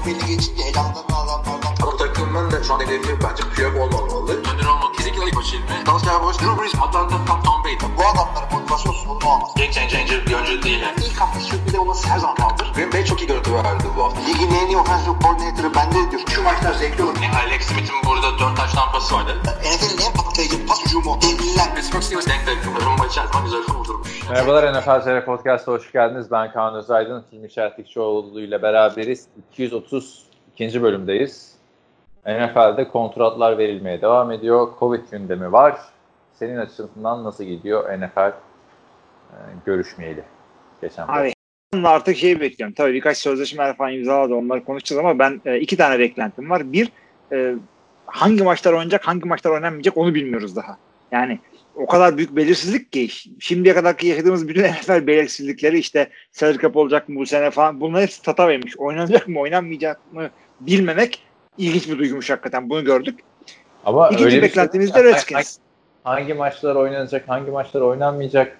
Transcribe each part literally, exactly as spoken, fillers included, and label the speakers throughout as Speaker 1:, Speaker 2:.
Speaker 1: belli geçince elamdan adamlardan.
Speaker 2: Ama takımın da şu an hedefi bence Piyok olmamalı. Önder olmalı. Kesinlikle ilk başı ilmi. Dallas Cowboys, Drew Brees, Atlanta, Tom Brady.
Speaker 1: Bu adamların motivasyon sorunu olmaz.
Speaker 2: Game changer bir oyuncu değil. Yani.
Speaker 1: İlk hafta sürpriz olması her zaman kaldır.
Speaker 2: Green Bay çok iyi görüntü verdi bu hafta.
Speaker 1: Ligin en iyi offensive coordinator'ı bende diyor. Şu maçlar zevkli olur.
Speaker 2: Yani Alex Smith'in burada dört taş tampası vardı.
Speaker 1: N F L'in en patlayıcı pas hücumu. Devliler.
Speaker 2: Pittsburgh Steelers denk denk. Rumba içerisinde güzel vurdurmuş.
Speaker 3: Merhabalar, N F L T R Podcast'a hoş geldiniz. Ben Kaan Özaydın, Hilmi Çeltikçioğlu ile beraberiz. iki yüz otuz ikinci bölümdeyiz. N F L'de kontratlar verilmeye devam ediyor. Covid gündemi var. Senin açısından nasıl gidiyor N F L e, görüşmeyeli? Geçen
Speaker 4: Abi artık şeyi bekliyorum. Tabii birkaç sözleşmeler falan imzaladı. Onları konuşacağız ama ben e, iki tane beklentim var. Bir, e, hangi maçlar oynayacak, hangi maçlar oynanmayacak onu bilmiyoruz daha. Yani o kadar büyük belirsizlik ki şimdiye kadarki yaşadığımız bütün N F L belirsizlikleri işte salary cap olacak mı bu sene falan bunlar hepsi tata vermiş. Oynanacak mı, oynanmayacak mı bilmemek ilginç bir duygumuş hakikaten. Bunu gördük.
Speaker 3: Ama
Speaker 4: İkinci beklentimiz de Redskins.
Speaker 3: Hangi maçlar oynanacak, hangi maçlar oynanmayacak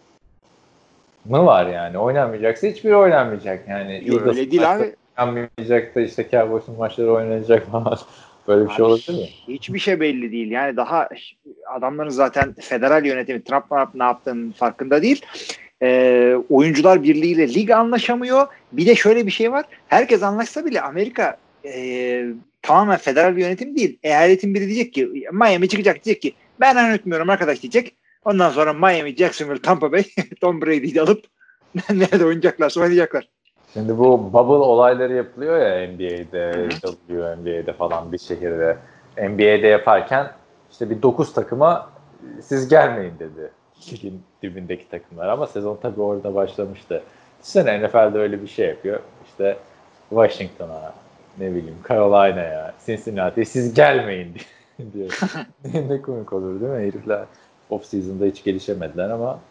Speaker 3: mı var yani? Oynanmayacaksa hiçbiri oynanmayacak yani.
Speaker 4: Yok, öyle değil abi.
Speaker 3: Oynanmayacak da işte Cowboys'un maçları oynanacak falan. Böyle bir şey olabilir mi?
Speaker 4: Hiçbir şey belli değil. Yani daha adamların zaten federal yönetimi Trump ne yaptığının farkında değil. Ee, oyuncular birliğiyle lig anlaşamıyor. Bir de şöyle bir şey var. Herkes anlaşsa bile Amerika e, tamamen federal bir yönetim değil. Eyaletin biri diyecek ki Miami çıkacak diyecek ki ben yönetmiyorum arkadaş diyecek. Ondan sonra Miami, Jacksonville, Tampa Bay Tom Brady'yi alıp nerede oynayacaklarsa oynayacaklar.
Speaker 3: Şimdi bu bubble olayları yapılıyor ya N B A'de, W N B A'de falan bir şehirde. N B A'de yaparken işte bir dokuz takıma siz gelmeyin dedi. Ligin dibindeki takımlar ama sezon tabii orada başlamıştı. Düşünsene N F L'de öyle bir şey yapıyor. İşte Washington'a, ne bileyim Carolina'ya, Cincinnati'ye siz gelmeyin diyor. Ne komik olur değil mi herifler? Off-season'da hiç gelişemediler ama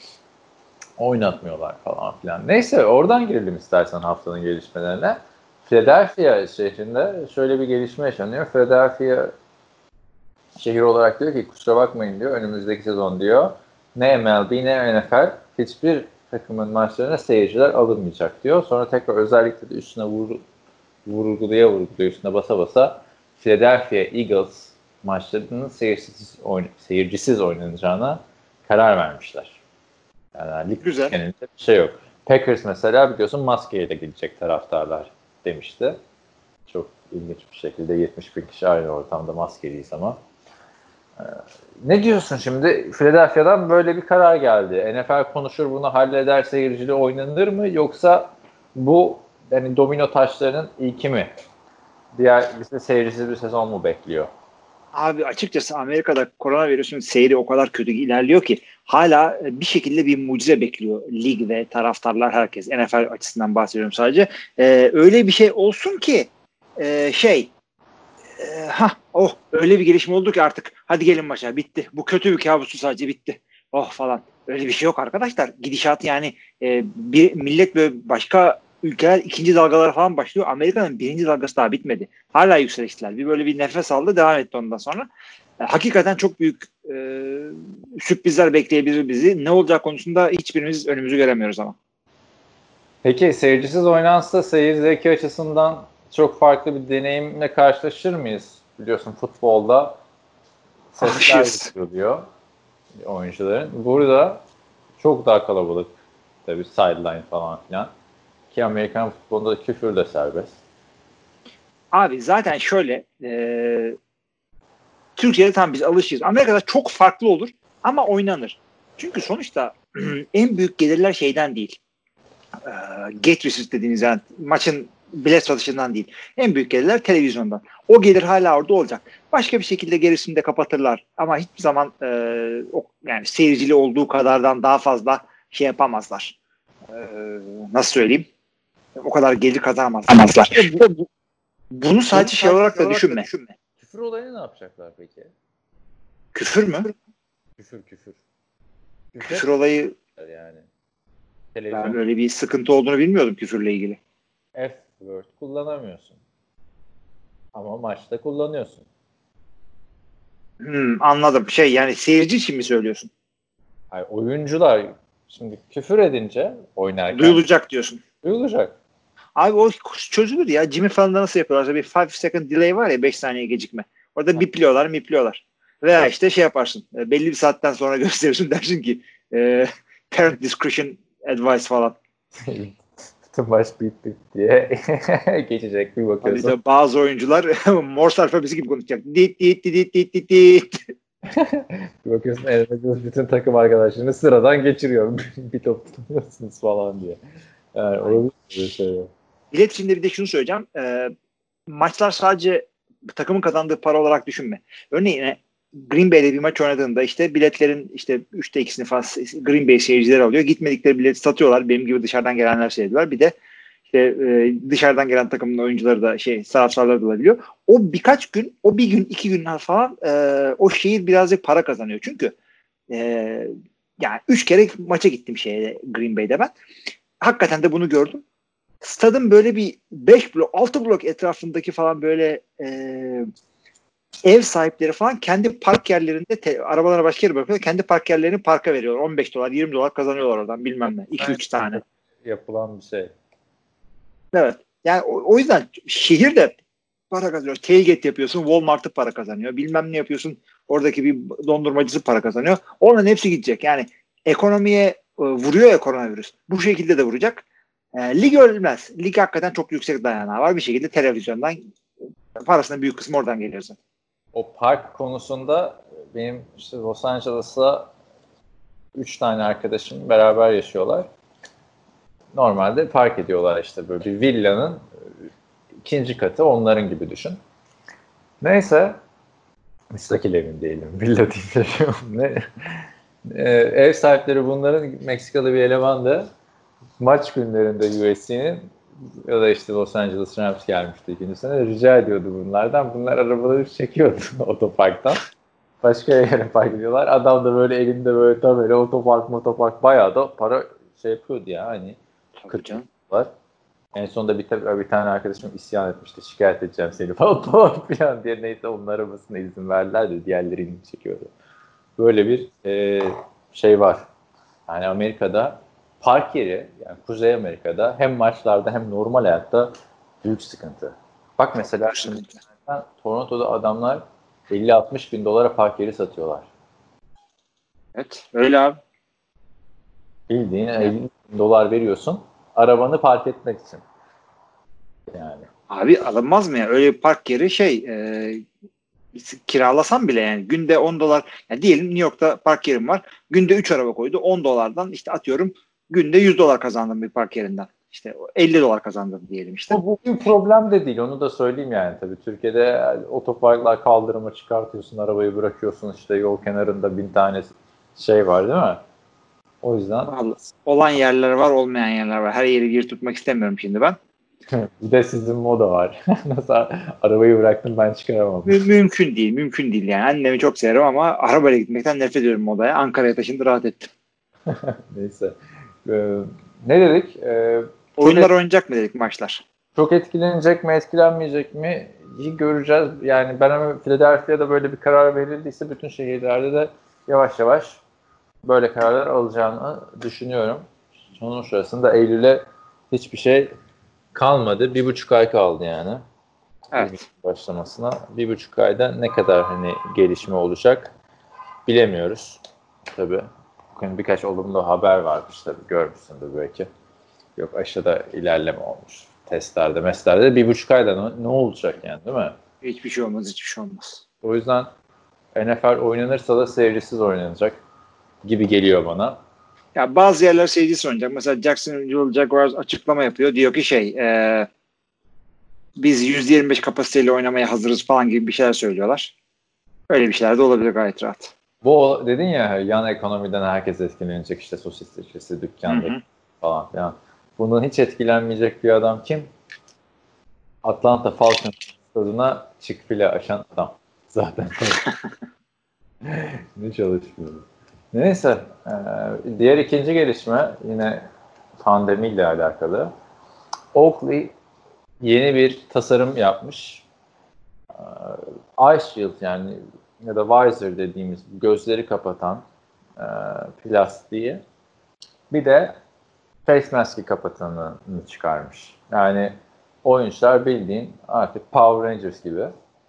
Speaker 3: oynatmıyorlar falan filan. Neyse oradan girelim istersen haftanın gelişmelerine. Philadelphia şehrinde şöyle bir gelişme yaşanıyor. Philadelphia şehir olarak diyor ki kusura bakmayın diyor önümüzdeki sezon diyor ne M L B ne N F L hiçbir takımın maçlarına seyirciler alınmayacak diyor. Sonra tekrar özellikle de üstüne vur, vurguluya vurguluya üstüne basa basa Philadelphia Eagles maçlarının seyircisiz, oyn- seyircisiz oynanacağına karar vermişler. Yani lig
Speaker 4: Güzel.
Speaker 3: genelinde bir şey yok. Packers mesela biliyorsun maskeyle gidecek taraftarlar demişti. Çok ilginç bir şekilde yetmiş bin kişi aynı ortamda maskeliyiz ama. Ee, ne diyorsun şimdi? Philadelphia'dan böyle bir karar geldi. N F L konuşur bunu halleder seyircili oynanır mı? Yoksa bu yani domino taşlarının ilki mi? Diğer bize seyircisiz bir sezon mu bekliyor?
Speaker 4: Abi açıkçası Amerika'da koronavirüsün seyri o kadar kötü ilerliyor ki hala bir şekilde bir mucize bekliyor lig ve taraftarlar herkes. N F L açısından bahsediyorum sadece. Ee, öyle bir şey olsun ki e, şey e, ha oh öyle bir gelişme oldu ki artık hadi gelin maça bitti. Bu kötü bir kabusu sadece bitti. Oh falan. Öyle bir şey yok arkadaşlar. Gidişat yani e, bir millet böyle başka ülkeler ikinci dalgalara falan başlıyor. Amerika'nın birinci dalgası daha bitmedi. Hala yükseliştiler. Bir böyle bir nefes aldı devam etti ondan sonra. E, hakikaten çok büyük e, sürprizler bekleyebilir bizi. Ne olacak konusunda hiçbirimiz önümüzü göremiyoruz ama.
Speaker 3: Peki seyircisiz oynansa seyir zevki açısından çok farklı bir deneyimle karşılaşır mıyız? Biliyorsun futbolda sesler duyuluyor oyuncuların. Burada çok daha kalabalık tabii sideline falan filan. Ki Amerikan futbolunda da küfür de serbest.
Speaker 4: Abi zaten şöyle e, Türkiye'de tam biz alışırız. Amerika'da çok farklı olur ama oynanır. Çünkü sonuçta en büyük gelirler şeyden değil. E, gate receipt dediğiniz yani maçın bilet satışından değil. En büyük gelirler televizyondan. O gelir hala orada olacak. Başka bir şekilde gerisini de kapatırlar. Ama hiçbir zaman e, o, yani seyircili olduğu kadardan daha fazla şey yapamazlar. E, nasıl söyleyeyim? O kadar gelir kazanamazlar. Bu, bu, bunu sadece şey olarak da düşünme. düşünme.
Speaker 3: Küfür olayını ne yapacaklar peki?
Speaker 4: Küfür mü?
Speaker 3: Küfür küfür.
Speaker 4: Küfür, küfür olayı
Speaker 3: yani.
Speaker 4: Televizyon. Ben öyle bir sıkıntı olduğunu bilmiyordum küfürle ilgili.
Speaker 3: F-word kullanamıyorsun. Ama maçta kullanıyorsun.
Speaker 4: Hmm, anladım. Şey yani seyirci için mi söylüyorsun?
Speaker 3: Hayır, oyuncular şimdi küfür edince oynarken
Speaker 4: duyulacak diyorsun.
Speaker 3: Duyulacak.
Speaker 4: Abi o çözülür ya. Jimmy Fallon'da nasıl yapıyorlar? Bir five second delay var ya, beş saniye gecikme. Orada bipliyorlar mipliyorlar. Veya işte şey yaparsın. Belli bir saatten sonra gösterirsin, dersin ki e, parent discretion advice falan.
Speaker 3: Bütün maç bit bit diye geçecek, bir bakıyorsun.
Speaker 4: Abi de bazı oyuncular Morse alfabesi gibi konuşacak. Dit dit dit dit dit dit.
Speaker 3: Bir bakıyorsun Aaron bütün takım arkadaşlarını sıradan geçiriyor. Bir top tutuyorsunuz falan diye. Yani olabilir bir şey yok.
Speaker 4: Bilet içinde bir de şunu söyleyeceğim. E, maçlar sadece takımın kazandığı para olarak düşünme. Örneğin Green Bay'de bir maç oynadığında işte biletlerin işte üçte ikisini falan Green Bay seyircileri alıyor. Gitmedikleri bileti satıyorlar. Benim gibi dışarıdan gelenler seyrediyorlar. Bir de işte e, dışarıdan gelen takımın oyuncuları da şey taraftarları da olabiliyor. O birkaç gün, o bir gün, iki günler falan e, o şehir birazcık para kazanıyor. Çünkü e, yani üç kere maça gittim şeye Green Bay'de ben. Hakikaten de bunu gördüm. Stadın böyle bir beş blok, altı blok etrafındaki falan böyle e, ev sahipleri falan kendi park yerlerinde te, arabalara başka yere bırakıyor. Kendi park yerlerini parka veriyorlar. on beş dolar, yirmi dolar kazanıyorlar oradan, bilmem ne. iki üç tane.
Speaker 3: Yapılan bir şey.
Speaker 4: Evet. Yani o, o yüzden şehir de para kazanıyor. Tailgate yapıyorsun, Walmart'ı para kazanıyor. Bilmem ne yapıyorsun, oradaki bir dondurmacısı para kazanıyor. Onların hepsi gidecek. Yani ekonomiye e, vuruyor ya koronavirüs. Bu şekilde de vuracak. E, lig ölmez. Lig hakikaten çok yüksek dayanağı var. Bir şekilde televizyondan parasının büyük kısmı oradan geliyor zaten.
Speaker 3: O park konusunda benim işte Los Angeles'ta üç tane arkadaşım beraber yaşıyorlar. Normalde park ediyorlar işte böyle bir villanın ikinci katı, onların gibi düşün. Neyse, müstakil evim değilim, villa deyip yaşıyorum. Ne? Ee, ev sahipleri bunların Meksikalı bir elemandı. Maç günlerinde U S C'nin ya da işte Los Angeles Rams gelmişti ikinci sene, rica ediyordu bunlardan. Bunlar arabaları çekiyordu otoparktan. Başka yere park ediyorlar. Adam da böyle elinde böyle tabela otopark motopark bayağı da para şey yapıyordu ya hani. kırk var. En sonunda bir, bir tane arkadaşım isyan etmişti. Şikayet edeceğim seni falan falan filan diye. Neyse onun arabasına izin verdiler de diğerleri inip çekiyordu. Böyle bir e, şey var. Yani Amerika'da park yeri, yani Kuzey Amerika'da hem maçlarda hem normal hayatta büyük sıkıntı. Bak mesela şimdi Toronto'da adamlar elli altmış bin dolara park yeri satıyorlar.
Speaker 4: Evet. Öyle abi.
Speaker 3: Bildiğin elli bin dolar veriyorsun arabanı park etmek için. Yani.
Speaker 4: Abi alınmaz mı ya? Öyle bir park yeri şey e, kiralasan bile yani günde on dolar, yani diyelim New York'ta park yerim var. Günde üç araba koydu. on dolardan işte atıyorum günde yüz dolar kazandım bir park yerinden. İşte elli dolar kazandım diyelim işte.
Speaker 3: Bu, bu bir problem de değil. Onu da söyleyeyim yani tabii. Türkiye'de otoparklar kaldırıma çıkartıyorsun, arabayı bırakıyorsun, işte yol kenarında bin tane şey var değil mi? O yüzden.
Speaker 4: Vallahi, olan yerler var, olmayan yerler var. Her yeri gir tutmak istemiyorum şimdi ben.
Speaker 3: Bir de sizin moda var. Nasıl arabayı bıraktım ben çıkaramam.
Speaker 4: Mü- mümkün değil. Mümkün değil yani. Annemi çok severim ama arabayla gitmekten nefret ediyorum modaya. Ankara'ya taşındı, rahat ettim.
Speaker 3: Neyse. Ee, ne dedik? Ee,
Speaker 4: Oyunlar et- oynayacak mı dedik maçlar?
Speaker 3: Çok etkilenecek mi, etkilenmeyecek mi? İyi göreceğiz. Yani ben ama Philadelphia'da böyle bir karar verildiyse bütün şehirlerde de yavaş yavaş böyle kararlar alacağını düşünüyorum. Onun sırasında Eylül'e hiçbir şey kalmadı. Bir buçuk ay kaldı yani.
Speaker 4: Evet.
Speaker 3: Başlamasına. Bir buçuk ayda ne kadar hani gelişme olacak bilemiyoruz. Tabii. Bugün birkaç olumlu haber varmış tabii. Görmüşsündür belki. Yok aşıda ilerleme olmuş. Testlerde, meslerde bir buçuk ayda ne, ne olacak yani değil mi?
Speaker 4: Hiçbir şey olmaz, hiçbir şey olmaz.
Speaker 3: O yüzden N F L oynanırsa da seyircisiz oynanacak gibi geliyor bana.
Speaker 4: Ya bazı yerler seyircisi oynayacak. Mesela Jacksonville Jaguars açıklama yapıyor. Diyor ki şey e, biz yüzde yirmi beş kapasiteyle oynamaya hazırız falan gibi bir şeyler söylüyorlar. Öyle bir şeyler de olabilir gayet rahat.
Speaker 3: Bu dedin ya yan ekonomiden herkes etkilenecek işte sosis işçisi, dükkanda falan filan. Bundan hiç etkilenmeyecek bir adam kim? Atlanta Falcons adına Chick-fil-A açan adam. Zaten. Ne çalışmıyor. Neyse. E, diğer ikinci gelişme yine pandemiyle alakalı. Oakley yeni bir tasarım yapmış. E, Eye Shield yani ya da visor dediğimiz gözleri kapatan e, plastiği. Bir de face mask'i kapatanını çıkarmış. Yani oyuncular bildiğin artık Power Rangers gibi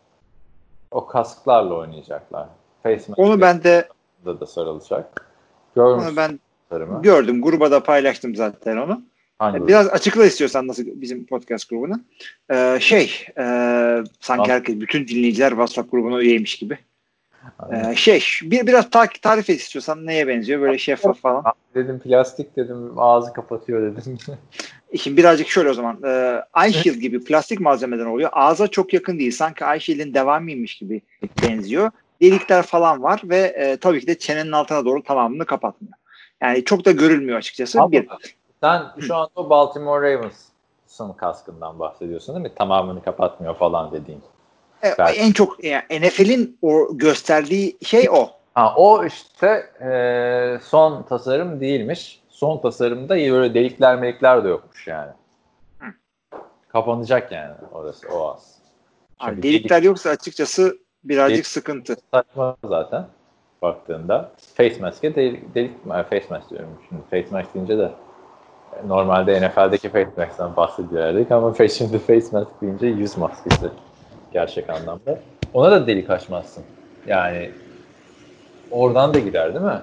Speaker 3: o kasklarla oynayacaklar. Face mask
Speaker 4: Onu ben de
Speaker 3: da, da sarılacak. Görmüş
Speaker 4: onu ben
Speaker 3: sarımı.
Speaker 4: gördüm. Gruba da paylaştım zaten onu.
Speaker 3: Hangi
Speaker 4: Biraz grup? Açıkla istiyorsan nasıl bizim podcast grubunu. Ee, şey e, sanki herkes, bütün dinleyiciler WhatsApp grubuna üyeymiş gibi. Ee, şey bir biraz ta- tarif et istiyorsan, neye benziyor? Böyle şeffaf falan.
Speaker 3: Dedim plastik dedim, ağzı kapatıyor dedim.
Speaker 4: Şimdi birazcık şöyle o zaman. E, Eye Shield gibi plastik malzemeden oluyor. Ağza çok yakın değil. Sanki Eye Shield'in devamıymış gibi benziyor. Delikler falan var ve e, tabii ki de çenenin altına doğru tamamını kapatmıyor. Yani çok da görülmüyor açıkçası.
Speaker 3: Ama
Speaker 4: bir.
Speaker 3: Sen şu anda o Baltimore Ravens'ın kaskından bahsediyorsun değil mi? Tamamını kapatmıyor falan dediğin.
Speaker 4: E, en çok yani N F L'in o gösterdiği şey o.
Speaker 3: Ha, o işte e, son tasarım değilmiş. Son tasarımda böyle delikler melikler de yokmuş yani.
Speaker 4: Hı.
Speaker 3: Kapanacak yani orası, o az.
Speaker 4: Abi, delikler delik, yoksa açıkçası birazcık delik, sıkıntı.
Speaker 3: Saçma zaten baktığında. Face mask'e delik, delik face mask diyorum şimdi. Face mask deyince de normalde N F L'deki face mask'tan bahsediyorduk ama şimdi face mask deyince yüz maskesi gerçek anlamda. Ona da delik açmazsın. Yani oradan da gider değil mi?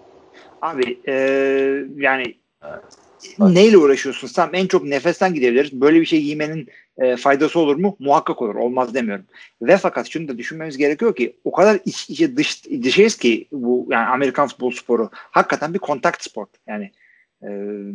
Speaker 4: Abi ee, yani evet. Neyle uğraşıyorsun? Sen en çok nefesten gidebiliriz. Böyle bir şey giymenin e, faydası olur mu? Muhakkak olur. Olmaz demiyorum. Ve fakat şunu da düşünmemiz gerekiyor ki o kadar iç içe dış dışıyız ki bu, yani Amerikan futbol sporu hakikaten bir kontak spor. Yani e,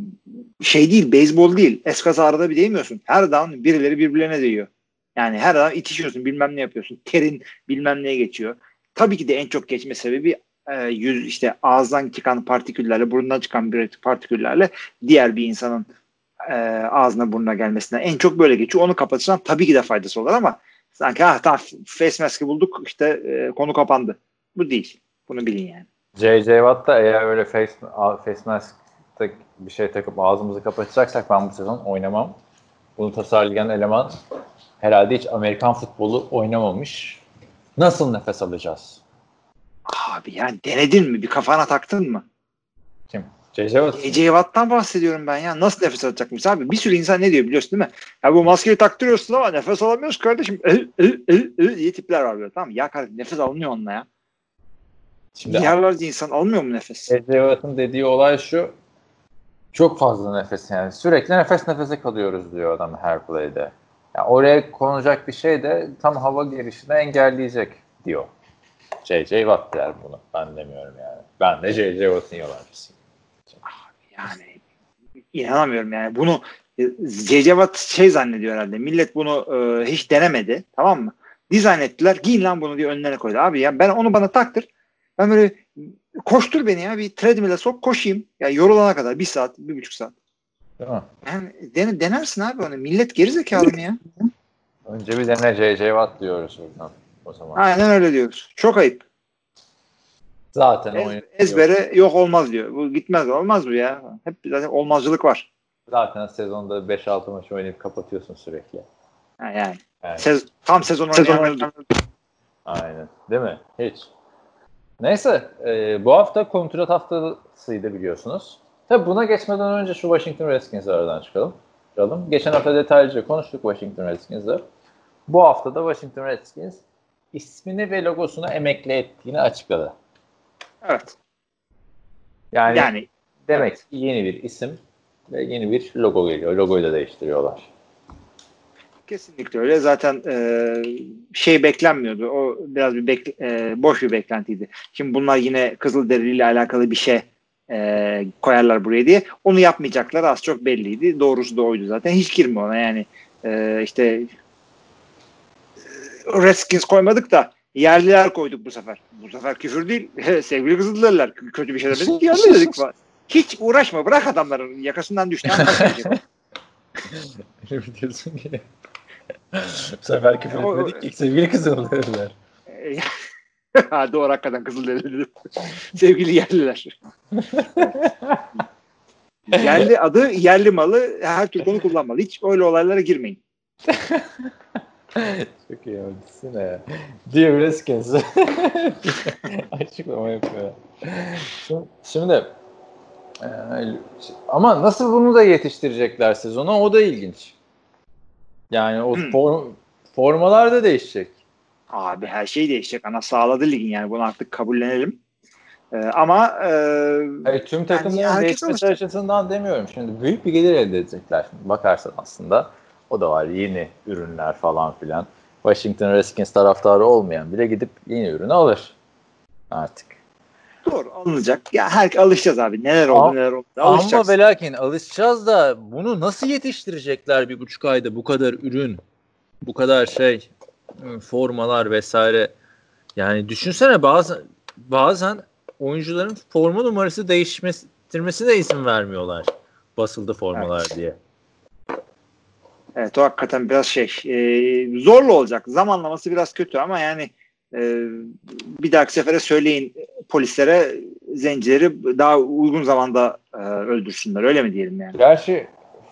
Speaker 4: şey değil, beyzbol değil. Eskaza arada bir değmiyorsun. Her down birileri birbirlerine değiyor. Yani her down itişiyorsun, bilmem ne yapıyorsun. Terin bilmem neye geçiyor. Tabii ki de en çok geçme sebebi yüz işte ağızdan çıkan partiküllerle, burundan çıkan bir partiküllerle diğer bir insanın e, ağzına burnuna gelmesinden en çok böyle geçiyor. Onu kapatırsan tabii ki de faydası olur ama sanki ha tamam face mask'i bulduk işte e, konu kapandı. Bu değil. Bunu bilin yani.
Speaker 3: J J Watt da eğer öyle face, face mask'ta bir şey takıp ağzımızı kapatacaksak ben bu sezon oynamam. Bunu tasarlayan eleman herhalde hiç Amerikan futbolu oynamamış. Nasıl nefes alacağız?
Speaker 4: Abi yani denedin mi? Bir kafana taktın mı?
Speaker 3: Kim? J J Watt.
Speaker 4: J J Watt'tan bahsediyorum ben ya. Nasıl nefes alacakmış abi? Bir sürü insan ne diyor biliyorsun değil mi? Ya bu maskeyi taktırıyorsun ama nefes alamıyoruz kardeşim. Ül, ül, ül, ül diye tipler var böyle. Tamam ya kardeşim, nefes alınıyor onunla ya. Şimdi milyarlarca insan almıyor mu nefes?
Speaker 3: J J Watt'ın dediği olay şu. Çok fazla nefes yani. Sürekli nefes nefese kalıyoruz diyor adam her play'de. Yani oraya konulacak bir şey de tam hava girişini engelleyecek diyor. J J Watt der bunu. Ben demiyorum yani. Ben de J J Watt'ın yalancısıyım.
Speaker 4: Yani inanamıyorum yani. Bunu J J Watt şey zannediyor herhalde. Millet bunu e, hiç denemedi. Tamam mı? Dizayn ettiler. Giyin lan bunu diye önlerine koydu. Abi ya ben onu bana taktır. Ben böyle koştur beni ya. Bir treadmill'e sok koşayım. Ya yorulana kadar. Bir saat, bir buçuk saat.
Speaker 3: Değil mi?
Speaker 4: Yani den- denersin abi onu. Millet gerizekalı mı ya?
Speaker 3: Önce bir dene J J Watt diyoruz buradan o zaman.
Speaker 4: Aynen öyle diyoruz. Çok ayıp.
Speaker 3: Zaten
Speaker 4: Ez,
Speaker 3: oyun
Speaker 4: ezbere yok. yok olmaz diyor. Bu gitmez, olmaz bu ya. Hep zaten olmazcılık var.
Speaker 3: Zaten sezonda beş altı maç oynayıp kapatıyorsun sürekli.
Speaker 4: Ha yani.
Speaker 3: yani.
Speaker 4: Sez, tam sezon oynayan.
Speaker 3: Aynen. Değil mi? Hiç. Neyse. E, bu hafta kontrat haftasıydı biliyorsunuz. Tabii buna geçmeden önce şu Washington Redskins'i aradan çıkalım. çıkalım. Geçen hafta detaylıca konuştuk Washington Redskins'i. Bu hafta da Washington Redskins ismini ve logosunu emekli ettiğini açıkladı.
Speaker 4: Evet.
Speaker 3: Yani,
Speaker 4: yani
Speaker 3: demek
Speaker 4: evet.
Speaker 3: ki yeni bir isim ve yeni bir logo geliyor. Logoyu da değiştiriyorlar.
Speaker 4: Kesinlikle öyle. Zaten e, şey beklenmiyordu. O biraz bir bekle, e, boş bir beklentiydi. Şimdi bunlar yine Kızılderili ile alakalı bir şey e, koyarlar buraya diye. Onu yapmayacaklar az çok belliydi. Doğrusu da oydu zaten. Hiç girme ona yani. E, işte Redskins koymadık da yerliler koyduk bu sefer. Bu sefer küfür değil. Sevgili Kızılderililer. Kötü bir şey demedik. Yerli dedik falan. Hiç uğraşma. Bırak adamların yakasından düştüğü
Speaker 3: Öyle mi diyorsun ki? Bu sefer küfür etmedik ki sevgili Kızılderililer.
Speaker 4: Ha, doğru hakikaten Kızılderililer. Sevgili yerliler. Yerli adı, yerli malı, her Türk onu kullanmalı. Hiç öyle olaylara girmeyin.
Speaker 3: Çok iyi öldüsün ya. Dear Redskins. Açıklama yapıyor. Şimdi Ee, ama nasıl bunu da yetiştirecekler sezona, o da ilginç. Yani o
Speaker 4: Hmm.
Speaker 3: form, formalar da değişecek.
Speaker 4: Abi her şey değişecek. Ana sağladı ligin yani. Bunu artık kabullenelim. Ee, ama e,
Speaker 3: Hayır, tüm takımların
Speaker 4: yani herkes
Speaker 3: değişmesi
Speaker 4: alışacak.
Speaker 3: açısından demiyorum. Şimdi büyük bir gelir elde edecekler. Şimdi bakarsan aslında o da var. Yeni ürünler falan filan. Washington Redskins taraftarı olmayan bile gidip yeni ürünü alır artık.
Speaker 4: Doğru, alınacak. Ya her alışacağız abi. Neler oldu
Speaker 3: Ama,
Speaker 4: neler oldu.
Speaker 3: ama
Speaker 4: Alışacaksın.
Speaker 3: ve lakin alışacağız da bunu nasıl yetiştirecekler bir buçuk ayda, bu kadar ürün, bu kadar şey, formalar vesaire. Yani düşünsene, bazen bazen oyuncuların forma numarası değiştirmesine izin vermiyorlar. Basıldı formalar
Speaker 4: Evet.
Speaker 3: diye.
Speaker 4: Evet, o hakikaten biraz şey e, zorlu olacak. Zamanlaması biraz kötü ama yani e, bir dahaki sefere söyleyin polislere zencileri daha uygun zamanda e, öldürsünler. Öyle mi diyelim yani?
Speaker 3: Gerçi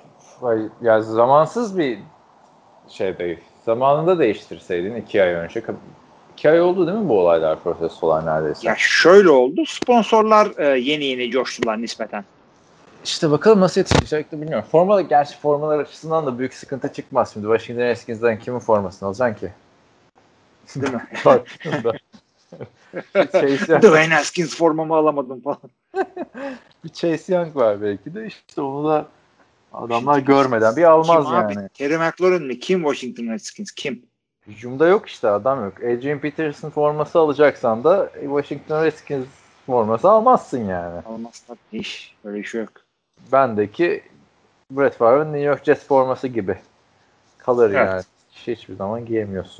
Speaker 3: ya zamansız bir şey değil. Zamanında değiştirseydin iki ay önce. iki ay oldu değil mi bu olaylar, protestolar neredeyse?
Speaker 4: Ya şöyle oldu. Sponsorlar e, yeni yeni coştular nispeten.
Speaker 3: İşte bakalım nasıl yetişecekti bilmiyorum. Formalar, gerçi formalar açısından da büyük sıkıntı çıkmaz. Şimdi Washington Redskins'den kimin formasını alacaksın ki?
Speaker 4: Değil mi?
Speaker 3: Baktığında. Bir Chase Young,
Speaker 4: Dwayne Haskins formamı alamadım falan.
Speaker 3: bir Chase Young var belki de, işte onu da adamlar görmeden bir almaz
Speaker 4: Kim
Speaker 3: yani.
Speaker 4: abi? Terry McLaurin mi? Kim Washington Redskins? Kim?
Speaker 3: Hücumda yok işte, adam yok. Adrian Peterson forması alacaksan da Washington Redskins forması almazsın yani.
Speaker 4: Almazlar. Hiç. Öyle bir şey yok.
Speaker 3: Bendeki Brett Favre'ın New York Jets forması gibi kalır
Speaker 4: Evet.
Speaker 3: yani. Hiçbir zaman giyemiyorsun.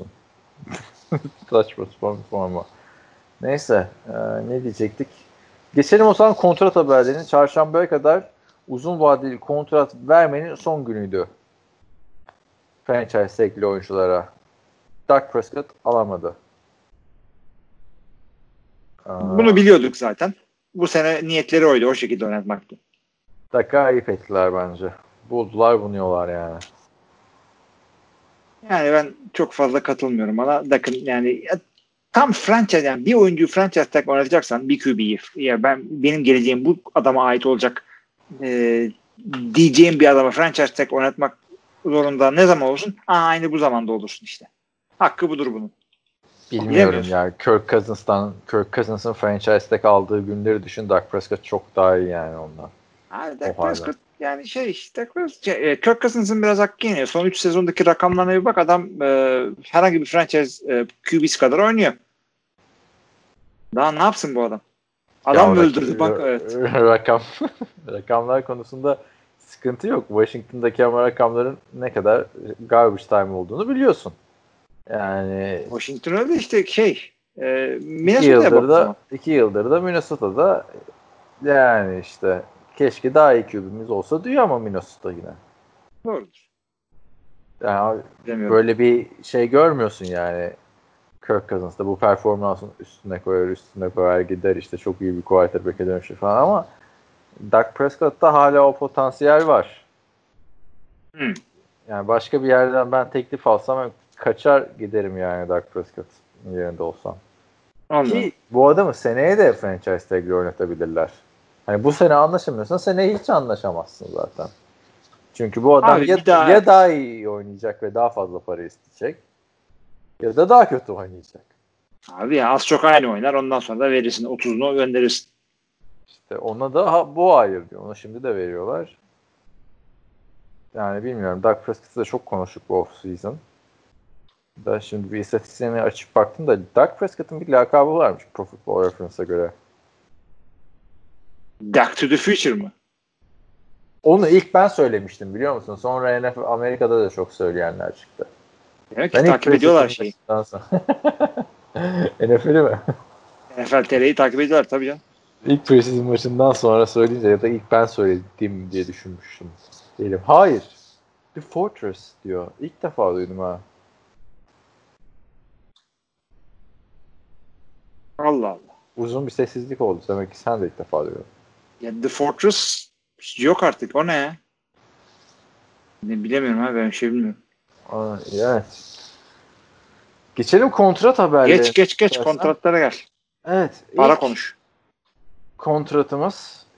Speaker 3: Saçma sapan bir forma. Neyse, e, ne diyecektik? Geçelim o zaman kontrat haberlerine. Çarşambaya kadar uzun vadeli kontrat vermenin son günüydü franchise ilgili oyunculara. Dak Prescott alamadı. Aa,
Speaker 4: Bunu biliyorduk zaten. Bu sene niyetleri oydu. O şekilde oynatmaktı.
Speaker 3: Dak'a ayıp ettiler bence. Buldular, bunuyorlar yani.
Speaker 4: Yani ben çok fazla katılmıyorum ona. Dakın yani ya, tam franchise yani bir oyuncuyu franchise tag oynatacaksan bir Q B'yi ya ben benim geleceğim bu adama ait olacak e, diyeceğim bir adama franchise tag oynatmak zorunda ne zaman olursun? Aa, aynı bu zamanda olursun işte. Hakkı budur bunun.
Speaker 3: Bilmiyorum ya. Kirk Cousins'tan, Kirk Cousins'ın franchise tag aldığı günleri düşün. Dak Prescott çok daha iyi yani ondan.
Speaker 4: Abi Dak Prescott yani şey Dak Prescott, şey, Kirk Cousins'ın biraz hakkı yeniyor. Son üç sezondaki rakamlarına bir bak, adam e, herhangi bir franchise e, Q B'si kadar oynuyor. Daha ne yapsın bu adam? Adam mı öldürdü bak, evet.
Speaker 3: Rakam, rakamlar konusunda sıkıntı yok. Washington'daki ama rakamların ne kadar garbage time olduğunu biliyorsun. Yani
Speaker 4: Washington öyle işte şey e,
Speaker 3: iki
Speaker 4: Minnesota'ya bak
Speaker 3: yıldır
Speaker 4: o zaman.
Speaker 3: da iki yıldır da Minnesota'da yani işte keşke daha iyi Q B'miz olsa diyor ama Minnesota yine.
Speaker 4: Doğrudur.
Speaker 3: Yani
Speaker 4: Bilemiyorum.
Speaker 3: böyle bir şey görmüyorsun yani. Kirk Cousins da bu performansın üstüne koyar, üstüne koyar gider, işte çok iyi bir quarterback'e dönüşür falan, ama Dak Prescott'ta hala o potansiyel var.
Speaker 4: Hmm.
Speaker 3: Yani başka bir yerden ben teklif alsam kaçar giderim yani Dak Prescott'ın yerinde olsam.
Speaker 4: Anladım.
Speaker 3: Ki bu adamı seneye de franchise tag'le oynatabilirler. Hani bu sene anlaşamıyorsan seneye hiç anlaşamazsın zaten. Çünkü bu adam
Speaker 4: Abi
Speaker 3: ya
Speaker 4: daha...
Speaker 3: ya daha iyi oynayacak ve daha fazla para isteyecek, ya da daha kötü oynayacak.
Speaker 4: Abi ya az çok aynı oynar, ondan sonra da verirsin otuzunu gönderirsin.
Speaker 3: İşte ona da ha, bu hayır diyor. Ona şimdi de veriyorlar. Yani bilmiyorum. Dak Prescott'ı da çok konuştuk bu off-season. Da şimdi bir istatistiğini açıp baktım da Dak Prescott'ın bir lakabı varmış Pro Football Reference'a göre.
Speaker 4: Back to the Future mı?
Speaker 3: Onu ilk ben söylemiştim, biliyor musun? Sonra N F L Amerika'da da çok söyleyenler çıktı.
Speaker 4: Demek ki
Speaker 3: Ben
Speaker 4: takip ediyorlar şeyi.
Speaker 3: N F L'i mi?
Speaker 4: N F L T R'yi takip ediyorlar tabii canım.
Speaker 3: İlk preseason maçından sonra söyleyince ya da ilk ben söyledim diye düşünmüştüm. Değilim. Hayır. The Fortress diyor. İlk defa duydum ha.
Speaker 4: Allah Allah.
Speaker 3: Uzun bir sessizlik oldu. Demek ki sen de ilk defa duydun.
Speaker 4: Ya The Fortress yok artık. O ne ya? Ne bilemiyorum abi, ben bir şey bilmiyorum.
Speaker 3: Aa, evet. Geçelim kontrat haberleri.
Speaker 4: Geç geç geç
Speaker 3: dersen.
Speaker 4: kontratlara gel.
Speaker 3: Evet.
Speaker 4: Para
Speaker 3: ilk
Speaker 4: konuş.
Speaker 3: kontratımız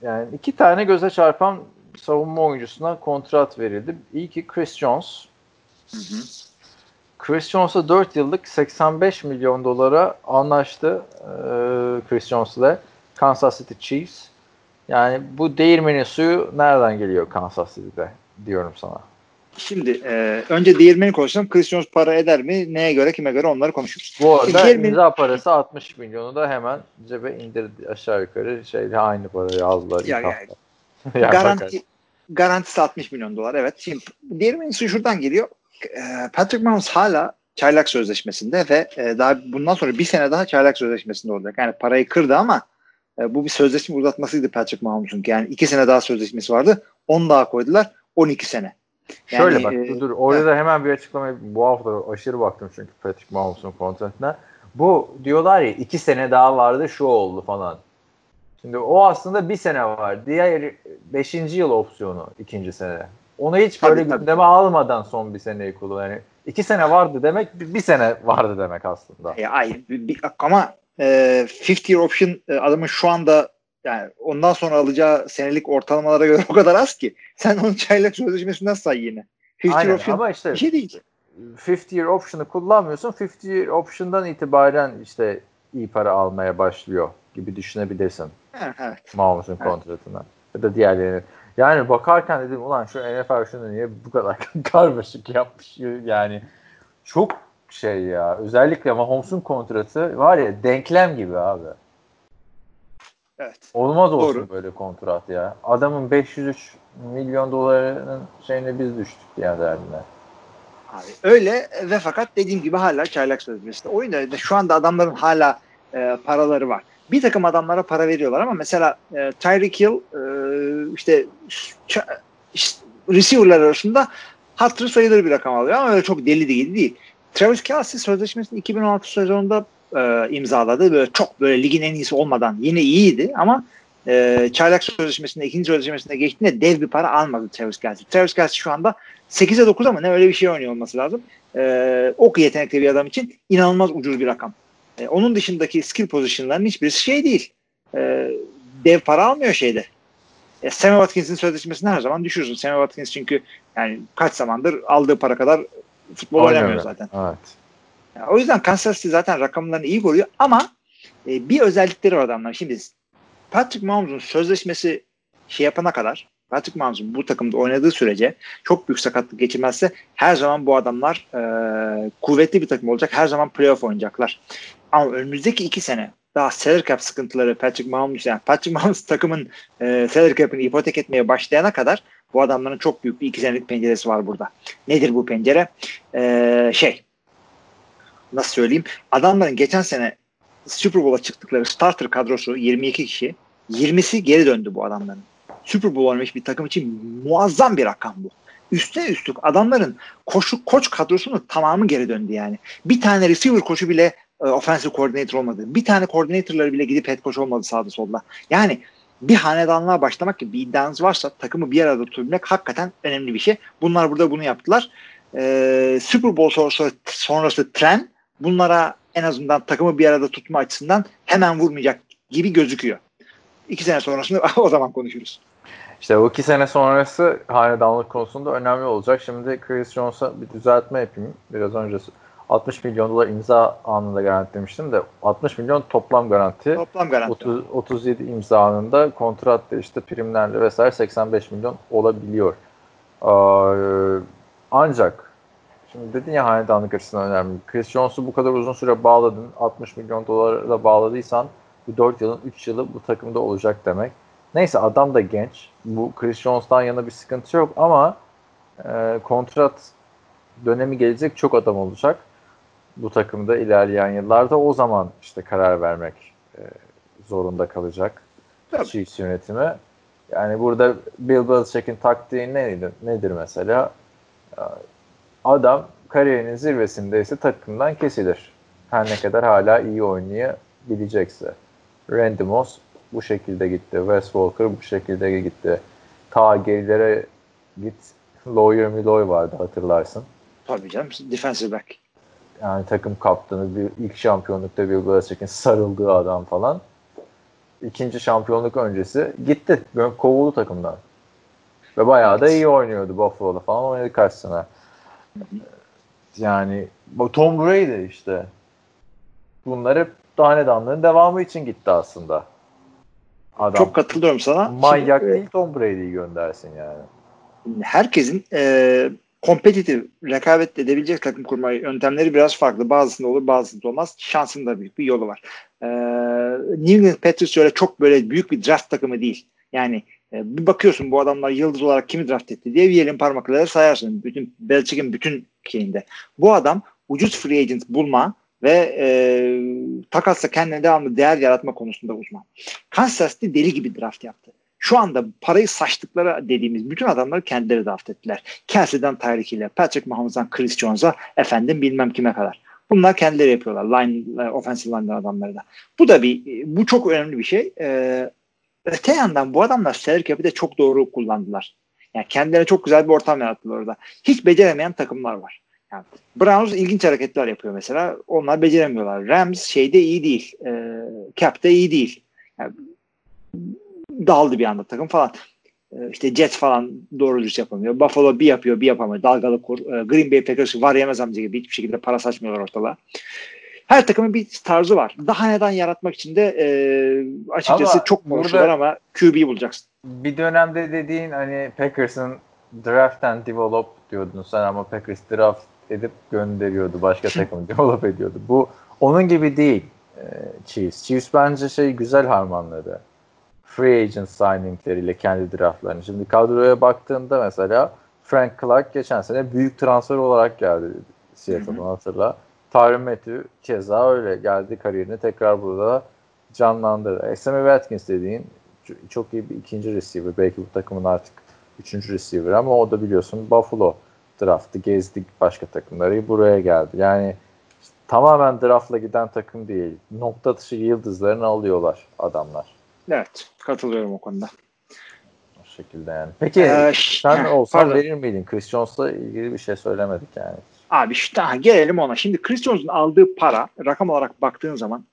Speaker 3: yani iki tane göze çarpan savunma oyuncusuna kontrat verildi. İlki Chris Jones.
Speaker 4: Hı hı.
Speaker 3: Chris Jones'a dört yıllık seksen beş milyon dolara anlaştı ee, Chris Jones'la Kansas City Chiefs. Yani bu değirmenin suyu nereden geliyor Kansas City'de diyorum sana.
Speaker 4: Şimdi e, önce değirmeni konuşalım. Chris Jones para eder mi? Neye göre, kime göre onları konuşuruz.
Speaker 3: Bu arada
Speaker 4: değirmeni...
Speaker 3: imza parası altmış milyonu da hemen cebe indirdi. Aşağı yukarı şeyde aynı parayı aldılar.
Speaker 4: Ya, ya,
Speaker 3: yani
Speaker 4: garanti, garantisi altmış milyon dolar. Evet. Şimdi değirmenin suyu şuradan geliyor. E, Patrick Mahomes hala çaylak sözleşmesinde ve e, daha bundan sonra bir sene daha çaylak sözleşmesinde olacak. Yani parayı kırdı ama e, bu bir sözleşme uzatmasıydı Patrick Mahomes'un. Yani iki sene daha sözleşmesi vardı. on daha koydular. on iki sene. Yani,
Speaker 3: şöyle bak
Speaker 4: e,
Speaker 3: dur, dur. Orada da hemen bir açıklamayı bu hafta aşırı baktım çünkü Patrick Mahomes'un kontratına. Bu diyorlar ya iki sene daha vardı şu oldu falan. Şimdi o aslında bir sene var. Diğer beşinci yıl opsiyonu ikinci sene. Onu hiç böyle
Speaker 4: tabii,
Speaker 3: gündeme
Speaker 4: tabii.
Speaker 3: almadan son bir seneyi kullan. Yani iki sene vardı demek bir, bir sene vardı demek aslında.
Speaker 4: E, ay, bir, bir, ama e, elli year option e, adamın şu anda yani ondan sonra alacağı senelik ortalamalara göre o kadar az ki. Sen onun çaylak sözleşmesinden say yine. elli
Speaker 3: Aynen
Speaker 4: year option
Speaker 3: ama işte
Speaker 4: bir şey değil.
Speaker 3: elli year option'ı kullanmıyorsun. elli year option'dan itibaren işte iyi para almaya başlıyor gibi düşünebilirsin.
Speaker 4: Ha, evet.
Speaker 3: Mahomes'un
Speaker 4: Evet.
Speaker 3: kontratına. Ya da diğerlerinin. Yani bakarken dedim ulan şu N F L şunu niye bu kadar karmaşık yapmış yani çok şey ya. Özellikle Mahomes'un kontratı var ya denklem gibi abi.
Speaker 4: Evet.
Speaker 3: Olmaz olsun
Speaker 4: Doğru.
Speaker 3: böyle kontrat ya. Adamın beş yüz üç milyon dolarının şeyine biz düştük ya derdine.
Speaker 4: Abi, öyle ve fakat dediğim gibi hala çaylak sözleşmesi. O yüzden şu anda adamların hala e, paraları var. Bir takım adamlara para veriyorlar ama mesela e, Tyreek Hill e, işte, ç- işte receiver'lar arasında hatırı sayılır bir rakam alıyor ama öyle çok deli değil değil. Travis Kelce sözleşmesini iki bin on altı sezonunda e, imzaladı. Böyle çok böyle ligin en iyisi olmadan yine iyiydi ama e, çaylak sözleşmesinde ikinci sözleşmesinde geçtiğinde dev bir para almadı Travis Kelce. Travis Kelce şu anda sekize dokuz ama ne öyle bir şey oynuyor olması lazım. Ee, ok yetenekli bir adam için inanılmaz ucuz bir rakam. Ee, onun dışındaki skill pozisyonların hiçbirisi şey değil. Ee, dev para almıyor şeyde. E, Sammy Watkins'in sözleşmesini her zaman düşürürsün. Sammy Watkins çünkü yani kaç zamandır aldığı para kadar futbol oynamıyor zaten.
Speaker 3: Evet.
Speaker 4: Yani o yüzden Kansas City zaten rakamlarını iyi koruyor ama e, bir özellikleri var adamlar. Şimdi Patrick Mahomes'un sözleşmesi şey yapana kadar Patrick Mahomes'un bu takımda oynadığı sürece çok büyük sakatlık geçirmezse her zaman bu adamlar e, kuvvetli bir takım olacak. Her zaman playoff oynayacaklar. Ama önümüzdeki iki sene daha salary cap sıkıntıları Patrick Mahomes yani Patrick Mahomes takımın e, salary cap'ini ipotek etmeye başlayana kadar bu adamların çok büyük bir iki senelik penceresi var burada. Nedir bu pencere? E, şey nasıl söyleyeyim? Adamların geçen sene Super Bowl'a çıktıkları starter kadrosu yirmi iki kişi. yirmisi geri döndü bu adamların. Super Bowl oynamış bir takım için muazzam bir rakam bu. Üstüne üstlük adamların koşu koç kadrosunun tamamı geri döndü yani. Bir tane receiver koçu bile e, offensive coordinator olmadı. Bir tane coordinatorları bile gidip head coach olmadı sağda solda. Yani bir hanedanlığa başlamak gibi bir iddianız varsa takımı bir arada tutabilmek hakikaten önemli bir şey. Bunlar burada bunu yaptılar. Ee, Super Bowl sonrası, sonrası tren bunlara en azından takımı bir arada tutma açısından hemen vurmayacak gibi gözüküyor. İki sene sonrasında o zaman konuşuruz.
Speaker 3: İşte o iki sene sonrası hanedanlık konusunda önemli olacak. Şimdi Chris Jones'a bir düzeltme yapayım. Biraz önce altmış milyon dolar imza anında garantilemiştim de altmış milyon toplam garanti.
Speaker 4: Toplam garanti.
Speaker 3: otuz, otuz yedi imza anında kontratta işte primlerle vesaire seksen beş milyon olabiliyor. Ee, ancak şimdi dedin ya hanedanlık açısından önemli. Chris Jones'u bu kadar uzun süre bağladın. altmış milyon dolara da bağladıysan bu dört yılın üç yılı bu takımda olacak demek. Neyse adam da genç. Bu Chris Jones'tan yana bir sıkıntı yok ama e, kontrat dönemi gelecek çok adam olacak. Bu takımda ilerleyen yıllarda o zaman işte karar vermek e, zorunda kalacak. Chiefs yönetimi. Yani burada Bill Belichick'in taktiği neydi? Nedir mesela? Adam kariyerinin zirvesindeyse takımdan kesilir. Her ne kadar hala iyi oynayabilecekse. Randy Moss bu şekilde gitti. Wes Walker bu şekilde gitti. Ta gerilere git. Lawyer Milloy vardı hatırlarsın.
Speaker 4: Tabii canım. Defensive back.
Speaker 3: Yani takım kaptanı bir ilk şampiyonlukta Bill Belichick'in sarıldığı adam falan. ikinci şampiyonluk öncesi gitti. Kovuldu takımdan. Ve bayağı da iyi oynuyordu Buffalo'da falan oynadı kaç sene. Yani Tom Brady işte. Bunlar hep hanedanlığın devamı için gitti aslında. Adam,
Speaker 4: çok katılıyorum sana.
Speaker 3: manyak Şimdi, değil Tom Brady'yi göndersin yani.
Speaker 4: Herkesin e, kompetitif rekabet edebilecek takım kurma yöntemleri biraz farklı. Bazısında olur, bazısında olmaz. Şansın da büyük bir yolu var. E, New England Patriots öyle çok böyle büyük bir draft takımı değil. Yani e, bir bakıyorsun bu adamlar yıldız olarak kimi draft etti diye bir elin parmakları sayarsın. Bütün Belichick'in bütün şeyinde. Bu adam ucuz free agent bulma ve e, takasla kendine devamlı değer yaratma konusunda uzman. Kansas City deli gibi draft yaptı. Şu anda parayı saçtıkları dediğimiz bütün adamları kendileri draft ettiler. Kelsey'den Tyreek ile, Patrick Mahomes'dan Chris Jones'a, efendim bilmem kime kadar. Bunlar kendileri yapıyorlar. Line, offensive line'dan adamları da. Bu da bir, bu çok önemli bir şey. Ee, öte yandan bu adamlar salary cap'i de çok doğru kullandılar. Yani kendilerine çok güzel bir ortam yarattılar orada. Hiç beceremeyen takımlar var. Yani Browns ilginç hareketler yapıyor mesela. Onlar beceremiyorlar. Rams şeyde iyi değil. E, Cap'te iyi değil. Yani, dağıldı bir anda takım falan. E, işte Jets falan doğru düz yapamıyor. Buffalo bir yapıyor bir yapamıyor. Dalgalı kur. E, Green Bay Packers var yemez amca gibi hiçbir şekilde para saçmıyorlar ortalığa. Her takımın bir tarzı var. Daha neden yaratmak için de e, açıkçası ama çok konuşuyorlar ama Q B'yi bulacaksın.
Speaker 3: Bir dönemde dediğin hani Packers'ın draft and develop diyordun sen ama Packers draft edip gönderiyordu. Başka takım develop ediyordu. Bu onun gibi değil e, Chiefs. Chiefs bence şey güzel harmanladı. Free agent signing'leriyle kendi draftlarını. Şimdi kadroya baktığında mesela Frank Clark geçen sene büyük transfer olarak geldi Seattle'dan hatırla. Tyrann Mathieu keza öyle geldi kariyerini tekrar burada canlandırdı. Sammy Watkins dediğin çok iyi bir ikinci receiver. Belki bu takımın artık üçüncü receiver ama o da biliyorsun Buffalo draftı gezdi başka takımları buraya geldi. Yani işte, tamamen draftla giden takım değil. Nokta atışı yıldızlarını alıyorlar adamlar.
Speaker 4: Evet. Katılıyorum o konuda.
Speaker 3: O şekilde yani. Peki ee, sen olsan pardon. verir miydin? Chris Jones'la ilgili bir şey söylemedik yani.
Speaker 4: Abi işte ha, gelelim ona. Şimdi Chris Jones'un aldığı para rakam olarak baktığın zaman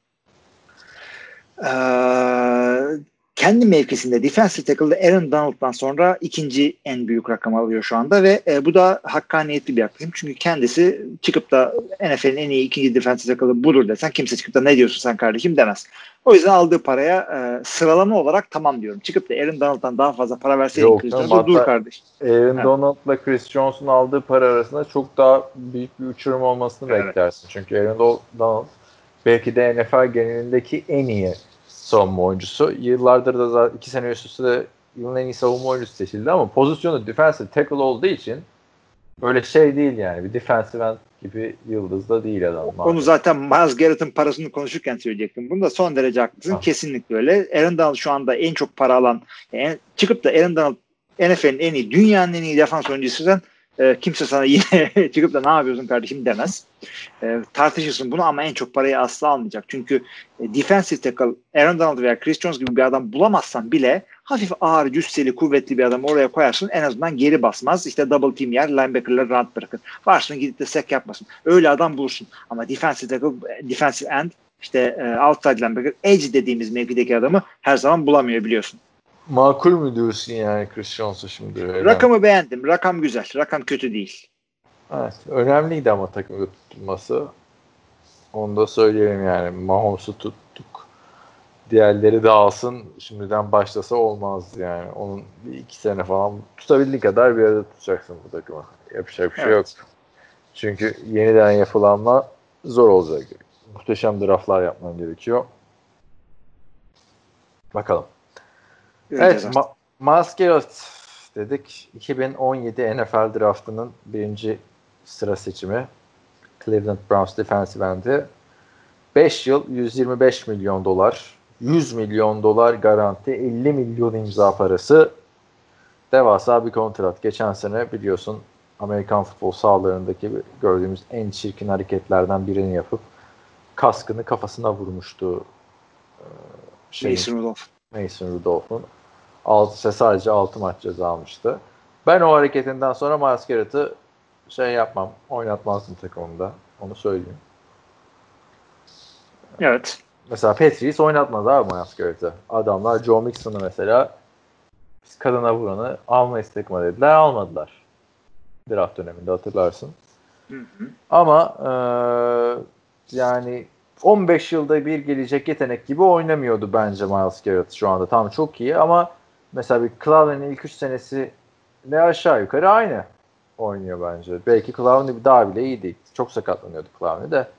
Speaker 4: ee, kendi mevkisinde defensive tackle'da Aaron Donald'dan sonra ikinci en büyük rakam alıyor şu anda ve e, bu da hakkaniyetli bir yaklaşım. Çünkü kendisi çıkıp da N F L'in en iyi ikinci defensive tackle'ı budur desen kimse çıkıp da ne diyorsun sen kardeşim demez. O yüzden aldığı paraya e, sıralama olarak tamam diyorum. Çıkıp da Aaron Donald'dan daha fazla para verseydin Chris Jones'a dur kardeş.
Speaker 3: Aaron evet. Donald'la Chris Jones'un aldığı para arasında çok daha büyük bir uçurum olmasını evet. beklersin. Çünkü Aaron Donald belki de N F L genelindeki en iyi savunma oyuncusu. Yıllardır da zaten iki sene üst üste de yılın en iyi savunma oyuncusu seçildi ama pozisyonu defensive tackle olduğu için öyle şey değil yani. Bir defensive end gibi yıldız da değil adam.
Speaker 4: Onu zaten Myles Garrett'ın parasını konuşurken söyleyecektim. Bunu da son derece haklısın. Ah. Kesinlikle öyle. Aaron Donald şu anda en çok para alan yani çıkıp da Aaron Donald N F L'in en iyi, dünyanın en iyi defans oyuncusuysan e, kimse sana yine çıkıp da ne yapıyorsun kardeşim demez. E, tartışırsın bunu ama en çok parayı asla almayacak. Çünkü e, defensive tackle Aaron Donald veya Chris Jones gibi bir adam bulamazsan bile hafif ağır, cüsseli, kuvvetli bir adamı oraya koyarsın. En azından geri basmaz. İşte double team yer, linebacker'ları rahat bırakır. Varsın gidip de sack yapmasın. Öyle adam bulursun. Ama defensive tackle, defensive end, işte e, outside linebacker, edge dediğimiz mevkideki adamı her zaman bulamıyor biliyorsun.
Speaker 3: Makul mü diyorsun yani Chris Jones'a şimdi? Öyle.
Speaker 4: Rakamı beğendim. Rakam güzel. Rakam kötü değil.
Speaker 3: Evet. Önemliydi ama takımı tutulması. Onu da söyleyelim yani. Mahomes'u tuttuk. Diğerleri dağılsın. Şimdiden başlasa olmazdı yani. Onun bir iki sene falan tutabildiği kadar bir arada tutacaksın bu takımı. Yapacak bir şey evet. yok. Çünkü yeniden yapılanma zor olacak. Muhteşem draftlar yapman gerekiyor. Bakalım. Evet, Ma- Myles Garrett dedik. iki bin on yedi N F L draftının birinci sıra seçimi. Cleveland Browns defensive end'i. beş yıl yüz yirmi beş milyon dolar. yüz milyon dolar garanti. elli milyon imza parası. Devasa bir kontrat. Geçen sene biliyorsun Amerikan futbol sahalarındaki gördüğümüz en çirkin hareketlerden birini yapıp kaskını kafasına vurmuştu.
Speaker 4: Şeyin, Mason Rudolph.
Speaker 3: Mason Rudolph'un. Altı, sadece altı maç ceza almıştı. Ben o hareketinden sonra Myles Garrett'ı şey yapmam, oynatmazdım takımımda. Onu söyleyeyim.
Speaker 4: Evet.
Speaker 3: mesela Patriots oynatmaz abi Myles Garrett'ı. Adamlar Joe Mixon'ı mesela biz kadına vuranı alma istekma dediler. Almadılar. Draft döneminde hatırlarsın.
Speaker 4: Hı hı.
Speaker 3: Ama e, yani on beş yılda bir gelecek yetenek gibi oynamıyordu bence Myles Garrett şu anda. Tamam çok iyi ama mesela bir Clowney'nin ilk üç senesi ne aşağı yukarı aynı oynuyor bence. Belki Clowney daha bile iyiydi. Çok sakatlanıyordu Clowney de.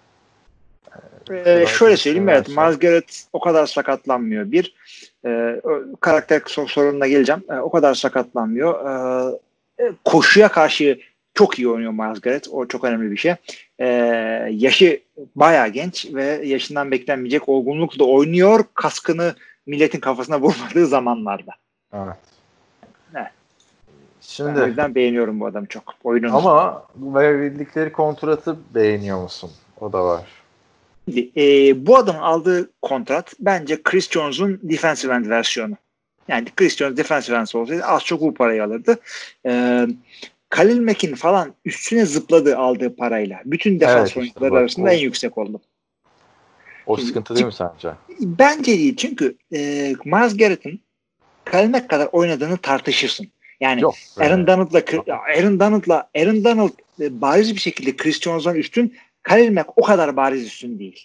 Speaker 4: Ee, şöyle söyleyeyim, evet, Myles Garrett o kadar sakatlanmıyor. Bir e, karakter sorununa geleceğim. E, o kadar sakatlanmıyor. E, koşuya karşı çok iyi oynuyor Myles Garrett. O çok önemli bir şey. E, yaşı bayağı genç ve yaşından beklenmeyecek olgunlukla oynuyor. Kaskını milletin kafasına vurmadığı zamanlarda.
Speaker 3: Evet.
Speaker 4: Evet.
Speaker 3: Şimdi,
Speaker 4: ben o yüzden beğeniyorum bu adamı çok. Oyununu.
Speaker 3: Ama verdikleri kontratı beğeniyor musun? O da var.
Speaker 4: Şimdi, e, bu adamın aldığı kontrat bence Chris Jones'un defensive end versiyonu. Yani Chris Jones defensive end olsaydı az çok bu parayı alırdı. E, Khalil Mack'in falan üstüne zıpladı aldığı parayla. Bütün defans
Speaker 3: Evet, işte
Speaker 4: oyuncuları
Speaker 3: bak,
Speaker 4: arasında
Speaker 3: o,
Speaker 4: en yüksek oldu.
Speaker 3: O
Speaker 4: Şimdi,
Speaker 3: sıkıntı değil mi sence?
Speaker 4: Bence değil. Çünkü e, Myles Garrett'ın Khalil Mack kadar oynadığını tartışırsın. Yani
Speaker 3: Yok.
Speaker 4: Aaron Donald'la Aaron Donald'la Aaron Donald e, bariz bir şekilde Chris Jones'dan üstün. Khalil Mack o kadar bariz üstün değil.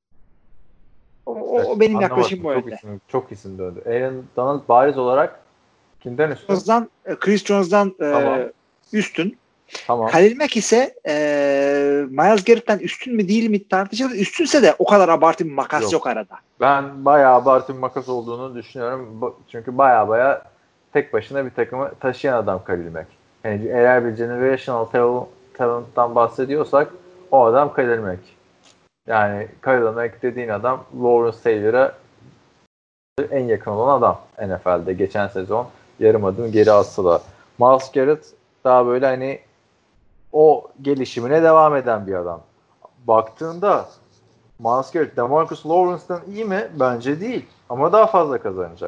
Speaker 4: O, o, o benim yaklaşımım bu
Speaker 3: çok
Speaker 4: yönde.
Speaker 3: isim, çok isim döndü. Aaron Donald bariz olarak kimden üstün?
Speaker 4: Jones'dan, Chris Jones'dan
Speaker 3: Tamam.
Speaker 4: e, üstün.
Speaker 3: Tamam.
Speaker 4: Khalil Mack ise e, Myles Garrett'ten üstün mü değil mi tartışılır. Üstünse de o kadar abartı bir makas yok, yok arada.
Speaker 3: Ben bayağı abartı bir makas olduğunu düşünüyorum. Çünkü bayağı bayağı tek başına bir takımı taşıyan adam Khalil Mack. Yani eğer bir generational talent'tan bahsediyorsak o adam Khalil Mack. Yani Khalil Mack dediğin adam Lawrence Taylor'a en yakın olan adam N F L'de. Geçen sezon yarım adım geri atsa da. Myles Garrett daha böyle hani o gelişimine devam eden bir adam. Baktığında Myles Garrett, DeMarcus Lawrence'dan iyi mi? Bence değil. Ama daha fazla kazanacak.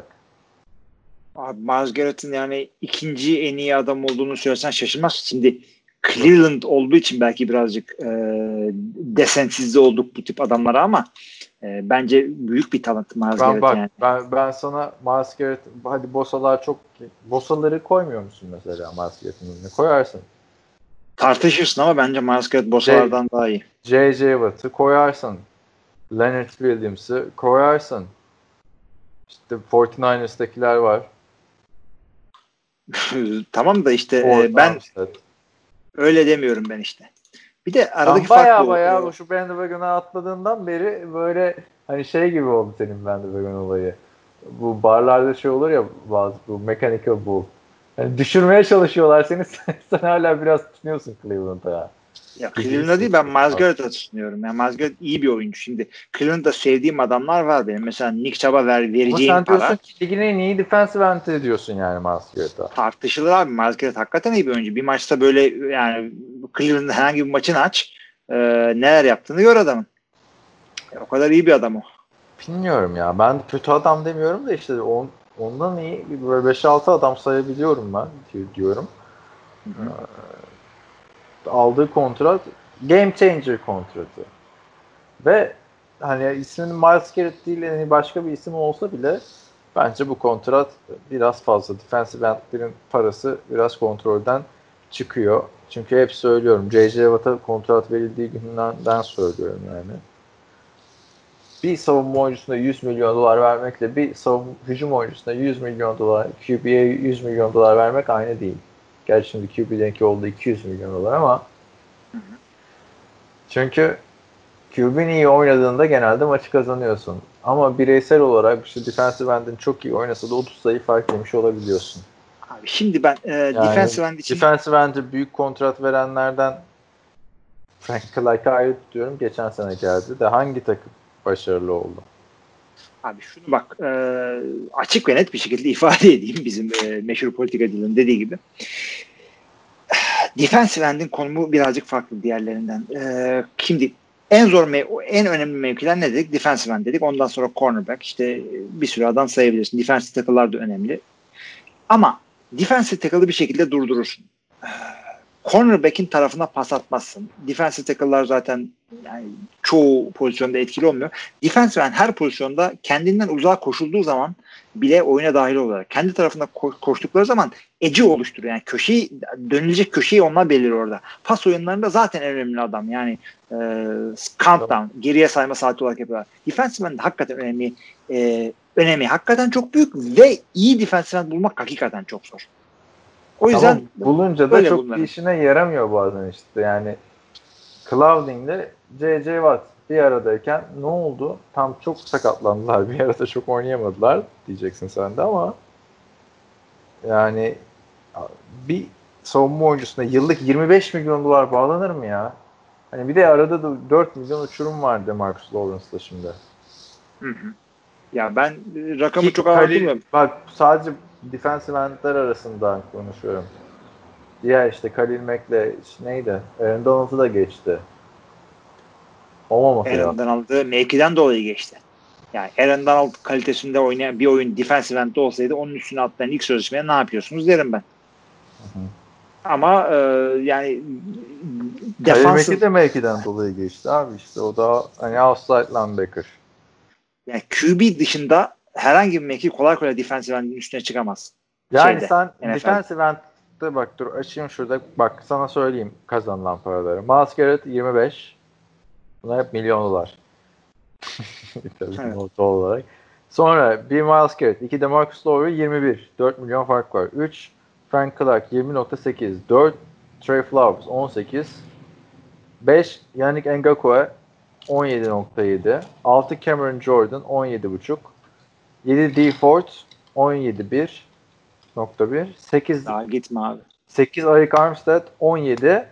Speaker 4: Abi Myles Garrett'in yani ikinci en iyi adam olduğunu söylesen şaşırmaz. Şimdi Cleveland olduğu için belki birazcık e, desensizde olduk bu tip adamlara ama e, bence büyük bir talent Myles
Speaker 3: Ben
Speaker 4: Garrett
Speaker 3: bak,
Speaker 4: yani.
Speaker 3: Ben, ben sana Myles Garrett, hadi Bosalar çok, Bosaları koymuyor musun mesela Myles Garrett'in önüne? Koyarsın.
Speaker 4: Tartışırsın ama bence Myles Garrett Bosalardan daha iyi.
Speaker 3: J J Watt'ı koyarsın. Leonard Williams'ı koyarsın. İşte kırk dokuz'dakiler var.
Speaker 4: Tamam da işte
Speaker 3: Ford,
Speaker 4: e, ben
Speaker 3: Armstead.
Speaker 4: Öyle demiyorum ben işte. Bir de aradaki
Speaker 3: ben baya
Speaker 4: fark bu.
Speaker 3: baya baya şu bandwagon'a atladığından beri böyle hani şey gibi oldu senin bandwagon olayı. Bu barlarda şey olur ya bazı bu mechanical bull. Yani düşürmeye çalışıyorlar seni. Sen, sen hala biraz tutunuyorsun Cleveland'a ya.
Speaker 4: Ya Cleveland'da değil, ben Myles Garrett'a tutunuyorum. Yani Myles Garrett iyi bir oyuncu. Şimdi Cleveland'da sevdiğim adamlar var benim. Mesela Nick Chubb'a ver, vereceğim
Speaker 3: Ama sen
Speaker 4: para.
Speaker 3: diyorsun ki ligin en iyi defensive end'i diyorsun yani Myles Garrett'a.
Speaker 4: Tartışılır abi. Myles Garrett hakikaten iyi bir oyuncu. Bir maçta böyle yani Cleveland'da herhangi bir maçını aç. E, neler yaptığını gör adamın. E, o kadar iyi bir adam o.
Speaker 3: Bilmiyorum ya. Ben kötü adam demiyorum da işte on, ondan iyi böyle beş altı adam sayabiliyorum ben diyorum.
Speaker 4: Hı hı.
Speaker 3: Ee, aldığı kontrat game changer kontratı. Ve hani isminin Myles Garrett değil yani başka bir isim olsa bile bence bu kontrat biraz fazla. Defensive endlerin parası biraz kontrolden çıkıyor. Çünkü hep söylüyorum J J Watt'a kontrat verildiği günden söylüyorum yani. Bir savunma oyuncusuna yüz milyon dolar vermekle bir savunma hücum oyuncusuna yüz milyon dolar, Q B'ye yüz milyon dolar vermek aynı değil. Gerçi şimdi Q B'deki oldu iki yüz milyon dolar ama
Speaker 4: Hı hı.
Speaker 3: çünkü Q B'nin iyi oynadığında genelde maçı kazanıyorsun. Ama bireysel olarak işte defensive end'in çok iyi oynasa da otuz sayı fark yemiş olabiliyorsun.
Speaker 4: Abi şimdi ben e,
Speaker 3: Yani
Speaker 4: defensive end için
Speaker 3: defensive end'e büyük kontrat verenlerden Frank Clark'ı ayrı tutuyorum. Geçen sene geldi de hangi takım başarılı oldu?
Speaker 4: Abi şunu bak e, açık ve net bir şekilde ifade edeyim bizim e, meşhur politika dilinin dediği gibi. Defensive end'in konumu birazcık farklı diğerlerinden. E, şimdi en zor mev- en önemli mevkiler ne dedik? Defensive end dedik. Ondan sonra cornerback. İşte bir sürü adam sayabilirsin. Defensive tackle'lar da önemli. Ama defensive tackle'ı bir şekilde durdurursun. E, cornerback'in tarafına pas atmazsın. Defensive tackle'lar zaten yani çoğu pozisyonda etkili olmuyor. Defensive end her pozisyonda kendinden uzağa koşulduğu zaman bile oyuna dahil olarak kendi tarafında ko- koştukları zaman edge'i oluşturuyor. Yani köşeyi, dönülecek köşeyi onlar belirliyor orada. Pas oyunlarında zaten en önemli adam. Yani e, countdown, geriye sayma saati olarak yapıyorlar. Defensive end hakikaten önemli. E, önemi hakikaten çok büyük ve iyi defensive end bulmak hakikaten çok zor. O yüzden
Speaker 3: ama bulunca da çok
Speaker 4: bunların.
Speaker 3: bir işine yaramıyor bazen işte. Yani Clouding'le J J Watt bir aradayken ne oldu? Tam çok sakatlandılar. Bir arada çok oynayamadılar diyeceksin sen de ama yani bir savunma oyuncusuna yıllık yirmi beş milyon dolar bağlanır mı ya? Hani bir de arada da dört milyon uçurum vardı Marcus Lawrence'da şimdi.
Speaker 4: Hı hı. Ya ben rakamı
Speaker 3: Ki
Speaker 4: çok
Speaker 3: Khalil,
Speaker 4: abartmıyorum.
Speaker 3: bak sadece defensive endler arasında konuşuyorum. Diğer işte Khalil Mack'le neydi? Aaron Donald'ı da geçti. Olmaması lazım.
Speaker 4: Aaron Donald'ı mevkiden dolayı geçti. Yani Aaron Donald kalitesinde oynayan bir oyun defensive end'de olsaydı onun üstüne atlayan ilk sözleşmeye ne yapıyorsunuz derim ben.
Speaker 3: Hı hı.
Speaker 4: Ama e, yani
Speaker 3: Khalil
Speaker 4: defansif
Speaker 3: Mack'i de mevkiden dolayı geçti abi işte. O da hani outside linebacker.
Speaker 4: yani Q B dışında herhangi bir mevki kolay kolay defensive end'in üstüne çıkamaz.
Speaker 3: Yani
Speaker 4: Şeyde,
Speaker 3: sen
Speaker 4: N F L.
Speaker 3: defensive end'de bak dur açayım şurada. Bak sana söyleyeyim kazanılan paraları. Myles Garrett yirmi beş. Bunlar hep milyon dolar. Tabii
Speaker 4: Evet.
Speaker 3: not olarak. Sonra bir Myles Garrett, iki de Marcus Lowry yirmi bir. dört milyon fark var. üç Frank Clark yirmi nokta sekiz. dört Trey Flowers on sekiz. beş Yannick Ngakoue on yedi nokta yedi. altı Cameron Jordan on yedi buçuk. yedi Dee Ford on yedi bir nokta bir. sekiz
Speaker 4: Daha gitme abi.
Speaker 3: sekiz Arik Armstead on yedi.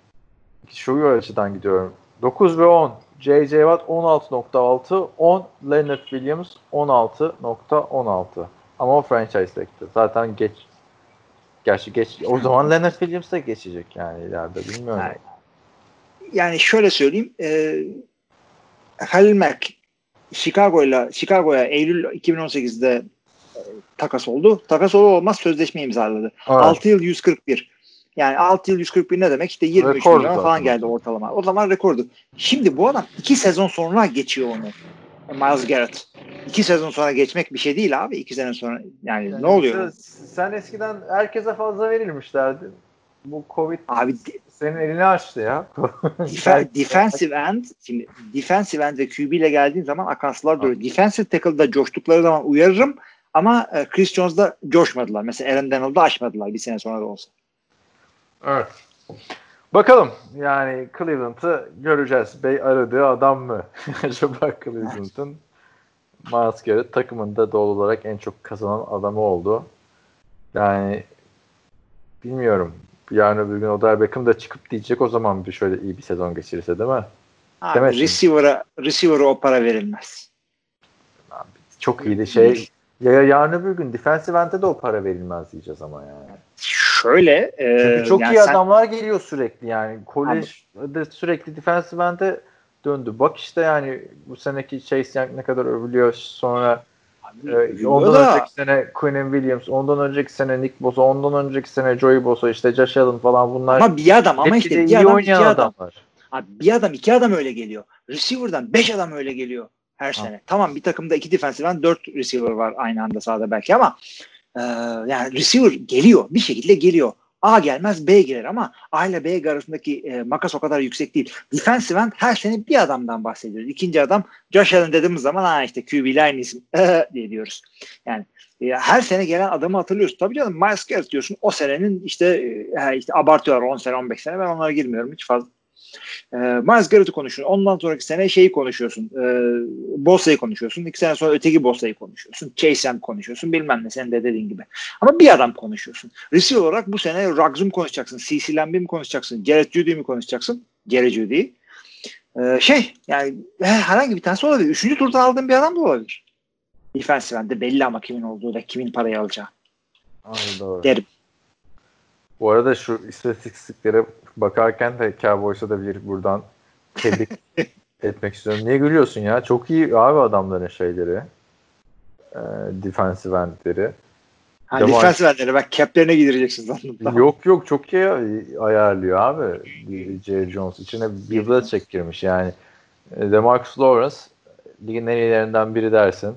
Speaker 3: Şu açıdan gidiyorum. dokuz ve on J J Watt on altı nokta altı. on Leonard Williams on altı nokta on altı. Ama o franchise tag'ti. Zaten geç. Gerçi geç. O zaman Leonard Williams da geçecek yani ileride. Bilmiyorum.
Speaker 4: Yani, yani şöyle söyleyeyim. E, Halil Mack Chicago'yla Chicago'ya Eylül iki bin on sekizde e, takas oldu. Takas olur olmaz sözleşme imzaladı.
Speaker 3: Evet.
Speaker 4: altı yıl yüz kırk bir. Yani altı yıl yüz kırk bir ne demek? İşte yirmi üç
Speaker 3: Rekor
Speaker 4: milyon
Speaker 3: zaten.
Speaker 4: falan geldi ortalama. O zaman rekordu. Şimdi bu adam iki sezon sonra geçiyor onu. Myles Garrett. İki sezon sonra geçmek bir şey değil abi. İki sene sonra yani,
Speaker 3: Yani
Speaker 4: ne oluyor?
Speaker 3: Sen, sen eskiden herkese fazla verilmişlerdi. Bu Covid
Speaker 4: Abi
Speaker 3: senin elini açtı ya.
Speaker 4: Def- defensive end, şimdi defensive end ve Q B ile geldiğin zaman akan sular duruyor. Defensive tackle'da coştukları zaman uyarırım ama e, Chris Jones'da coşmadılar. Mesela Aaron Donald'da aşmadılar bir sene sonra da olsa.
Speaker 3: Evet. Bakalım yani Cleveland'ı göreceğiz. Bey aradığı adam mı? Acaba Cleveland'ın Myles Garrett takımında doğal olarak en çok kazanan adamı oldu. Yani bilmiyorum. Yarın öbür gün Odell Beckham da çıkıp diyecek o zaman bir şöyle iyi bir sezon geçirirse değil mi?
Speaker 4: Abi,
Speaker 3: Demesin.
Speaker 4: receiver'a, receiver'a o para verilmez.
Speaker 3: Abi, çok iyiydi şey. Ya yarın öbür gün defensive end'e de o para verilmez diyeceğiz ama yani.
Speaker 4: Şöyle e,
Speaker 3: Çünkü çok
Speaker 4: yani
Speaker 3: iyi
Speaker 4: sen,
Speaker 3: adamlar geliyor sürekli yani. Kolejde sürekli defensive end'e döndü. Bak işte yani bu seneki Chase Young ne kadar övülüyor. Sonra e, ondan
Speaker 4: da,
Speaker 3: önceki sene Quinnen Williams, ondan önceki sene Nick Bosa, ondan önceki sene Joey Bosa, işte Josh Allen falan bunlar.
Speaker 4: ama bir adam ama
Speaker 3: hep
Speaker 4: işte
Speaker 3: de
Speaker 4: bir
Speaker 3: iyi
Speaker 4: adam
Speaker 3: oynayan
Speaker 4: iki adam.
Speaker 3: adamlar.
Speaker 4: Abi, bir adam iki adam öyle geliyor. Receiver'dan beş adam öyle geliyor her sene. Ha. Tamam bir takımda iki defensive end dört receiver var aynı anda sahada belki ama e, yani receiver geliyor. Bir şekilde geliyor. A gelmez B gelir ama A ile B arasındaki e, makas o kadar yüksek değil. Defensive end her sene bir adamdan bahsediyoruz. İkinci adam Josh Allen dediğimiz zaman ha işte Q B ile aynı isim diye diyoruz. Yani e, her sene gelen adamı hatırlıyorsun. Tabii canım Myles Garrett diyorsun. O senenin işte, e, işte abartıyorlar on sene on beş sene. Ben onlara girmiyorum hiç fazla. E, Myles Garrett'ı konuşuyorsun. Ondan sonraki sene şeyi konuşuyorsun. E, Bosa'yı konuşuyorsun. İki sene sonra öteki Bosa'yı konuşuyorsun. Chase Young konuşuyorsun. Bilmem ne senin de dediğin gibi. Ama bir adam konuşuyorsun. Receiver olarak bu sene Ruggs'u mu konuşacaksın? C C Lamb'i mi konuşacaksın? Jared Judy'yi mi konuşacaksın? Jared Judy'yi. E, şey yani herhangi bir tanesi olabilir. Üçüncü turdan aldığın bir adam da olabilir. Defensive end'de belli ama kimin olduğu da kimin parayı alacağı.
Speaker 3: Aynen doğru.
Speaker 4: Derim.
Speaker 3: Bu arada şu istatistiklere bakarken de Cowboys'a da bir buradan tebrik etmek istiyorum. Niye gülüyorsun ya? Çok iyi abi adamların şeyleri. E, defensive endleri.
Speaker 4: Ha, defensive'leri bak cap'lerine giydireceksin sandım.
Speaker 3: Yok yok çok iyi ayarlıyor abi. Jerry Jones içine bir Belichick girmiş yani. DeMarcus Lawrence ligin en iyilerinden biri dersin.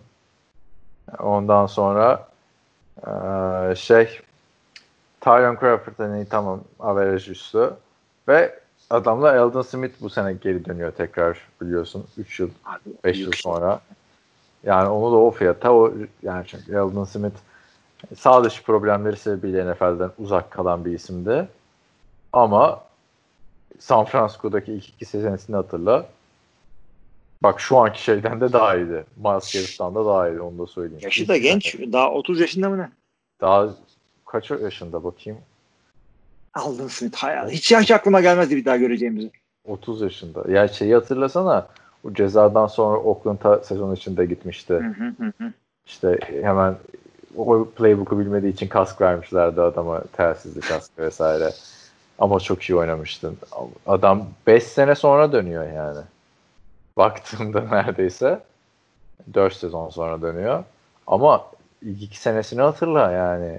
Speaker 3: Ondan sonra ee, şey Tyron Crawford hani tamam average üstü ve adamla Eldon Smith bu sene geri dönüyor tekrar biliyorsun üç yıl beş yıl sonra. Yani onu da o fiyata o yani çünkü Eldon Smith sağ dışı problemleri sebebiyle N F L'den uzak kalan bir isimdi. Ama San Francisco'daki ilk iki senesini hatırla. Bak şu anki şeyden de daha iyiydi. Miles Garrett'tan da daha iyiydi onu da söyleyeyim.
Speaker 4: Yaşı da genç. Daha otuz yaşında mı ne?
Speaker 3: Daha kaç yaşında bakayım?
Speaker 4: Aldın Smith. Hayal. Hiç yaş aklıma gelmezdi bir daha göreceğimizi.
Speaker 3: otuz yaşında. Yani şeyi hatırlasana. O cezadan sonra Oakland'a sezon içinde gitmişti.
Speaker 4: Hı hı hı.
Speaker 3: İşte hemen o playbook'u bilmediği için kask vermişlerdi adama. Telsizli kask vesaire. Ama çok iyi oynamıştın. Adam beş sene sonra dönüyor yani. Baktığımda neredeyse dört sezon sonra dönüyor. Ama ilk iki senesini hatırla yani.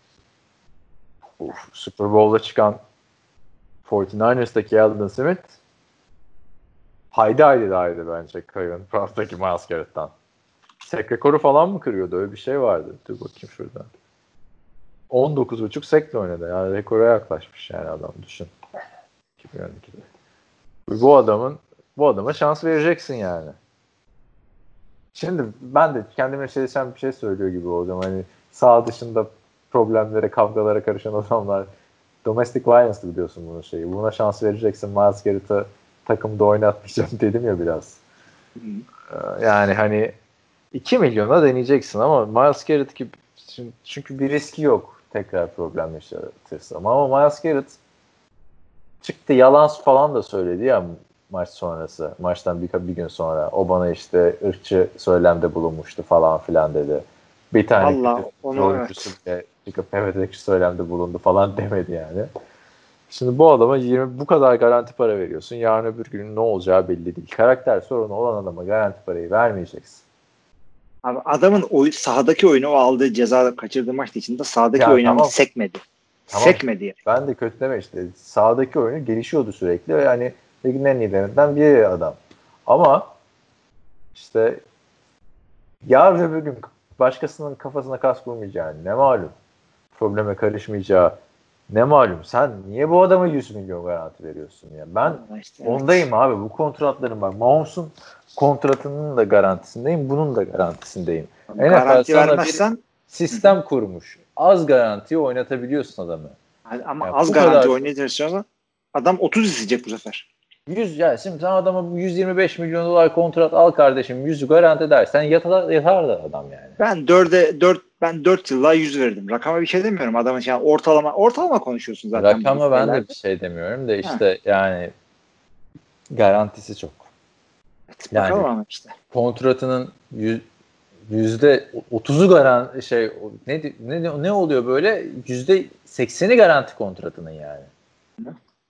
Speaker 3: Uf, Super Bowl'da çıkan kırk dokuz ers'taki Eldon Smith haydi haydi daha iyiydi bence Cleveland Browns'taki Myles Garrett'tan. Sek rekoru falan mı kırıyordu? Öyle bir şey vardı. Dur bakayım şuradan. on dokuz buçuk sekle oynadı. Yani rekora yaklaşmış yani adam düşün. iki bin on ikide. Bu adamın bu adama şans vereceksin yani. Şimdi ben de kendime şeyden bir şey söylüyor gibi olacağım. Hani sağ dışında problemlere, kavgalara karışan adamlar domestic violence biliyorsun bunun şeyi. Buna şans vereceksin. Myles Garrett'ı takımda oynatmayacağım dedim ya biraz. Yani hani iki milyona deneyeceksin ama Myles Garrett gibi çünkü bir riski yok tekrar problem yaşatırsam. Ama Myles Garrett çıktı yalan falan da söyledi ya maç sonrası. Maçtan bir, bir gün sonra. O bana işte ırkçı söylemde bulunmuştu falan filan dedi. Bir tane
Speaker 4: Allah onu evet.
Speaker 3: çıkıp evet ırkçı söylemde bulundu falan demedi yani. Şimdi bu adama yirmi bu kadar garanti para veriyorsun. Yarın öbür gün ne olacağı belli değil. Karakter sorunu olan adama garanti parayı vermeyeceksin.
Speaker 4: Abi adamın oy, sahadaki oyunu o aldığı ceza kaçırdığı maç içinde sahadaki
Speaker 3: ya,
Speaker 4: oyunu
Speaker 3: tamam.
Speaker 4: sekmedi.
Speaker 3: Tamam.
Speaker 4: Sekmedi yani.
Speaker 3: Ben de kötü deme işte. Sahadaki oyunu gelişiyordu sürekli. Yani ligin en iyilerinden biri adam. Ama işte yarın öbür gün başkasının kafasına kas vurmayacağını ne malum. Probleme karışmayacağı ne malum. Sen niye bu adama yüz milyon garanti veriyorsun ya? Ben işte, ondayım evet. Abi. Bu kontratların bak. Mahomes'un kontratının da garantisindeyim. Bunun da garantisindeyim.
Speaker 4: Garanti vermezsen
Speaker 3: sistem kurmuş. Az garantiye oynatabiliyorsun adamı.
Speaker 4: Ama yani az garanti oynatırsan adam otuz isteyecek bu sefer.
Speaker 3: yüz ya şimdi sen adama yüz yirmi beş milyon dolar kontrat al kardeşim yüzü garanti dersen yatar, yatar da adam yani.
Speaker 4: Ben dörde dört ben dört yılla yüz verdim. Rakama bir şey demiyorum. Adamın yani ortalama ortalama konuşuyorsun zaten.
Speaker 3: Rakama ben de bir şey demiyorum da işte ha. Yani garantisi çok.
Speaker 4: Evet, yani ama işte.
Speaker 3: Kontratının yüz, yüzde otuzu garanti şey ne, ne ne oluyor böyle yüzde sekseni garanti kontratının yani.
Speaker 4: Hı.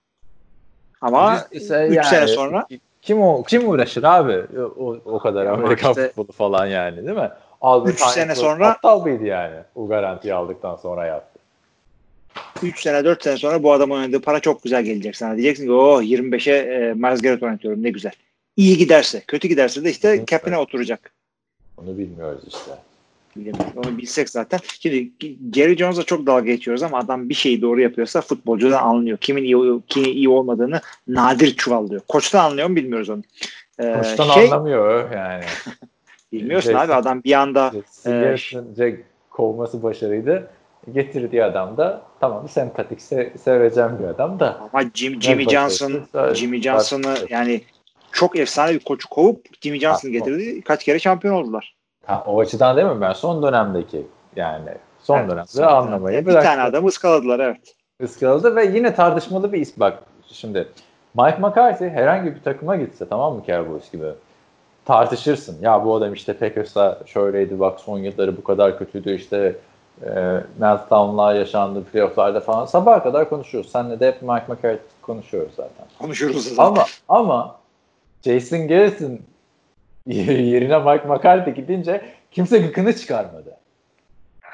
Speaker 4: Ama üç yani, sene sonra
Speaker 3: kim o kim uğraşır abi o, o kadar Amerikan işte, futbolu falan yani değil mi?
Speaker 4: üç sene sonra
Speaker 3: aptal mıydı yani o garantiyi aldıktan sonra yaptı.
Speaker 4: üç sene dört sene sonra bu adam oynadığı para çok güzel gelecek sana. Diyeceksin ki oh yirmi beşe e, Myles Garrett oynatıyorum ne güzel. İyi giderse, kötü giderse de işte cap'ine oturacak.
Speaker 3: Onu bilmiyoruz işte.
Speaker 4: Onu bilsek zaten. Şimdi Jerry Jones'a çok dalga geçiyoruz ama adam bir şeyi doğru yapıyorsa futbolcudan anlıyor. Kimin iyi, kimin iyi olmadığını nadir çuvallıyor. Koçtan anlıyor mu bilmiyoruz onu.
Speaker 3: Ee, Koçtan şey, anlamıyor yani.
Speaker 4: Bilmiyorsun Jason, abi adam bir anda
Speaker 3: Singers'ın e, kovması başarıydı. Getirdiği adam da tamam sempatik se- seveceğim bir adam da.
Speaker 4: Ama Jim, Jimmy Johnson Jimmy Johnson'ı yani çok efsane bir koçu kovup Jimmy Johnson'ı getirdi. Kaç kere şampiyon oldular.
Speaker 3: Ha, o açıdan değil mi? Ben son dönemdeki yani son evet, dönemde son anlamayı
Speaker 4: dönemde. Bir tane adamı ıskaladılar evet.
Speaker 3: Iskaladı ve yine tartışmalı bir isim. Bak şimdi Mike McCarthy herhangi bir takıma gitse tamam mı Cowboys gibi tartışırsın. Ya bu adam işte Packers'a şöyleydi bak son yılları bu kadar kötüydü işte e, meltdown'lar yaşandı playoff'larda falan sabaha kadar konuşuyoruz. Seninle de hep Mike McCarthy konuşuyoruz zaten.
Speaker 4: Konuşuyoruz zaten.
Speaker 3: Ama ama Jason Garrett'in yerine Mike McCarthy gidince kimse gıkını çıkarmadı.
Speaker 4: Evet.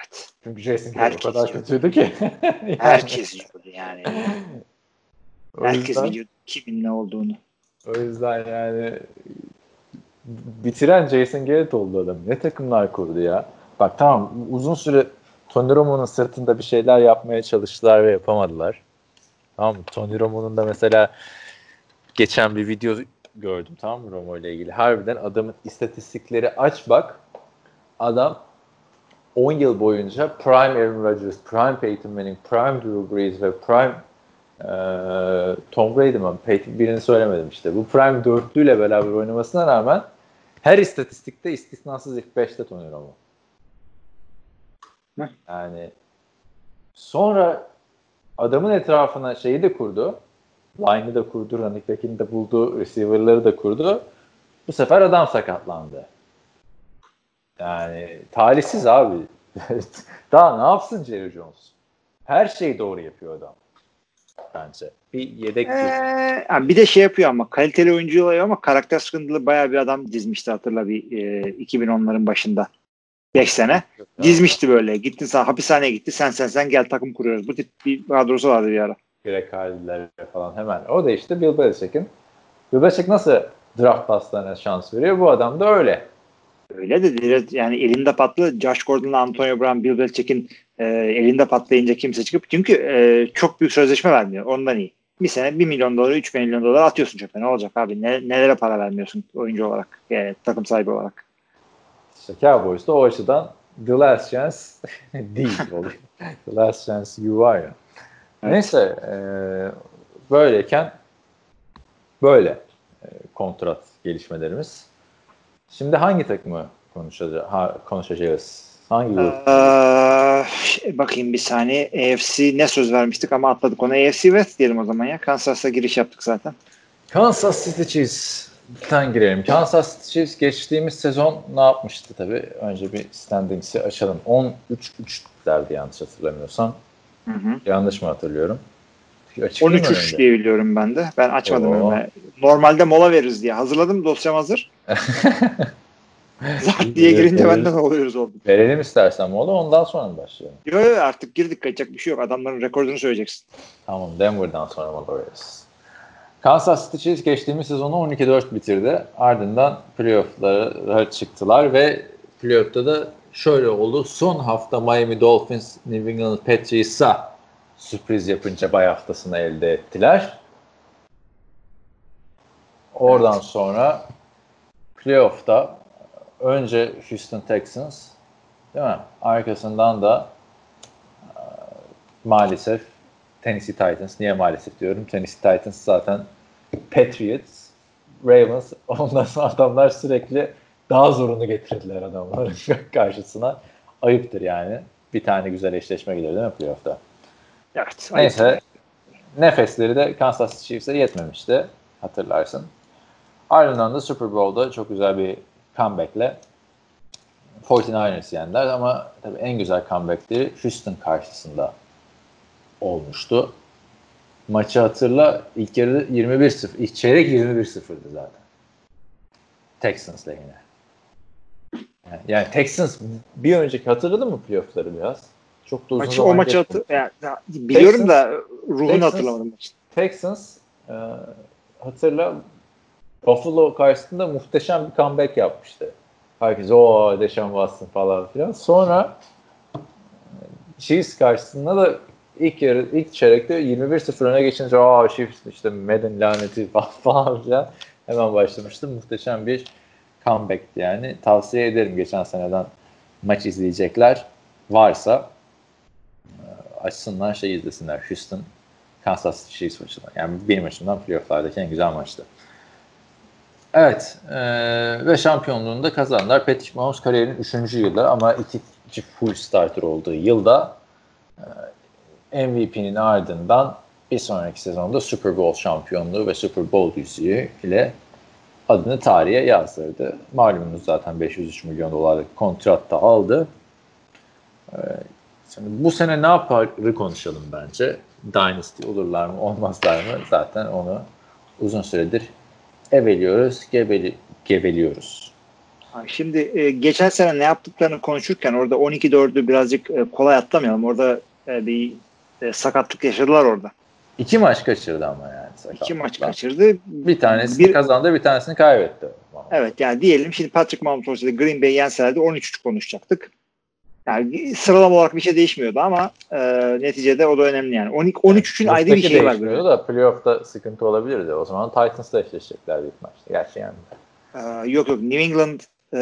Speaker 3: Çünkü Jason Garrett o kadar kötüydü ki.
Speaker 4: yani. Herkes yiyordu yani.
Speaker 3: O
Speaker 4: Herkes
Speaker 3: yüzden,
Speaker 4: biliyordu kimin ne olduğunu.
Speaker 3: o yüzden yani bitiren Jason Garrett oldu adam. Ne takımlar kurdu ya. Bak tamam, uzun süre Tony Romo'nun sırtında bir şeyler yapmaya çalıştılar ve yapamadılar. Tamam mı? Tony Romo'nun da mesela geçen bir video gördüm, tamam mı, Romo ile ilgili. Harbiden adamın istatistikleri aç bak. Adam on yıl boyunca prime Aaron Rodgers, prime Peyton Manning, prime Drew Brees ve prime ee, Tom Brady mi? Peyton birini söylemedim işte. Bu prime dörtlüyle beraber oynamasına rağmen her istatistikte istisnasız ilk beşte Tony Romo.
Speaker 4: Ne?
Speaker 3: Yani sonra adamın etrafına şeyi de kurdu. Line'ı da kurdu, running back'ini de buldu, receiver'ları da kurdu. Bu sefer adam sakatlandı. Yani talihsiz abi. Daha ne yapsın Jerry Jones? Her şeyi doğru yapıyor adam. Bence. Bir yedek
Speaker 4: ee, yani bir de şey yapıyor ama kaliteli oyuncu oluyor ama karakter sıkıntılı bayağı bir adam dizmişti, hatırla bir e, iki bin onların başında. beş sene. Dizmişti böyle. Gittin sen hapishaneye gitti. Sen sen sen gel takım kuruyoruz. Bu tip bir kadrosu vardı bir ara.
Speaker 3: Greg Halil'ler falan hemen. O da işte Bill Belichick'in. Bill Belichick nasıl draft paslarına şans veriyor? Bu adam da öyle.
Speaker 4: Öyle de direkt yani elinde patlı Josh Gordon'la Antonio Brown, Bill Belichick'in e, elinde patlayınca kimse çıkıp, çünkü e, çok büyük sözleşme vermiyor. Ondan iyi. Bir sene bir milyon dolar, üç milyon dolar atıyorsun çöpe. Ne olacak abi? Ne, nelere para vermiyorsun oyuncu olarak, yani takım sahibi olarak.
Speaker 3: İşte Cowboys da o açıdan The Last Chance değil oluyor. The Last Chance you var ya. Evet. Neyse e, böyleyken böyle e, kontrat gelişmelerimiz. Şimdi hangi takımı konuşacağız? Ha, konuşacağız? Hangi grup?
Speaker 4: Ee, bakayım bir saniye. A F C ne söz vermiştik ama atladık onu. A F C West diyelim o zaman ya. Kansas'ta giriş yaptık zaten.
Speaker 3: Kansas City Chiefs'ten girelim. Kansas City Chiefs geçtiğimiz sezon ne yapmıştı tabii? Önce bir standings'i açalım. on üç üç derdi yanlış hatırlamıyorsam.
Speaker 4: Hı hı.
Speaker 3: Yanlış mı hatırlıyorum?
Speaker 4: on üç üç diye biliyorum ben de. Ben açmadım önüme. Normalde mola veririz diye. Hazırladım. Dosyam hazır. Zart diye girince benden oluyoruz oldu.
Speaker 3: Verelim istersen mola, ondan sonra mı başlayalım?
Speaker 4: Yok yok, artık girdik, kaçacak bir şey yok. Adamların rekorunu söyleyeceksin.
Speaker 3: Tamam, Denver'dan sonra mola veririz. Kansas City Chiefs geçtiğimiz sezonu on iki dört bitirdi. Ardından playoff'lara çıktılar ve playoff'ta da şöyle oldu. Son hafta Miami Dolphins New England Patriots'a sürpriz yapınca bay haftasını elde ettiler. Oradan evet. sonra playoff'ta önce Houston Texans, değil mi? Arkasından da e, maalesef Tennessee Titans. Niye maalesef diyorum? Tennessee Titans zaten Patriots, Ravens, ondan sonra adamlar sürekli daha zorunu getirdiler adamların karşısına. Ayıptır yani. Bir tane güzel eşleşme gider değil mi playoff'ta?
Speaker 4: Evet.
Speaker 3: Neyse.
Speaker 4: Ayıptır.
Speaker 3: Nefesleri de Kansas Chiefs'e yetmemişti. Hatırlarsın. Ardından da Super Bowl'da çok güzel bir comeback'le kırk dokuzers yendiler ama tabii en güzel comeback'leri Houston karşısında olmuştu. Maçı hatırla, ilk yarı yirmi bir sıfır, ilk çeyrek yirmi bir sıfırdı zaten. Texans lehine. Yani, yani Texans bir önceki, hatırladın mı playoff'ları biraz? Çok da uzun
Speaker 4: maçı,
Speaker 3: zaman
Speaker 4: o maçı hatır, yani, biliyorum Texans, da ruhunu Texans, hatırlamadım maçın.
Speaker 3: Texans e, hatırla, Buffalo karşısında muhteşem bir comeback yapmıştı. Herkes o Deshaun Watson falan filan. Sonra Chiefs karşısında da ilk yarı, ilk çeyrekte yirmi bir sıfır öne geçince aa Chiefs işte Madden laneti falan filan hemen başlamıştı. Muhteşem bir comeback'ti yani. Tavsiye ederim, geçen seneden maç izleyecekler varsa açsınlar, şey izlesinler. Houston Kansas Chiefs maçından. Yani benim açımdan playoff'lardaki en güzel maçtı. Evet. E, ve şampiyonluğunu da kazandılar. Patrick Mahomes kariyerinin üçüncü yılı ama ikinci full starter olduğu yılda e, M V P'nin ardından bir sonraki sezonda Super Bowl şampiyonluğu ve Super Bowl yüzüğü ile adını tarihe yazdırdı. Malumunuz zaten beş yüz üç milyon dolarlık kontrat da aldı. E, şimdi bu sene ne yaparı konuşalım bence. Dynasty olurlar mı olmazlar mı? Zaten onu uzun süredir eveliyoruz, gebeli, geveliyoruz.
Speaker 4: Şimdi e, geçen sene ne yaptıklarını konuşurken orada on iki dördü birazcık e, kolay atlamayalım. Orada e, bir e, sakatlık yaşadılar orada.
Speaker 3: İki maç kaçırdı ama yani. Sakatlıkla.
Speaker 4: İki maç kaçırdı.
Speaker 3: Bir tanesini
Speaker 4: bir,
Speaker 3: kazandı, bir tanesini kaybetti.
Speaker 4: Evet yani diyelim şimdi Patrick Mahomes olsaydı Green Bay yenselerdi on üç üç konuşacaktık. Yani sıralama olarak bir şey değişmiyordu ama e, neticede o da önemli yani. on üç üçün ayrı bir şey var.
Speaker 3: Değişmiyordu da playoff'ta sıkıntı olabilirdi. O zaman Titans'la eşleşeceklerdi ilk maçta. Gerçi yani.
Speaker 4: Ee, yok yok New England e,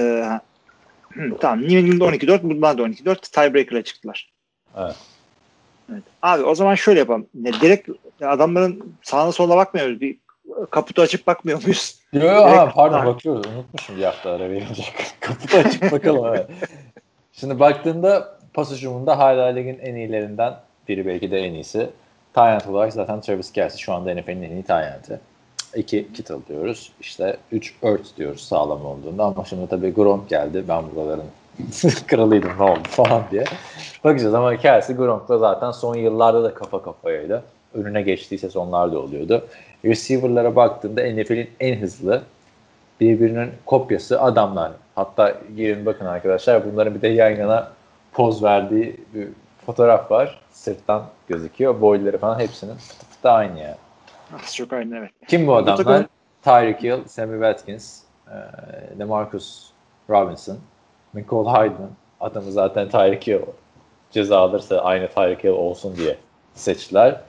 Speaker 4: hı, tamam New England on iki dört, bunlar da on iki dört tiebreaker'la çıktılar.
Speaker 3: Evet.
Speaker 4: Evet. Abi o zaman şöyle yapalım. Ne, direkt adamların sağına soluna bakmıyoruz. Bir kaputu açıp bakmıyor muyuz?
Speaker 3: Yok yok pardon ha. Bakıyoruz. Unutmuşum bir hafta ara verilecek. Kaputu açıp bakalım. Evet. Şimdi baktığında pas hücumunda hala ligin en iyilerinden biri, belki de en iyisi. Tyent olarak zaten Travis Kelce şu anda N F L'in en iyi Tyent'i. iki Kittle diyoruz. İşte üç Ertz diyoruz sağlam olduğunda. Ama şimdi tabii Gronk geldi. Ben buraların kralıydım ne oldu falan diye. Bakacağız ama Kelce Gronk'la zaten son yıllarda da kafa kafayaydı. Önüne geçtiği sezonlarda oluyordu. Receiver'lara baktığımda N F L'in en hızlı, birbirinin kopyası adamlar. Hatta girin bakın arkadaşlar, bunların bir de yan yana poz verdiği bir fotoğraf var. Sırttan gözüküyor. Boyları falan hepsinin fıtı fıtı aynı yani.
Speaker 4: Çok aynı evet.
Speaker 3: Kim bu adamlar? Tyreek Hill, Sammy Watkins, e, DeMarcus Robinson, Mecole Hardman. Adamı zaten Tyreek Hill ceza alırsa aynı Tyreek Hill olsun diye seçtiler.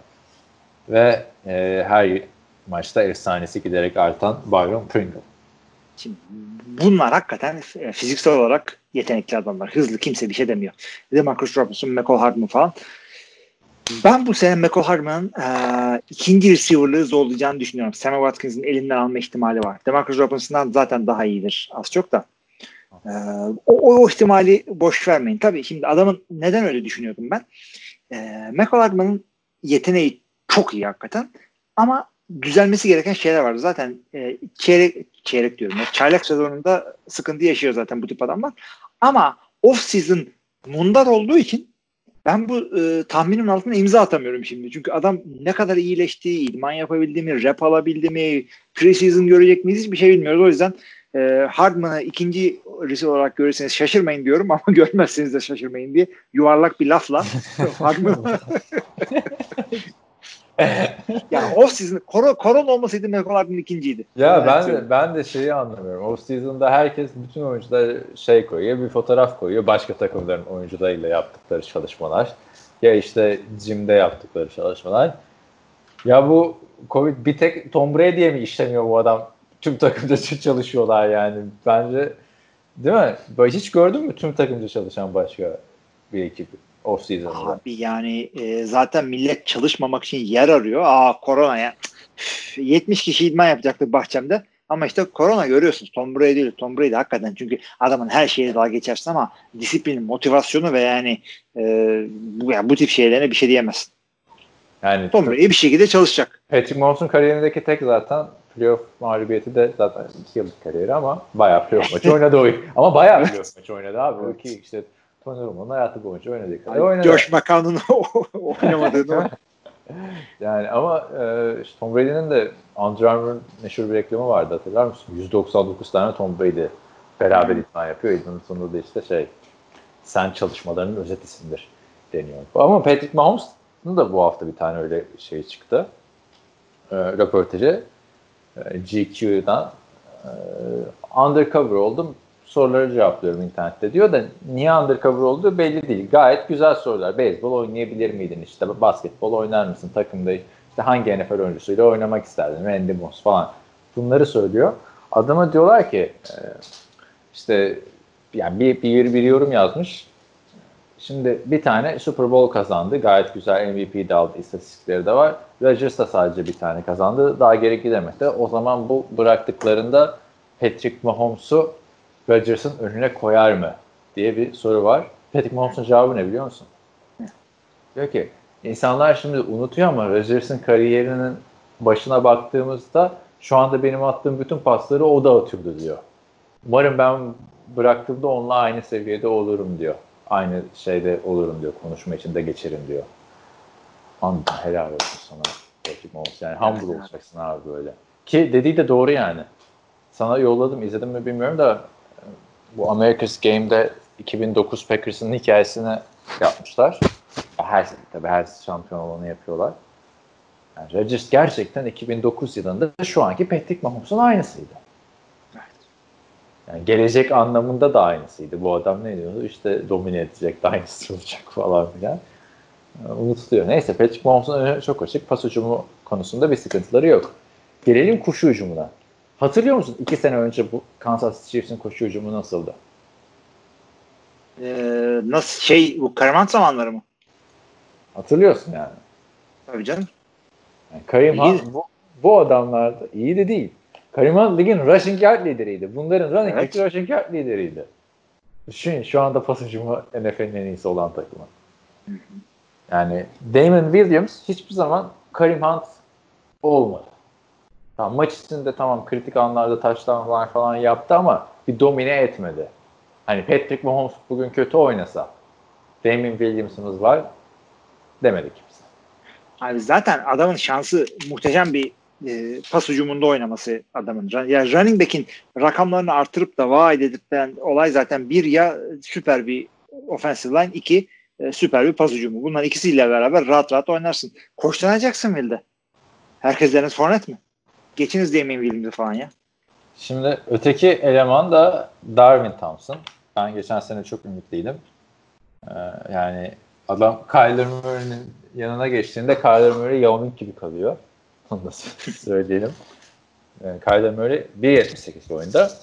Speaker 3: Ve e, her maçta efsanesi giderek artan Byron Pringle.
Speaker 4: Şimdi bunlar hakikaten fiziksel olarak yetenekli adamlar. Hızlı, kimse bir şey demiyor. DeMarcus Robinson, Mecole Hardman falan. Ben bu sene Mecole Hardman'ın e, ikinci receiver'lığı zorlayacağını düşünüyorum. Sammy Watkins'in elinden alma ihtimali var. DeMarcus Robinson'dan zaten daha iyidir az çok da. E, o, o ihtimali boş vermeyin. Tabii şimdi adamın neden öyle düşünüyordum ben. E, Mecole Hardman'ın yeteneği çok iyi hakikaten. Ama düzelmesi gereken şeyler var. Zaten e, çeyrek, çeyrek diyorum. Ya, çaylak sezonunda sıkıntı yaşıyor zaten bu tip adamlar. Ama off-season mundar olduğu için ben bu e, tahminin altına imza atamıyorum şimdi. Çünkü adam ne kadar iyileşti, idman yapabildi mi, rep alabildi mi, pre-season görecek miyiz hiçbir şey bilmiyoruz. O yüzden e, Hardman'ı ikinci receiver olarak görürseniz şaşırmayın diyorum ama görmezseniz de şaşırmayın diye yuvarlak bir lafla Hardman'ı yani off season korona, korona olmasaydı Mecole Hardman ikinciydi.
Speaker 3: Ya ben de, ben de şeyi anlamıyorum. Off season'da herkes, bütün oyuncular şey koyuyor, bir fotoğraf koyuyor. Başka takımların oyuncularıyla yaptıkları çalışmalar. Ya işte gym'de yaptıkları çalışmalar. Ya bu Covid bir tek Tom Brady'ye mi işlemiyor bu adam? Tüm takımda çalışıyorlar yani. Bence değil mi? Böyle hiç gördün mü tüm takımda çalışan başka bir ekip? Off-season'da.
Speaker 4: Abi yani e, zaten millet çalışmamak için yer arıyor. Aa korona ya. Üf, yetmiş kişi idman yapacaktık bahçemde. Ama işte korona görüyorsunuz. Tom Brady değil. Tom Brady hakikaten, çünkü adamın her şeye dalga geçersin ama disiplin, motivasyonu ve yani e, bu, yani bu tip şeylerine bir şey diyemezsin. Yani Tom Brady bir şekilde çalışacak.
Speaker 3: Patrick Mahomes'un kariyerindeki tek zaten playoff mağlubiyeti de zaten iki yıllık kariyeri ama bayağı playoff maçı oynadı o. Ama bayağı playoff maçı oynadı abi. Evet. O ki işte Tony Romo'nun hayatı boyunca oynadık.
Speaker 4: Josh McCown'un oynamadığını.
Speaker 3: Yani ama e, işte Tom Brady'nin de Under Armour'un meşhur bir reklamı vardı, hatırlar mısın? yüz doksan dokuz tane Tom Brady beraber idman yapıyor. İdmanın sonunda da işte şey, sen çalışmalarının özetisindir deniyor. Ama Patrick Mahomes'un da bu hafta bir tane öyle şey çıktı. E, röportajı. E, G Q'dan e, undercover oldum. Soruları cevaplıyorum internette diyor da niye undercover olduğu belli değil. Gayet güzel sorular. Beyzbol oynayabilir miydin? İşte basketbol oynar mısın? Takımda işte hangi N F L oyuncusuyla oynamak isterdin? Randy Moss falan. Bunları söylüyor. Adama diyorlar ki işte yani bir, bir, bir yorum yazmış. Şimdi bir tane Super Bowl kazandı. Gayet güzel M V P de aldı. İstatistikleri de var. Rodgers da sadece bir tane kazandı. Daha geri gidemedi. O zaman bu bıraktıklarında Patrick Mahomes'u Rodgers'ın önüne koyar mı diye bir soru var. Patrick Mahomes'un cevabı ne biliyor musun? Diyor ki insanlar şimdi unutuyor ama Rodgers'ın kariyerinin başına baktığımızda şu anda benim attığım bütün pasları o da atıyordu diyor. Umarım ben bıraktığımda onunla aynı seviyede olurum diyor. Aynı şeyde olurum diyor. Konuşma içinde geçerim diyor. Anladım. Helal olsun sana Patrick Mahomes. Yani humble olacaksın abi böyle. Ki dediği de doğru yani. Sana yolladım, izledim mi bilmiyorum da bu America's Game'de iki bin dokuz Packers'ın hikayesini yapmışlar. Her tabii her şampiyon olanı yapıyorlar. Yani Rodgers gerçekten iki bin dokuz yılında şu anki Patrick Mahomes'un aynısıydı. Yani gelecek anlamında da aynısıydı. Bu adam ne diyordu? İşte domine edecek, dynasty olacak falan filan. Yani unutuluyor. Neyse, Patrick Mahomes'un önü çok açık. Pas hücumu konusunda bir sıkıntıları yok. Gelelim koşu hücumuna. Hatırlıyor musun? İki sene önce bu Kansas City Chiefs'in koşu hücumu nasıldı?
Speaker 4: Ee, nasıl şey bu Kareem Hunt zamanları mı?
Speaker 3: Hatırlıyorsun yani.
Speaker 4: Tabii canım.
Speaker 3: Yani Kareem Hunt bu, bu adamlarda iyi de değil. Kareem Hunt ligin rushing yard lideriydi. Bunların running
Speaker 4: evet.
Speaker 3: back rushing yard lideriydi. Düşünün, şu anda pas hücumu N F L'in en iyisi olan takımı. Hı hı. Yani Damon Williams hiçbir zaman Kareem Hunt olmadı. Tamam, maç içinde tamam kritik anlarda touchdownlar falan yaptı ama bir domine etmedi. Hani Patrick Mahomes bugün kötü oynasa, Damon Williams'ımız var demedik kimse.
Speaker 4: Abi zaten adamın şansı muhteşem bir e, pas hücumunda oynaması adamın. Yani running back'in rakamlarını artırıp da vaat edip de olay zaten bir ya süper bir offensive line, iki e, süper bir pas hücumu. Bunların ikisiyle beraber rahat rahat oynarsın. Koşturacaksın Will'de. Herkes Dennis Fournette mi? Geçiniz Damon Williams'ı falan ya.
Speaker 3: Şimdi öteki eleman da Darwin Thompson. Ben geçen sene çok ümitliydim. Ee, yani adam Kyler Murray'nin yanına geçtiğinde Kyler Murray Yao Ming gibi kalıyor. Onu da söyleyelim. Yani Kyler Murray bir yetmiş sekiz boyunda.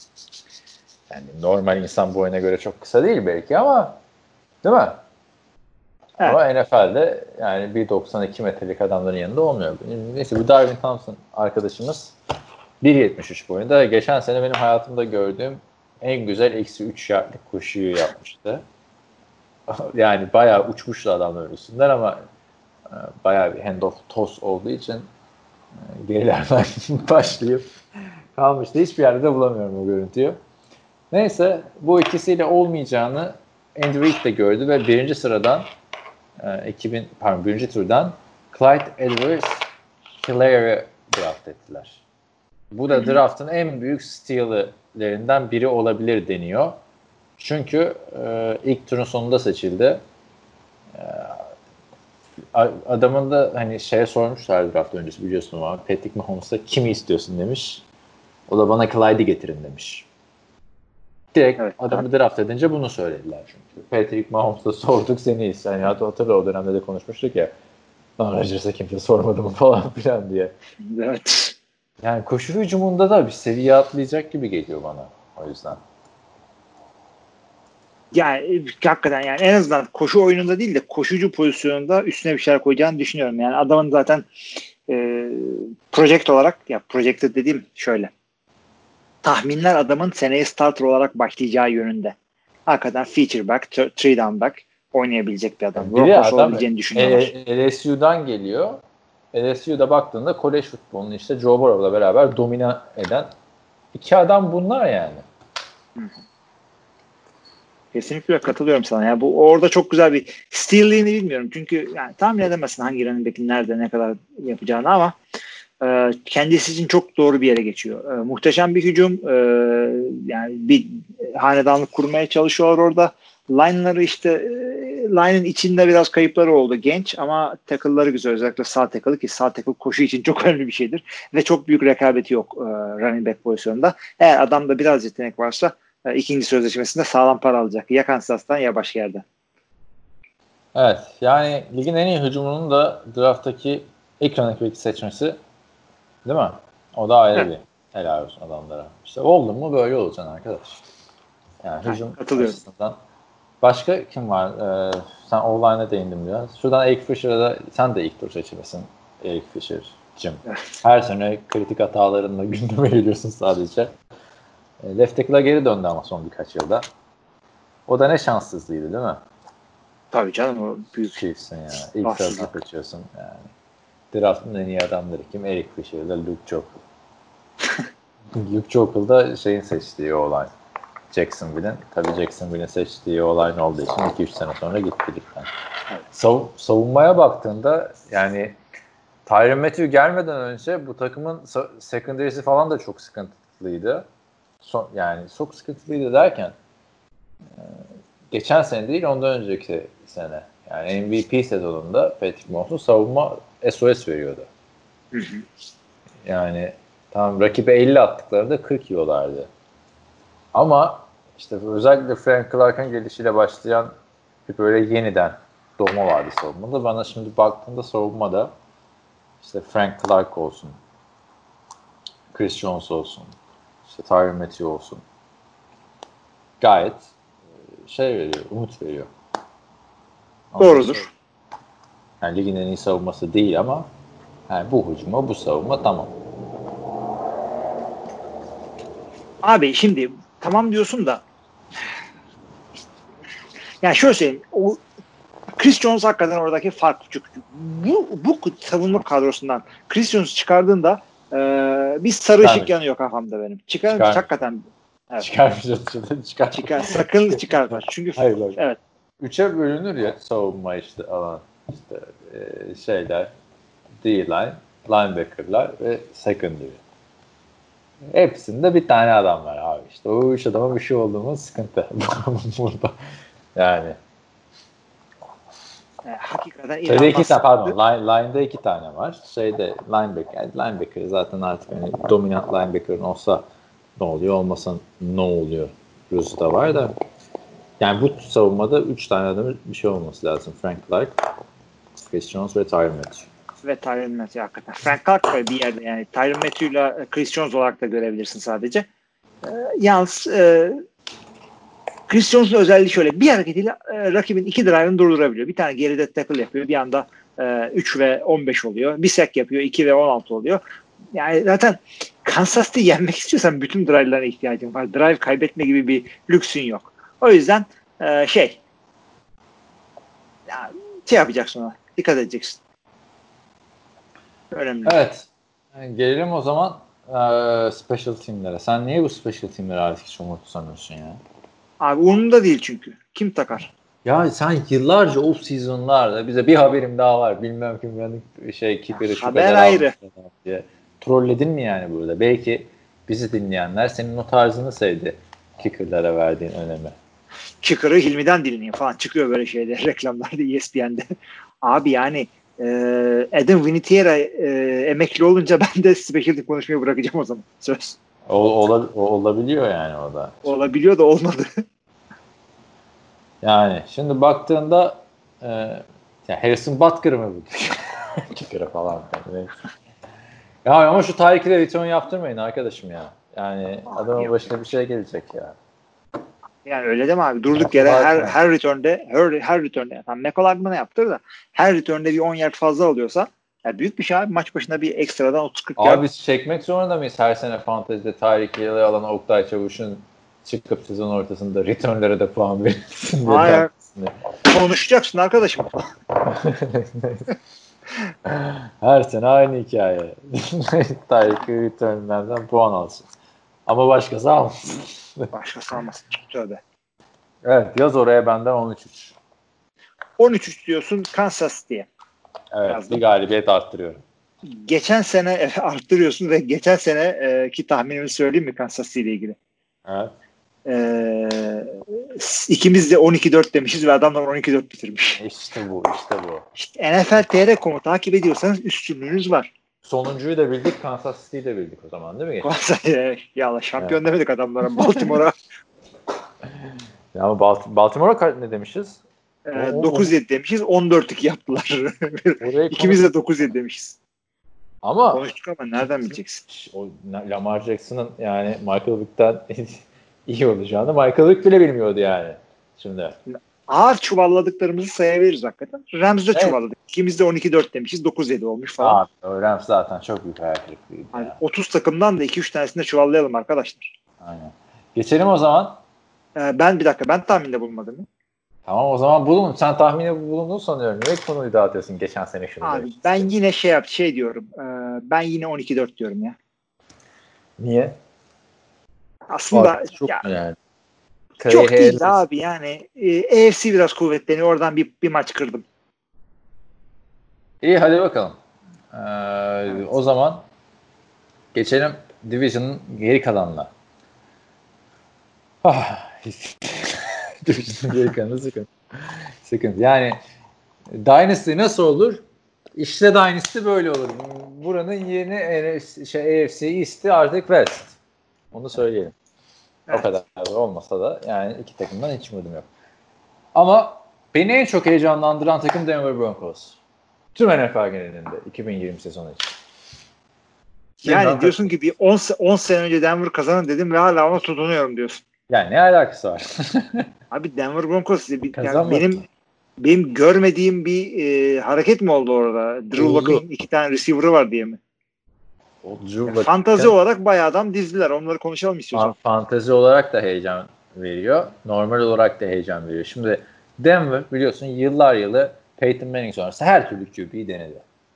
Speaker 3: Yani normal insan boyuna göre çok kısa değil belki ama değil mi? Evet. Ama N F L'de yani bir doksan iki metrelik adamların yanında olmuyor. Neyse, bu Darwin Thompson arkadaşımız bir yetmiş üç boyunda. Geçen sene benim hayatımda gördüğüm en güzel eksi üç yardlık koşuyu yapmıştı. Yani bayağı uçmuştu adamların üstünden ama bayağı bir handoff toss olduğu için gerilerden başlayıp kalmıştı. Hiçbir yerde de bulamıyorum o görüntüyü. Neyse, bu ikisiyle olmayacağını Andy Reid de gördü ve birinci sıradan iki bin pardon birinci turdan Clyde Edwards-Hilaire'ı draft ettiler. Bu da draft'ın en büyük steal'lerinden biri olabilir deniyor. Çünkü e, ilk turun sonunda seçildi. E, adamın da hani şeye sormuşlar draft öncesi, biliyorsun ama Patrick Mahomes'a kimi istiyorsun demiş. O da bana Clyde'i getirin demiş. Direkt evet, adamı evet. draft edince bunu söylediler çünkü. Patrick Mahomes'a sorduk, seni istiyor. Yani hatırla, o dönemde de konuşmuştuk ya. Lan Rodgers'a kimse sormadı mı falan filan diye.
Speaker 4: Evet.
Speaker 3: Yani koşu hücumunda da bir seviye atlayacak gibi geliyor bana o yüzden.
Speaker 4: Yani hakikaten yani en azından koşu oyununda değil de koşucu pozisyonunda üstüne bir şeyler koyacağını düşünüyorum. Yani adamın zaten e, project olarak, ya projected dediğim şöyle. Tahminler adamın seneye starter olarak başlayacağı yönünde. Hakikaten feature back, three down back oynayabilecek bir adam.
Speaker 3: Bir de adam
Speaker 4: düşünüyorlar.
Speaker 3: L S U'dan geliyor. L S U'da baktığında kolej futbolunu işte Joe Burrow'la beraber domine eden iki adam bunlar yani.
Speaker 4: Hı hı. Kesinlikle katılıyorum sana. Yani bu orada çok güzel bir steal'liğini bilmiyorum. Çünkü yani tahmin edemezsin hangi running back'in nerede ne kadar yapacağını ama e, kendisi için çok doğru bir yere geçiyor. E, muhteşem bir hücum. E, yani bir hanedanlık kurmaya çalışıyor orada. Line'ları işte e, line'ın içinde biraz kayıpları oldu. Genç ama tackle'ları güzel. Özellikle sağ tackle, ki sağ tackle koşu için çok önemli bir şeydir. Ve çok büyük rekabeti yok e, running back pozisyonunda. Eğer adamda biraz yetenek varsa İkinci sözleşmesinde sağlam para alacak. Ya Kansas'tan ya başka yerden.
Speaker 3: Evet. Yani ligin en iyi hücumunun da drafttaki ilk running back seçmesi, değil mi? O da ayrı evet. bir helal olsun adamlara. İşte oldu mu böyle olacaksın arkadaş. Yani hücum açısından. Başka kim var? Ee, sen O-line'a değindin biraz. Şuradan Eric Fisher'a da, sen de ilk tur seçilmesin. Eric Fisher'cim. Evet. Her sene kritik hatalarınla gündeme geliyorsun sadece. Left tackle'a geri döndü ama son birkaç yılda. O da ne şanssızlıydı değil mi?
Speaker 4: Tabii canım, o büyük
Speaker 3: Chiefs'in ya. İlk sırada kaçıyorsun yani. Draft'ın en iyi adamları kim? Eric Fisher ile Luke Jokel. Luke Jokel da şeyin seçtiği olay. Jacksonville'in. Tabii Jacksonville'in seçtiği olay olduğu için iki üç sene sonra gitti ligden. Evet. Sav- savunmaya baktığında yani Tyrann Mathieu gelmeden önce bu takımın secondary'si falan da çok sıkıntılıydı. son, yani çok sıkıntılıydı derken e, geçen sene değil ondan önceki sene yani M V P sezonunda Patrick Mahomes'un savunma S O S veriyordu.
Speaker 4: Hı hı.
Speaker 3: Yani tam rakibe elli attıklarında kırk yiyorlardı. Ama işte özellikle Frank Clark'ın gelişiyle başlayan bir böyle yeniden doğma vardı savunmada. Bana şimdi baktığımda savunmada işte Frank Clark olsun, Chris Jones olsun, işte Tyrann Mathieu olsun. Gayet şey veriyor, umut veriyor.
Speaker 4: Doğrudur.
Speaker 3: Yani ligin en iyi savunması değil ama yani bu hücuma, bu savunma tamam.
Speaker 4: Abi şimdi tamam diyorsun da yani şöyle söyleyeyim. O Chris Jones hakikaten oradaki fark küçük. Bu, bu savunma kadrosundan Chris Jones'u çıkardığında e, bir sarı
Speaker 3: Çıkarmış.
Speaker 4: ışık yanıyor kafamda benim. Çıkar,
Speaker 3: Çıkarmış.
Speaker 4: hakikaten. Evet.
Speaker 3: Çıkarmayacağız şimdi. Çıkar.
Speaker 4: Çıkar. Sakın çıkartma. Çünkü
Speaker 3: hayır, hayır.
Speaker 4: evet.
Speaker 3: Üçe bölünür ya savunma işte alan. İşte e, şeyler D-line, linebacker'lar ve secondary. Hepsinde bir tane adam var abi. İşte o üç adama bir şey olduğumuz sıkıntı burada. Yani.
Speaker 4: E, hakikaten
Speaker 3: Şeyde iki tane, pardon,
Speaker 4: sıkıntı.
Speaker 3: line, line'da iki tane var. Şeyde linebacker, yani linebacker zaten artık hani dominant linebacker'ın olsa ne oluyor, olmasa ne oluyor ruzu da var da. Yani bu savunmada üç tane adamın bir şey olması lazım. Frank Clark, Chris Jones ve Tyrann Mathieu.
Speaker 4: Ve Tyrann Mathieu hakikaten. Frank Clark bir yerde yani. Tyrann Mathieu'la Chris Jones olarak da görebilirsin sadece. E, yalnız e, Chris Jones'un özelliği şöyle. Bir hareketiyle e, rakibin iki drive'ını durdurabiliyor. Bir tane geride tackle yapıyor. Bir anda e, üç ve on beş oluyor. Bir sack yapıyor. iki ve on altı oluyor. Yani zaten Kansas City'yi yenmek istiyorsan bütün drive'lara ihtiyacın var. Drive kaybetme gibi bir lüksün yok. O yüzden e, şey ya, şey yapacaksın ona. Dikkat edeceksin. Önemli.
Speaker 3: Evet. Yani gelelim o zaman e, special team'lere. Sen niye bu special team'leri artık hiç umursamıyorsun ya?
Speaker 4: Abi umurumda değil çünkü. Kim takar?
Speaker 3: Ya sen yıllarca off season'larda bize bir haberim daha var. Bilmem kim şey kicker'ı şu
Speaker 4: Haber
Speaker 3: kadar
Speaker 4: ayrı.
Speaker 3: diye. Trolledin mi yani burada? Belki bizi dinleyenler senin o tarzını sevdi. Kicker'lara verdiğin önemi.
Speaker 4: Kicker'ı Hilmi'den dinleyeyim falan. Çıkıyor böyle şeyde reklamlarda E S P N'de. Abi yani e, Adam Vinatieri e, emekli olunca ben de special team konuşmayı bırakacağım o zaman. Söz.
Speaker 3: O, ola, o, olabiliyor yani o da.
Speaker 4: Olabiliyor da olmadı.
Speaker 3: Yani şimdi baktığında e, ya Harrison Butker mı bu? Kicker'a falan. Ya ama şu Tyreek'e return yaptırmayın arkadaşım ya. Yani adamın başına bir şey gelecek ya.
Speaker 4: Yani öyle deme abi. Durduk yere her her return'de her, her return'de yani McCollum'da yaptır da her return'de bir on yard fazla alıyorsa yani büyük bir şey abi. Maç başına bir ekstradan otuz kırk yard.
Speaker 3: Abi biz çekmek zorunda mıyız her sene fantezide Tyreek'i alan Oktay Çavuş'un çıkıp sezon ortasında return'lere de puan verilsin diye.
Speaker 4: Hayır. Konuşacaksın arkadaşım.
Speaker 3: Her sene aynı hikaye. Tyreek'i return'lerden puan alsın. Ama başkası almasın.
Speaker 4: Başkası almasın. Tövbe.
Speaker 3: Evet, yaz oraya benden on üç üç.
Speaker 4: on üç üç diyorsun Kansas City'ye.
Speaker 3: Evet,
Speaker 4: Yazdım.
Speaker 3: bir galibiyet arttırıyorum.
Speaker 4: Geçen sene arttırıyorsun ve geçen sene e, ki tahminimi söyleyeyim mi Kansas City ile ilgili?
Speaker 3: Evet.
Speaker 4: Ee, ikimiz de on iki dört demişiz ve adamlar on iki dört bitirmiş.
Speaker 3: İşte bu, işte bu.
Speaker 4: İşte N F L T R nokta com'u takip ediyorsanız üstünlüğünüz var.
Speaker 3: Sonuncuyu da bildik, Kansas City'yi de bildik o zaman değil mi?
Speaker 4: Ya Allah şampiyon evet. Demedik adamlara. Baltimore'a.
Speaker 3: Ya ama Balt- Baltimore'a ne demişiz?
Speaker 4: Ee, dokuz yedi demişiz. on dört iki yaptılar. İkimiz de dokuz yedi demişiz.
Speaker 3: Ama
Speaker 4: konuştuk ama nereden bileceksin?
Speaker 3: O Lamar Jackson'ın yani Michael Vick'ten iyi olacağını Michael Vick bile bilmiyordu yani. Şimdi
Speaker 4: ağır çuvalladıklarımızı sayabiliriz hakikaten. Rams'da
Speaker 3: evet.
Speaker 4: Çuvalladık. İkimiz de on iki dört demişiz. dokuz yedi olmuş falan.
Speaker 3: Abi, Rams zaten çok büyük hayal kırıklığıydı.
Speaker 4: Yani otuz takımdan da iki üç tanesinde çuvallayalım arkadaşlar.
Speaker 3: Aynen. Geçelim o zaman.
Speaker 4: Ee, ben bir dakika ben tahminde bulunmadım mı?
Speaker 3: Tamam o zaman bulun. Sen tahminde bulundun sanıyorum. Niye konuyu dağıtıyorsun geçen sene şunu?
Speaker 4: Abi demiştim. Ben yine şey yap şey diyorum. E, ben yine on iki dört diyorum ya.
Speaker 3: Niye?
Speaker 4: Aslında
Speaker 3: abi, çok
Speaker 4: ya,
Speaker 3: yani.
Speaker 4: Çok değil abi yani. E, A F C biraz kuvvetleniyor. Oradan bir, bir maç kırdım.
Speaker 3: İyi hadi bakalım. Ee, evet. O zaman geçelim Division'ın geri kalanına. Ah, sıkıntı, sıkıntı. Sıkıntı. Yani Dynasty nasıl olur? İşte Dynasty böyle olur. Buranın yeni şey, A F C East'i artık West. Onu söyleyelim. Evet. O kadar olmasa da yani iki takımdan hiç umudum yok. Ama beni en çok heyecanlandıran takım Denver Broncos. Tüm N F L genelinde iki bin yirmi sezonu için.
Speaker 4: Yani Denver diyorsun ki bir on sene önce Denver kazanır dedim ve hala ona tutunuyorum diyorsun.
Speaker 3: Yani ne alakası var?
Speaker 4: Abi Denver Broncos bir, yani benim benim görmediğim bir e, hareket mi oldu orada? Drew Lock'ın iki tane receiver'ı var diye mi? Yani fantazi olarak bayağı adam dizdiler. Onları konuşalım istiyorsan.
Speaker 3: Fantazi olarak da heyecan veriyor. Normal olarak da heyecan veriyor. Şimdi Denver biliyorsun yıllar yılı Peyton Manning sonrası her türlü Q B'yi denedi.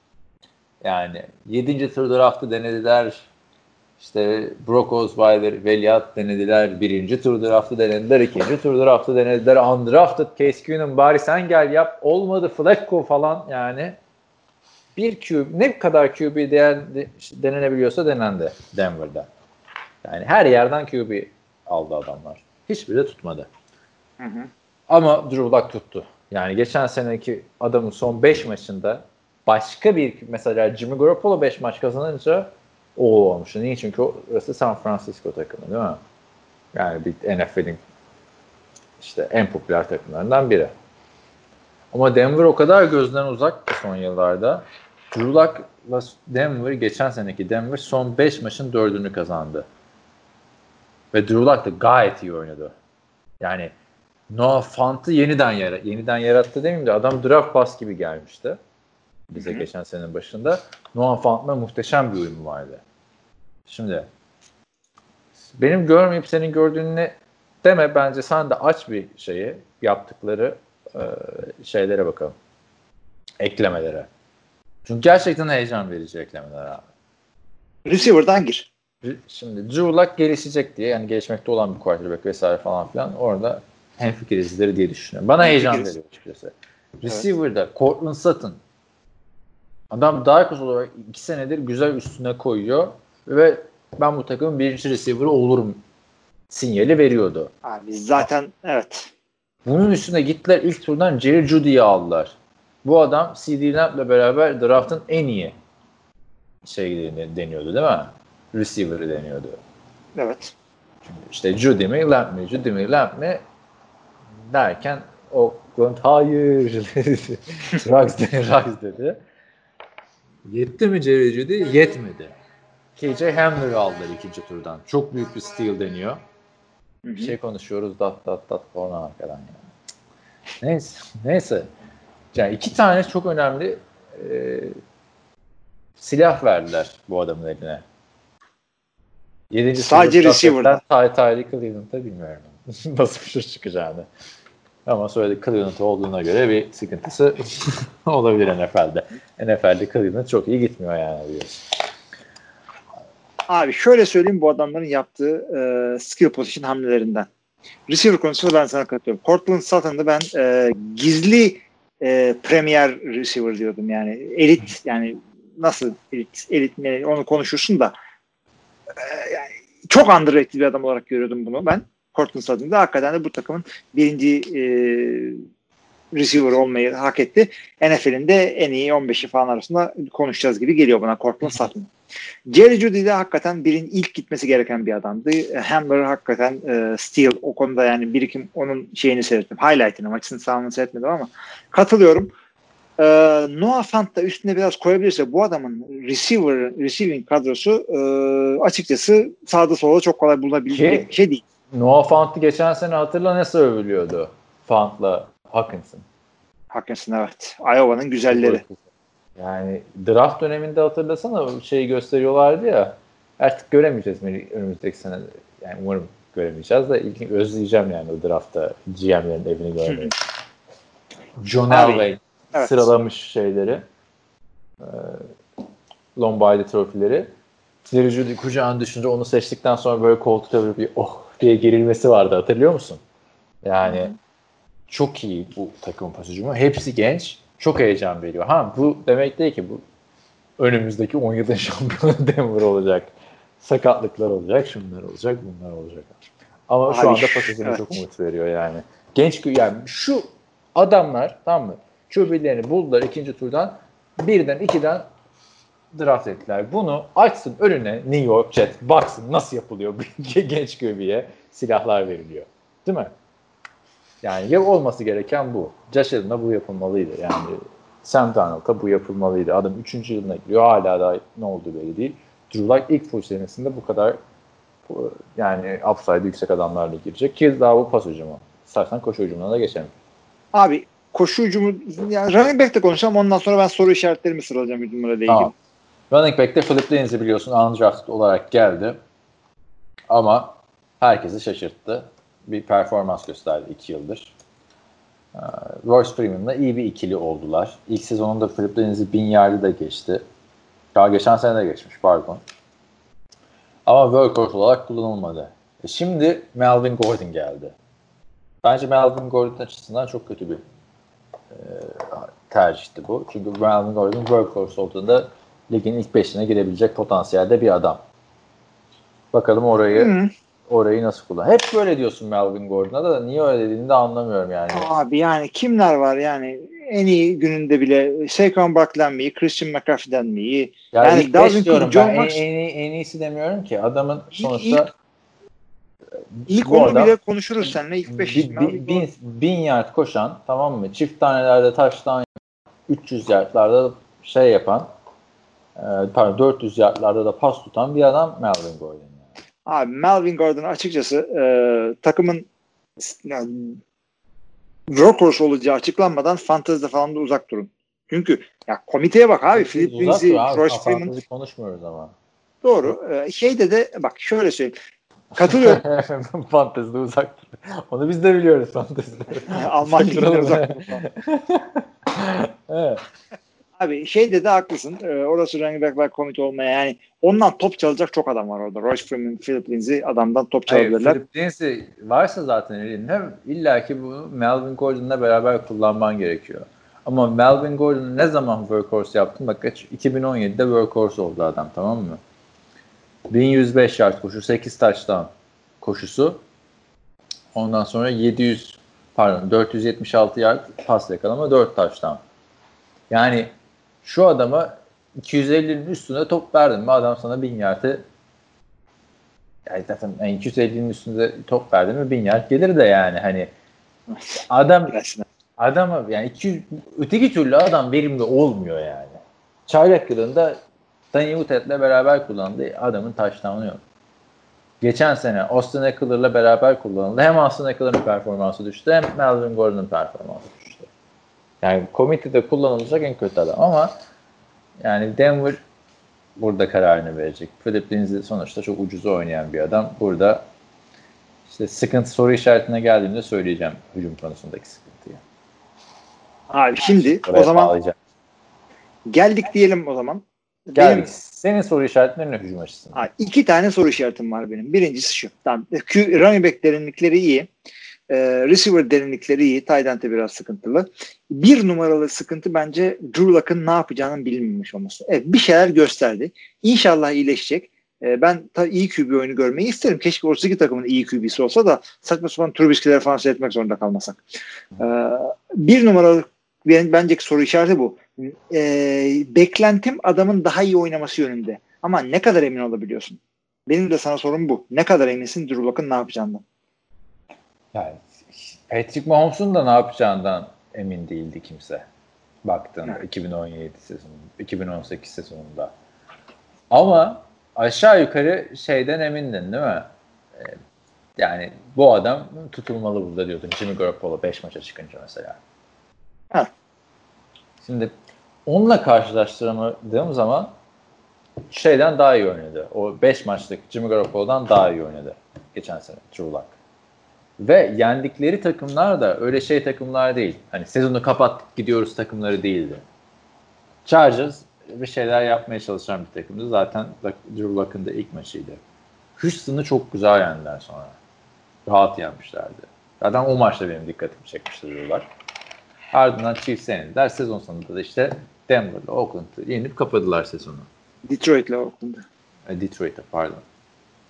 Speaker 3: Yani yedinci tur draftı denediler. İşte Brock Osweiler, Veliaht denediler. Birinci tur draftı denediler. İkinci tur draftı denediler. Undrafted Case Keenum bari sen gel yap. Olmadı Flacco falan yani. Bir Q B, ne kadar Q B değer, denenebiliyorsa denendi Denver'da. Yani her yerden Q B aldı adamlar. Hiçbiri de tutmadı. Hı hı. Ama Drew Lock tuttu. Yani geçen seneki adamın son beş maçında başka bir mesela Jimmy Garoppolo beş maç kazanınca o olmuş. Niye? Çünkü orası San Francisco takımı değil mi? Yani bir N F L'in işte en popüler takımlarından biri. Ama Denver o kadar gözden uzak son yıllarda. Drew Lock'la Denver geçen seneki Denver son beş maçın dördünü kazandı. Ve Drew Lock da gayet iyi oynadı. Yani Noah Fant'ı yeniden yarattı. Yeniden yarattı demeyeyim de adam draft pass gibi gelmişti. Bize Hı-hı. geçen senenin başında. Noah Fant'la muhteşem bir uyumu vardı. Şimdi benim görmeyip senin gördüğünü deme, bence sen de aç bir şeyi, yaptıkları e, şeylere bakalım. Eklemelere. Çünkü gerçekten heyecan verici eklemeler abi.
Speaker 4: Receiver'dan gir.
Speaker 3: Şimdi Drew Lock gelişecek diye, yani gelişmekte olan bir quarterback vesaire falan filan, orada hemfikir diye düşünüyorum. Bana heyecan veriyor açıkçası. Receiver'da evet. Courtland Sutton. Adam Darkus olarak iki senedir güzel üstüne koyuyor ve ben bu takımın birinci receiver'ı olurum sinyali veriyordu.
Speaker 4: Abi zaten evet.
Speaker 3: Bunun üstüne gittiler ilk turdan Jerry Jeudy'yi aldılar. Bu adam C D Lamb'la beraber draft'ın en iyi şey deniyordu değil mi? Receiver'ı deniyordu.
Speaker 4: Evet.
Speaker 3: İşte Jeudy mi, Lamb mi, Jeudy mi, Lamb mi derken Oakland hayır. Ruggs dedi, Ruggs dedi. Yetti mi Jerry Jeudy? Yetmedi. K J Hamler'ı aldılar ikinci turdan. Çok büyük bir steal deniyor. Bir şey konuşuyoruz dat dat dat falan arkadan yani. Neyse. Neyse. Yani iki tane çok önemli e, silah verdiler bu adamın eline. Yedinci
Speaker 4: sadece receiver'dan.
Speaker 3: Ty Tyreek Cleveland'da bilmiyorum. Nasıl bir şey çıkacağını. Ama söyledik Cleveland olduğuna göre bir sıkıntısı olabilir N F L'de. N F L'de Cleveland çok iyi gitmiyor yani diyorsun.
Speaker 4: Abi şöyle söyleyeyim bu adamların yaptığı e, skill position hamlelerinden. Receiver konusunda ben sana katılıyorum. Courtland Sutton'da ben e, gizli e, premier receiver diyordum yani. Elit yani nasıl elit, elit mi onu konuşursun da e, yani çok underrated bir adam olarak görüyordum bunu ben. Courtland Sutton'da hakikaten de bu takımın birinci e, receiver olmayı hak etti. N F L'in de en iyi on beşi falan arasında konuşacağız gibi geliyor bana Courtland Sutton. Jerry Jeudy de hakikaten birin ilk gitmesi gereken bir adamdı. Hamler hakikaten e, steal o konuda yani birikim onun şeyini seyrettim. Highlight'ını, maçını sağlamını seyretmedim ama katılıyorum. E, Noah Fant da üstüne biraz koyabilirse bu adamın receiver, receiving kadrosu e, açıkçası sağda solda çok kolay bulunabilecek bir şey değil.
Speaker 3: Noah Fant'ı geçen sene hatırla nasıl övülüyordu Fant'la Hawkinson.
Speaker 4: Hawkinson evet. Iowa'nın güzelleri.
Speaker 3: Yani draft döneminde hatırlasana şeyi gösteriyorlardı ya. Artık göremeyeceğiz mi önümüzdeki sene? Yani umarım göremeyeceğiz de ilk özleyeceğim yani o draftta G M'lerin evini görmeyi. John Elway evet. Sıralamış şeyleri. E, Lombardi trofileri. Jerry Jeudy kucağına düşünce onu seçtikten sonra böyle koltukta böyle bir oh diye gerilmesi vardı, hatırlıyor musun? Yani Hı-hı. çok iyi bu takım pasijumu. Hepsi genç. Çok heyecan veriyor. Ha bu demek değil ki bu önümüzdeki on yılın şampiyonu Denver olacak. Sakatlıklar olacak, şunlar olacak, bunlar olacak. Ama
Speaker 4: Abi,
Speaker 3: şu anda pasajına
Speaker 4: evet.
Speaker 3: çok umut veriyor yani. Genç yani şu adamlar tamam mı? Q B'lerini buldular ikinci turdan. Birden ikiden draft ettiler. Bunu açsın önüne New York Jets baksın nasıl yapılıyor genç Q B'ye silahlar veriliyor. Değil mi? Yani ya olması gereken bu. Josh Allen'a bu yapılmalıydı. Yani Sam Darnold'a bu yapılmalıydı. Adam üçüncü yılına giriyor. Hala da ne olduğu belli değil. Drew Lock ilk full senesinde bu kadar yani upside yüksek adamlarla girecek ki daha bu pas hücumu. İstersen koşu hücumuna da geçelim.
Speaker 4: Abi koşu hücumu yani running back'te konuşacağım. Ondan sonra ben soru işaretlerimi sıralayacağım hücumlarla ilgili.
Speaker 3: Tamam. Running back'te Philip Lindsay biliyorsun undrafted olarak geldi. Ama herkesi şaşırttı. Bir performans gösterdi iki yıldır. Royce Freeman'la iyi bir ikili oldular. İlk sezonunda Philip Lindsay bin yardı da geçti. Daha geçen sene de geçmiş pardon. Ama workhorse olarak kullanılmadı. E şimdi Melvin Gordon geldi. Bence Melvin Gordon açısından çok kötü bir e, tercihti bu. Çünkü Melvin Gordon workhorse olduğunda ligin ilk beşine girebilecek potansiyelde bir adam. Bakalım orayı hmm. orayı nasıl kullan. Hep böyle diyorsun Melvin Gordon'a da niye öyle dediğini de anlamıyorum yani.
Speaker 4: Abi yani kimler var yani en iyi gününde bile Saquon Barkley'den mi iyi, Christian McCaffrey'den mi iyi?
Speaker 3: Ya
Speaker 4: yani
Speaker 3: ilk beş diyorum ben en, en, iyi, en iyisi demiyorum ki adamın sonuçta
Speaker 4: ilk, ilk onu adam, bile konuşuruz seninle ilk beş.
Speaker 3: Bin, bin, bin, bin yard koşan tamam mı? Çift tanelerde touchdown üç yüz yardlarda şey yapan e, pardon dört yüz yardlarda da pas tutan bir adam Melvin Gordon. Yani.
Speaker 4: Abi Melvin Gordon açıkçası e, takımın yani, workhorse olacağı açıklanmadan fantezide falan da uzak durun. Çünkü ya komiteye bak abi. Philip Lindsay, Royce Freeman.
Speaker 3: Konuşmuyoruz ama.
Speaker 4: Doğru. Ee, şeyde de bak şöyle söyleyeyim. Katılıyorum.
Speaker 3: Fantezide uzak durun. Onu biz de biliyoruz fantezide.
Speaker 4: Alman liginden uzak durun. Evet. Abi şeyde de haklısın. Ee, orası running back back komite olmaya yani ondan top çalacak çok adam var orada. Royce Freeman, Philip Lindsay adamdan top çalabilirler.
Speaker 3: Philip Lindsay varsa zaten elinde illa ki bu Melvin Gordon'la beraber kullanman gerekiyor. Ama Melvin Gordon ne zaman workhorse yaptın? Bak kaç iki bin on yedide workhorse oldu adam tamam mı? bin yüz beş yard koşu, sekiz touchdown koşusu. Ondan sonra yedi yüz pardon dört yüz yetmiş altı yard pas yakalama, dört touchdown. Yani şu adama iki yüz ellinin üstünde top verdin mi adam sana bin yardı yani zaten yani iki yüz ellinin üstünde top verdin mi bin yard gelir de yani hani adam adam yani iki yüz öteki türlü adam verimli olmuyor yani. Çaylak yılında Danny Woodhead'le beraber kullandığı adamın touchdown'u yok. Geçen sene Austin Eckler'la beraber kullanıldı. Hem Austin Eckler'ın performansı düştü hem Melvin Gordon'un performansı düştü. Yani komitede kullanılacak en kötü adam ama yani Denver burada kararını verecek. Philip Lindsay sonuçta çok ucuza oynayan bir adam. Burada işte sıkıntı soru işaretine geldiğimde söyleyeceğim hücum konusundaki sıkıntıyı.
Speaker 4: Abi şimdi oraya o zaman bağlayacağım. Geldik diyelim o zaman.
Speaker 3: Geldik. Benim, Senin soru işaretlerin ne hücum açısından?
Speaker 4: Abi, iki tane soru işaretim var benim. Birincisi şu. Tamam, running back derinlikleri iyi. E, receiver derinlikleri iyi. Tight end'de biraz sıkıntılı. Bir numaralı sıkıntı bence Drew Lock'ın ne yapacağının bilinmemiş olması. Evet bir şeyler gösterdi. İnşallah iyileşecek. E, ben tabii iyi Q B oyunu görmeyi isterim. Keşke otuz iki takımın iyi Q B'si olsa da saçma sapan Trubisky'leri falan seyretmek zorunda kalmasak. E, bir numaralı bence soru işareti bu. E, beklentim adamın daha iyi oynaması yönünde. Ama ne kadar emin olabiliyorsun? Benim de sana sorum bu. Ne kadar eminsin Drew Lock'ın ne yapacağından? Yani
Speaker 3: Patrick Mahomes'un da ne yapacağından emin değildi kimse. Baktığında evet. iki bin on yedi sezonunda, iki bin on sekiz sezonunda. Ama aşağı yukarı şeyden emindin değil mi? Ee, yani bu adam tutulmalı burada diyordun. Jimmy Garoppolo beş maça çıkınca mesela.
Speaker 4: Evet.
Speaker 3: Şimdi onunla karşılaştırmadığım zaman şeyden daha iyi oynadı. O beş maçlık Jimmy Garoppolo'dan daha iyi oynadı geçen sene Drew Lock. Ve yendikleri takımlar da öyle şey takımlar değil. Hani sezonu kapattık gidiyoruz takımları değildi. Chargers bir şeyler yapmaya çalışan bir takımdı. Zaten Drew Lock'ın da ilk maçıydı. Houston'ı çok güzel yendiler sonra. Rahat yenmişlerdi. Zaten o maçta benim dikkatimi çekmişti Drew Lock. Ardından Chiefs'e yenildiler. Sezon sonunda da işte Denver'la Oakland'ı yenip kapadılar sezonu.
Speaker 4: Detroit'le Oakland'ı.
Speaker 3: Detroit'e pardon.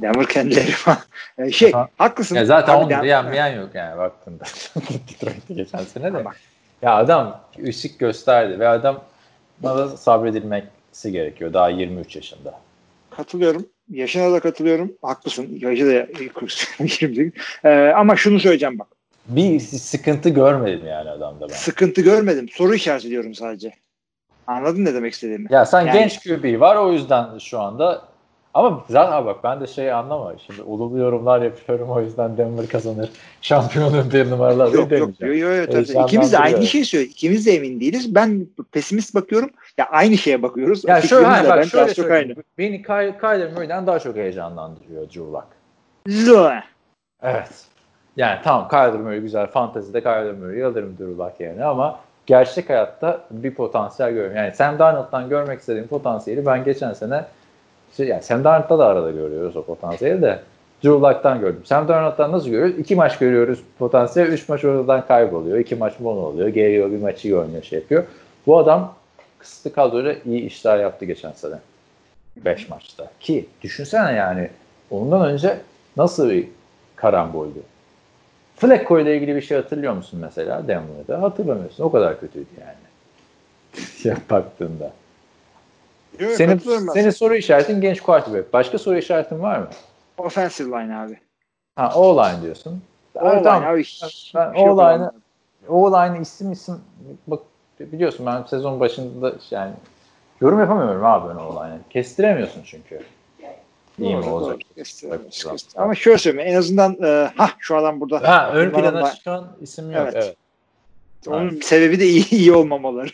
Speaker 4: Denver kendileri falan. E, şey
Speaker 3: Aha.
Speaker 4: haklısın.
Speaker 3: Ya zaten
Speaker 4: Abi,
Speaker 3: onları
Speaker 4: Den-
Speaker 3: yenmeyen yok yani baktığında. Detroit'te geçen sene de.
Speaker 4: Ama-
Speaker 3: Ya adam ışık gösterdi ve adam bana sabredilmesi gerekiyor. Daha yirmi üç yaşında.
Speaker 4: Katılıyorum. Yaşına da katılıyorum. Haklısın. Yaşı da yirmi sekiz. Ee, ama şunu söyleyeceğim bak.
Speaker 3: Bir sıkıntı görmedim yani adamda ben.
Speaker 4: Sıkıntı görmedim. Soru işareti diyorum sadece. Anladın ne demek istediğimi?
Speaker 3: Ya sen
Speaker 4: Yani-
Speaker 3: genç Q B var o yüzden şu anda ama zaten bak ben de şey anlama. Şimdi ululu yorumlar yapıyorum o yüzden Denver kazanır. Şampiyonun bir numaraları
Speaker 4: Yok yok. Yo, yo, yo, tabii. İkimiz de aynı şeyi söylüyoruz. İkimiz de emin değiliz. Ben pesimist bakıyorum. Ya aynı şeye bakıyoruz.
Speaker 3: Ya şöyle
Speaker 4: Fikrimiz de
Speaker 3: bak
Speaker 4: bence
Speaker 3: şöyle
Speaker 4: az çok
Speaker 3: söyleyeyim.
Speaker 4: aynı.
Speaker 3: Beni Ky- Kyler Murray'den daha çok heyecanlandırıyor Drew Lock.
Speaker 4: Zı.
Speaker 3: Evet. Yani tamam Kyler Murray güzel. Fantezide Kyler Murray'i alırım Drew Lock yerine ama gerçek hayatta bir potansiyel görüyorum. Yani Sam Darnold'dan görmek istediğim potansiyeli ben geçen sene şey, yani Sam Darnold'da da arada görüyoruz o potansiyeli de Drew Lock'tan gördüm. Sam Darnold'dan nasıl görüyoruz? İki maç görüyoruz potansiyel. Üç maç oradan kayboluyor. İki maç mono oluyor. Geliyor bir maçı iyi oynuyor şey yapıyor. Bu adam kısıtlı kadroyla iyi işler yaptı geçen sene. Beş maçta. Ki düşünsene yani ondan önce nasıl bir karamboydu. Flacco ile ilgili bir şey hatırlıyor musun mesela Denver'da? Hatırlamıyorsun. O kadar kötüydü yani. Ya baktığında.
Speaker 4: Yok,
Speaker 3: Senin,
Speaker 4: katılıyorum ben.
Speaker 3: senin soru işaretin genç quarterback. Başka soru işaretin var mı?
Speaker 4: Offensive line abi.
Speaker 3: Ha O-line diyorsun.
Speaker 4: O-line
Speaker 3: Tamam.
Speaker 4: abi.
Speaker 3: Ben
Speaker 4: hiçbir şey yok
Speaker 3: O-line'ı
Speaker 4: adamlarda.
Speaker 3: O-line'ı isim isim bak biliyorsun ben sezon başında yani yorum yapamıyorum abi ben O-line'ı. Kestiremiyorsun çünkü. İyi mi
Speaker 4: Doğru,
Speaker 3: olacak?
Speaker 4: doğru. Kestiremiyoruz,
Speaker 3: Bak,
Speaker 4: kestir- Ama şöyle söyleyeyim. En azından e, ha şu adam burada.
Speaker 3: Ha ön
Speaker 4: Bunların
Speaker 3: plana
Speaker 4: da-
Speaker 3: çıkan isim yok.
Speaker 4: Evet.
Speaker 3: Evet.
Speaker 4: Onun
Speaker 3: Evet.
Speaker 4: sebebi de iyi, iyi olmamaları.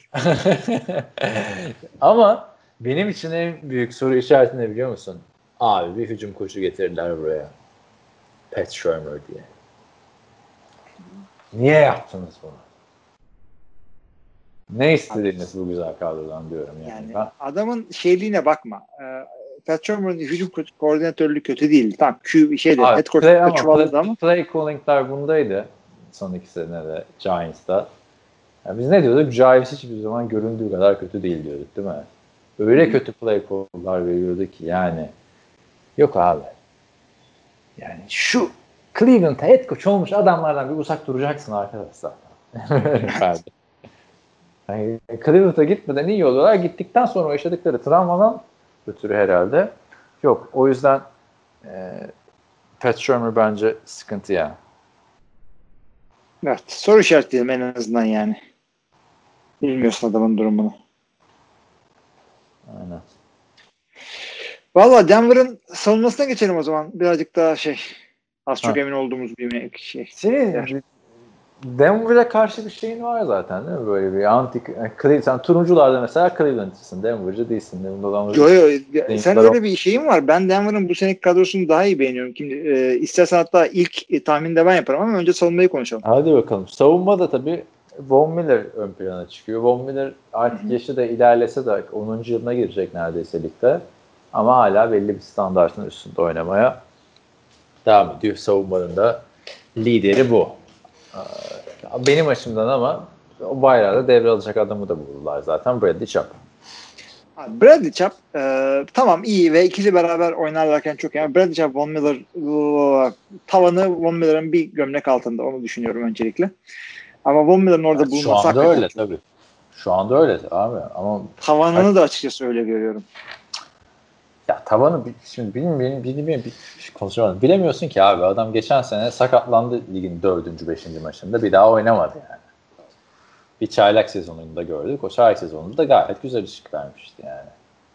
Speaker 3: Ama benim için en büyük soru işareti ne biliyor musun? Abi bir hücum koçu getirdiler buraya. Pat Shurmur diye. Niye yaptınız bunu? Ne istediniz bu güzel kadrodan diyorum yani.
Speaker 4: Yani
Speaker 3: Ben,
Speaker 4: adamın şeyliğine bakma. Ee, Pat Shurmur'un hücum ko- koordinatörlüğü kötü değil. Tamam Q şeyde
Speaker 3: abi,
Speaker 4: head
Speaker 3: play,
Speaker 4: coach'ta
Speaker 3: ama
Speaker 4: çuvalladı
Speaker 3: play,
Speaker 4: ama
Speaker 3: play calling'ler bundaydı. Son iki senede Giants'ta. Yani biz ne diyorduk? Giants hiçbir zaman göründüğü kadar kötü değil diyorduk değil mi? Öyle hmm. kötü play call'lar veriyordu ki yani. Yok abi. Yani şu Cleveland'da head coach olmuş adamlardan bir uzak duracaksın arkadaşlar. Yani Cleveland'a gitmeden iyi oluyorlar. Gittikten sonra yaşadıkları travmadan ötürü herhalde. Yok. O yüzden e, Pat Shurmur bence sıkıntı ya.
Speaker 4: evet, soru işaretleyelim en azından yani. Bilmiyorsun adamın durumunu.
Speaker 3: Aynen.
Speaker 4: Valla Denver'ın savunmasına geçelim o zaman. Birazcık daha şey az çok
Speaker 3: Ha.
Speaker 4: emin olduğumuz bir şey.
Speaker 3: Senin
Speaker 4: Yer.
Speaker 3: Denver'a karşı bir şeyin var zaten değil mi? Böyle bir antik. Yani, sen turuncularda mesela Cleveland'cısın. Denver'cı değilsin.
Speaker 4: Yo, yo, sen öyle bir şeyin var. Ben Denver'ın bu seneki kadrosunu daha iyi beğeniyorum. Şimdi e, istersen hatta ilk e, tahminde ben yaparım ama önce savunmayı konuşalım.
Speaker 3: Hadi bakalım. Savunma da tabii Von Miller ön plana çıkıyor. Von Miller artık Hı-hı. yaşı da ilerlese de onuncu yılına girecek neredeyse ligde. Ama hala belli bir standartın üstünde oynamaya devam ediyor. Savunmanın da lideri bu. Benim açımdan ama o bayrağı da devralacak adamı da buldular zaten. Bradley Chubb.
Speaker 4: Bradley Chubb e, tamam iyi ve ikili beraber oynarlarken çok iyi. Bradley Chubb, Von Miller o, tavanı Von Miller'ın bir gömlek altında. Onu düşünüyorum öncelikle. Ama Von Miller'ın orada
Speaker 3: yani
Speaker 4: bulunması
Speaker 3: şu anda öyle
Speaker 4: çok...
Speaker 3: tabii. Şu anda öyle abi. Ama
Speaker 4: tavanını da açıkçası öyle görüyorum.
Speaker 3: Ya tavanı şimdi bilmiyorum, bilmiyorum, konuşamadım. Bilemiyorsun ki abi. Adam geçen sene sakatlandı ligin dördüncü, beşinci maçında. Bir daha oynamadı yani. Bir çaylak sezonunda gördük. O çaylak sezonunda da gayet güzel ışık vermişti yani.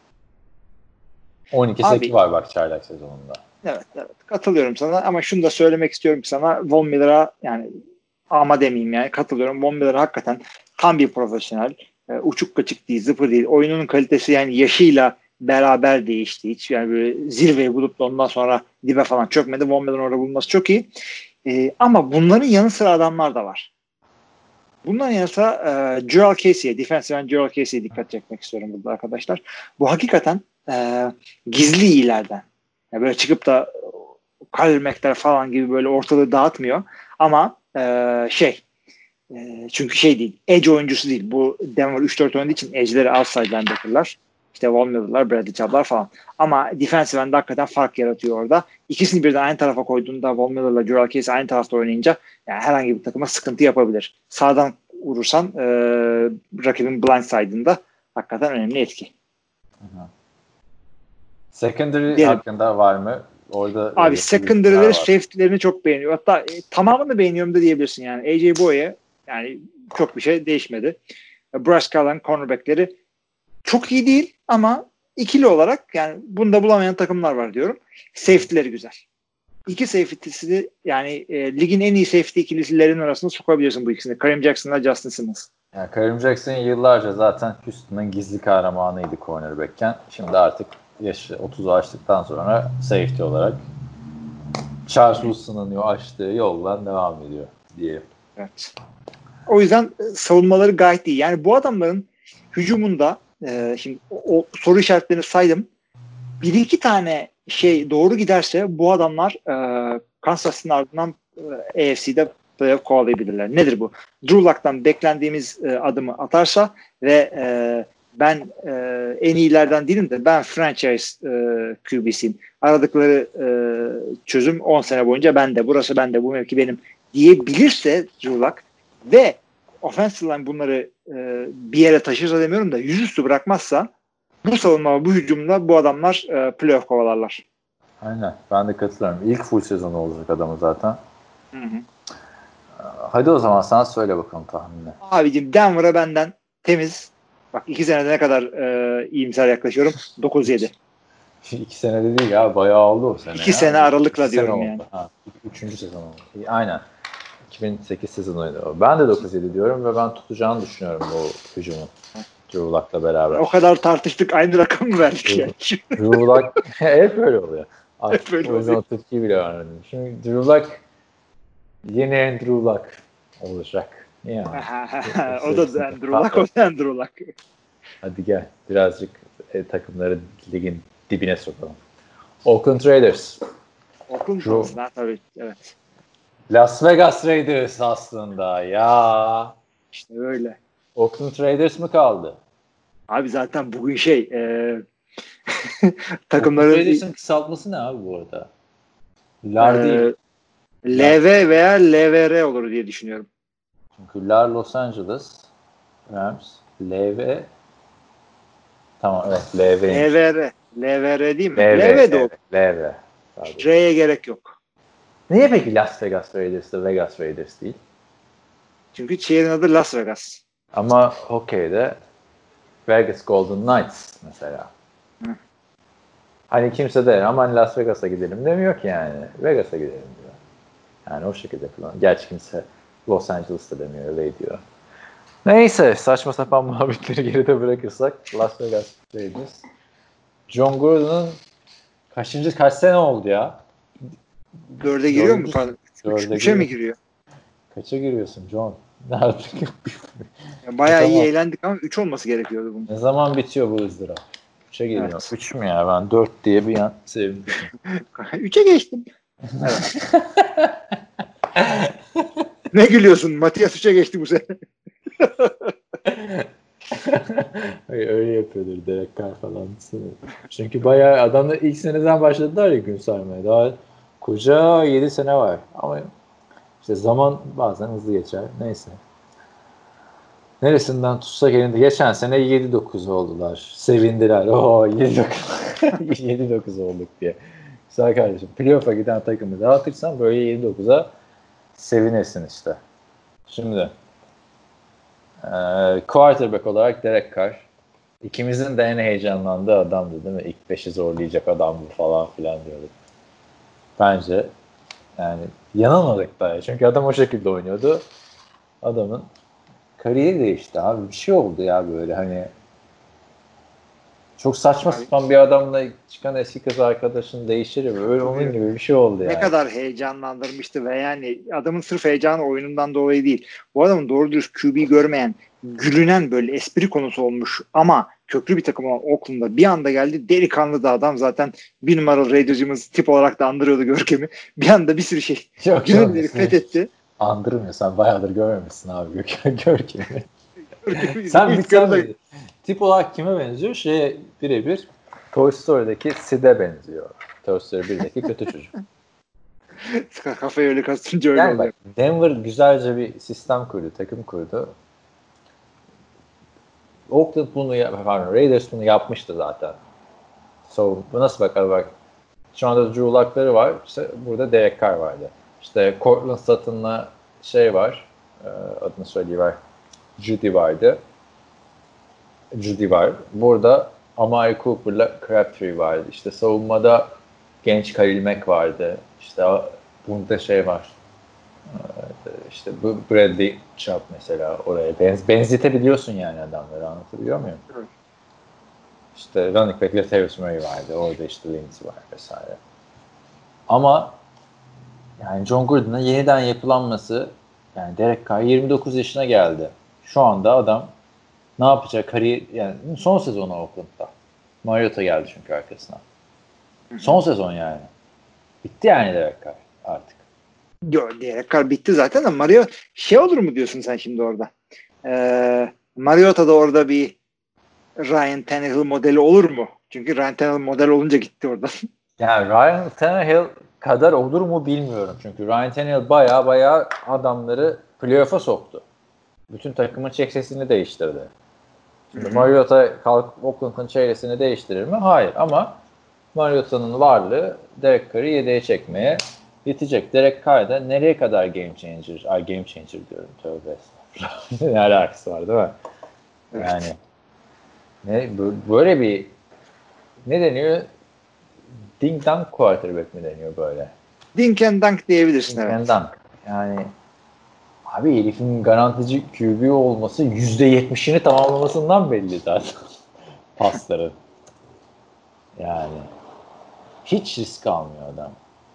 Speaker 3: on iki seki var bak çaylak sezonunda.
Speaker 4: Evet, evet. Katılıyorum sana ama şunu da söylemek istiyorum ki sana Von Miller'a yani ama demeyeyim yani katılıyorum. Von Miller hakikaten tam bir profesyonel. E, uçuk kaçık değil, zıpır değil. Oyunun kalitesi yani yaşıyla beraber değişti. Hiç yani böyle zirveyi bulup da ondan sonra dibe falan çökmedi. Von Miller'ın orada bulunması çok iyi. E, ama bunların yanı sıra adamlar da var. Bundan yanı sıra e, Jurrell Casey'e, defensive end Jurrell Casey'e dikkat çekmek istiyorum burada arkadaşlar. Bu hakikaten e, gizli iyilerden. Yani böyle çıkıp da Khalil Mack'ler falan gibi böyle ortalığı dağıtmıyor. Ama e, şey e, çünkü şey değil, edge oyuncusu değil. Bu Denver üç dört oynadığı için edge'leri outside linebacker'lar. İşte Von Miller'lar, Bradley Chubb'lar falan. Ama defensive end hakikaten fark yaratıyor orada. İkisini birden aynı tarafa koyduğunda Von Miller'la Jurrell Casey aynı tarafta oynayınca yani herhangi bir takıma sıkıntı yapabilir. Sağdan vurursan e, rakibin blind side'ında hakikaten önemli etki.
Speaker 3: Hı-hı. Secondary
Speaker 4: Diyelim.
Speaker 3: hakkında var mı? Orada
Speaker 4: abi secondary'leri, safety'lerini çok beğeniyor. Hatta e, tamamını beğeniyorum da diyebilirsin yani. A J Boye yani çok bir şey değişmedi. Bryce Callahan cornerback'leri çok iyi değil ama ikili olarak yani bunu da bulamayan takımlar var diyorum. Safety'leri güzel. İki safety'si yani e, ligin en iyi safety ikililerinin arasında sokabiliyorsun bu ikisini. Kareem Jackson'la Justin Simmons.
Speaker 3: Yani Kareem Jackson yıllarca zaten Houston'ın gizli kahramanıydı cornerback'ken. Şimdi artık yaşı otuzu aştıktan sonra safety olarak Charles Wilson'ın açtığı yoldan devam ediyor diye.
Speaker 4: Evet. O yüzden savunmaları gayet iyi. Yani bu adamların hücumunda e, şimdi o, o soru işaretlerini saydım. Bir iki tane şey doğru giderse bu adamlar e, Kansas City'nin ardından e, A F C'de playoff kovalayabilirler. Nedir bu? Drew Luck'tan beklendiğimiz e, adımı atarsa ve e, ben e, en iyilerden değilim de ben franchise e, Q B'siyim. Aradıkları e, çözüm on sene boyunca bende. Burası bende. Bu mevki benim diyebilirse Drew Luck ve offensive line bunları e, bir yere taşırsa demiyorum da yüzüstü bırakmazsa bu savunma, bu hücumda bu adamlar e, playoff kovalarlar.
Speaker 3: Aynen. Ben de katılıyorum. İlk full sezonu olacak adamı zaten.
Speaker 4: Hı hı.
Speaker 3: Hadi o zaman sen söyle bakalım tahminini.
Speaker 4: Abicim Denver'a benden temiz. Bak iki senede ne kadar e, iyimser yaklaşıyorum. dokuz yedi.
Speaker 3: İki senede değil ya. Bayağı oldu o sene.
Speaker 4: İki
Speaker 3: ya.
Speaker 4: sene aralıkla
Speaker 3: İki
Speaker 4: diyorum
Speaker 3: sene
Speaker 4: yani.
Speaker 3: oldu. Ha, üçüncü sezon oldu. Aynen. iki bin sekiz sezonuydu o. Ben de dokuz yedi diyorum ve ben tutacağını düşünüyorum bu hücumu. Drew Luck'la beraber.
Speaker 4: O kadar tartıştık. Aynı rakam mı verdik yani?
Speaker 3: Drew Luck hep böyle oluyor.
Speaker 4: Hep böyle
Speaker 3: o yüzden
Speaker 4: oluyor.
Speaker 3: o tepkiyi bile vermedim. Şimdi Drew Luck yeni Andrew Luck olacak. Yani.
Speaker 4: O da Andrew Luck, o da Andrew Luck.
Speaker 3: Hadi gel. Birazcık e, takımları ligin dibine sokalım. Oakland Raiders.
Speaker 4: Oakland
Speaker 3: Şu-
Speaker 4: konusunda tabii. Evet.
Speaker 3: Las Vegas Raiders aslında ya.
Speaker 4: İşte öyle.
Speaker 3: Oakland Raiders mı kaldı?
Speaker 4: Abi zaten bugün şey e,
Speaker 3: Oakland
Speaker 4: takımların
Speaker 3: Raiders'ın kısaltması ne abi bu arada? Lar değil.
Speaker 4: e, L V veya L V R olur diye düşünüyorum.
Speaker 3: Çünkü Lar Los Angeles Rams, L V tamam evet L V.
Speaker 4: L V R. L V R değil mi?
Speaker 3: L
Speaker 4: L
Speaker 3: V
Speaker 4: V de olur.
Speaker 3: L V. Tabii.
Speaker 4: R'ye gerek yok.
Speaker 3: Niye peki Las Vegas Raiders'da Vegas Raiders değil?
Speaker 4: Çünkü şehrin adı Las Vegas.
Speaker 3: Ama hokeyde Vegas Golden Knights mesela.
Speaker 4: Hı.
Speaker 3: Hani kimse de aman Las Vegas'a gidelim demiyor ki yani. Vegas'a gidelim diyor. Yani o şekilde kullanıyor. Gerçi kimse Los Angeles'ta demiyor, öyle diyor. Neyse saçma sapan muhabbetleri geride bırakırsak Las Vegas Raiders. John Gordon'un kaçıncı kaç sene oldu ya?
Speaker 4: Dörde giriyor mu?
Speaker 3: Dördüncü-
Speaker 4: Pardon.
Speaker 3: Dörde
Speaker 4: Üç, üçe
Speaker 3: giriyor.
Speaker 4: mi giriyor?
Speaker 3: Kaça giriyorsun John? Artık
Speaker 4: Ya bayağı iyi
Speaker 3: Tamam.
Speaker 4: eğlendik ama üç olması gerekiyordu bunun.
Speaker 3: ne zaman bitiyor bu ızdırap? üçe geliyor.
Speaker 4: Evet.
Speaker 3: üç mü ya? Ben dört diye bir an sevindim.
Speaker 4: Üçe geçtim. Evet. Ne gülüyorsun? Matias üçe geçti bu sene.
Speaker 3: Hayır, öyle yapıyordur Derek Carr falan. Çünkü bayağı adamlar ilk seneden başladılar ya gün saymaya. Daha koca yedi sene var. Ama işte zaman bazen hızlı geçer. Neyse. Neresinden tutsak elinde. Geçen sene yedi dokuz oldular. Sevindiler. Oo yedi dokuz yedi dokuz olduk diye. Güzel kardeşim. Playoff'a giden takımı dağıtırsan böyle yedi dokuza sevinirsin işte. Şimdi Ee, quarterback olarak Derek Carr. İkimizin de en heyecanlandığı adamdı değil mi? İlk beşi zorlayacak adam bu falan filan diyorduk. Bence yani yanılmadık da. Çünkü adam o şekilde oynuyordu. Adamın kariyeri değişti abi. Bir şey oldu ya böyle hani çok saçma
Speaker 4: Abi.
Speaker 3: sapan bir adamla çıkan eski kız arkadaşın değişir ya. Böyle onun gibi bir şey oldu yani.
Speaker 4: Ne kadar heyecanlandırmıştı ve yani adamın sırf heyecanı oyunundan dolayı değil. Bu adamın doğru dürüst Q B görmeyen, gülünen böyle espri konusu olmuş ama köklü bir takım olan Oakland'da bir anda geldi. Delikanlı da adam zaten bir numaralı Raiders'ımız tip olarak da andırıyordu görkemi. Bir anda bir sürü şey
Speaker 3: Yok,
Speaker 4: gönülleri
Speaker 3: yok,
Speaker 4: fethetti.
Speaker 3: andırmıyor. Sen bayağıdır görmemişsin abi Görkem'i.
Speaker 4: Görkemi
Speaker 3: Sen
Speaker 4: ilk
Speaker 3: bir sen
Speaker 4: yarıda-
Speaker 3: bir tip olarak kime benziyor? Şeye birebir Toy Story'deki Sid'e benziyor. Toy Story birdeki kötü çocuk.
Speaker 4: Kafayı öyle kastınca öyle
Speaker 3: Yani
Speaker 4: oluyor.
Speaker 3: bak, Denver güzelce bir sistem kurdu, takım kurdu. Oakland bunu, pardon, Raiders bunu yapmıştı zaten. So, bu nasıl bakalım bak. Şu anda Drew Luck'ları var. İşte burada Derek Carr vardı. İşte Cortland Sutton'la şey var. E, adını söyleyiver. Judy vardı. Judy var. Burada Amari Cooper'la Crabtree vardı. İşte savunmada genç Khalil Mack vardı. İşte bunda şey var. İşte bu Bradley Chubb mesela oraya benz benzetebiliyorsun yani adamları, anlatabiliyor muyum? Evet. İşte running back Latavius Murray vardı. Orada işte Lindsey var vesaire. Ama yani John Gruden'a yeniden yapılanması, yani Derek Carr yirmi dokuz yaşına geldi. Şu anda adam ne yapacak? Kariyer, yani son sezonu Oakland'da. Mariota geldi çünkü arkasına. Son sezon yani. Bitti yani Derek Carr artık.
Speaker 4: Yok, Derek Carr bitti zaten ama Mario şey olur mu diyorsun sen şimdi orada? Ee, Mariota da orada bir Ryan Tannehill modeli olur mu? Çünkü Ryan Tannehill model olunca gitti oradan.
Speaker 3: Yani Ryan Tannehill kadar olur mu bilmiyorum. Çünkü Ryan Tannehill baya baya adamları playoff'a soktu. Bütün takımın çeksesini değiştirdi. Şimdi Mariota kalkıp Oakland'ın çeyresini değiştirir mi? Hayır, ama Mariota'nın varlığı Derek Carr'ı yedeğe çekmeye yetecek. Derek Carr da nereye kadar game changer? Ay game changer diyorum. Tövbe estağfurullah. Ne alakası var değil mi? Evet. Yani ne, böyle bir ne deniyor? Ding dong quarterback mi deniyor böyle?
Speaker 4: Dink and dunk diyebilirsin.
Speaker 3: Dink
Speaker 4: evet.
Speaker 3: and dunk. Yani abi herifin garantici Q B olması yüzde yetmişini tamamlamasından belli zaten. Pasların. Yani hiç risk almıyor adam.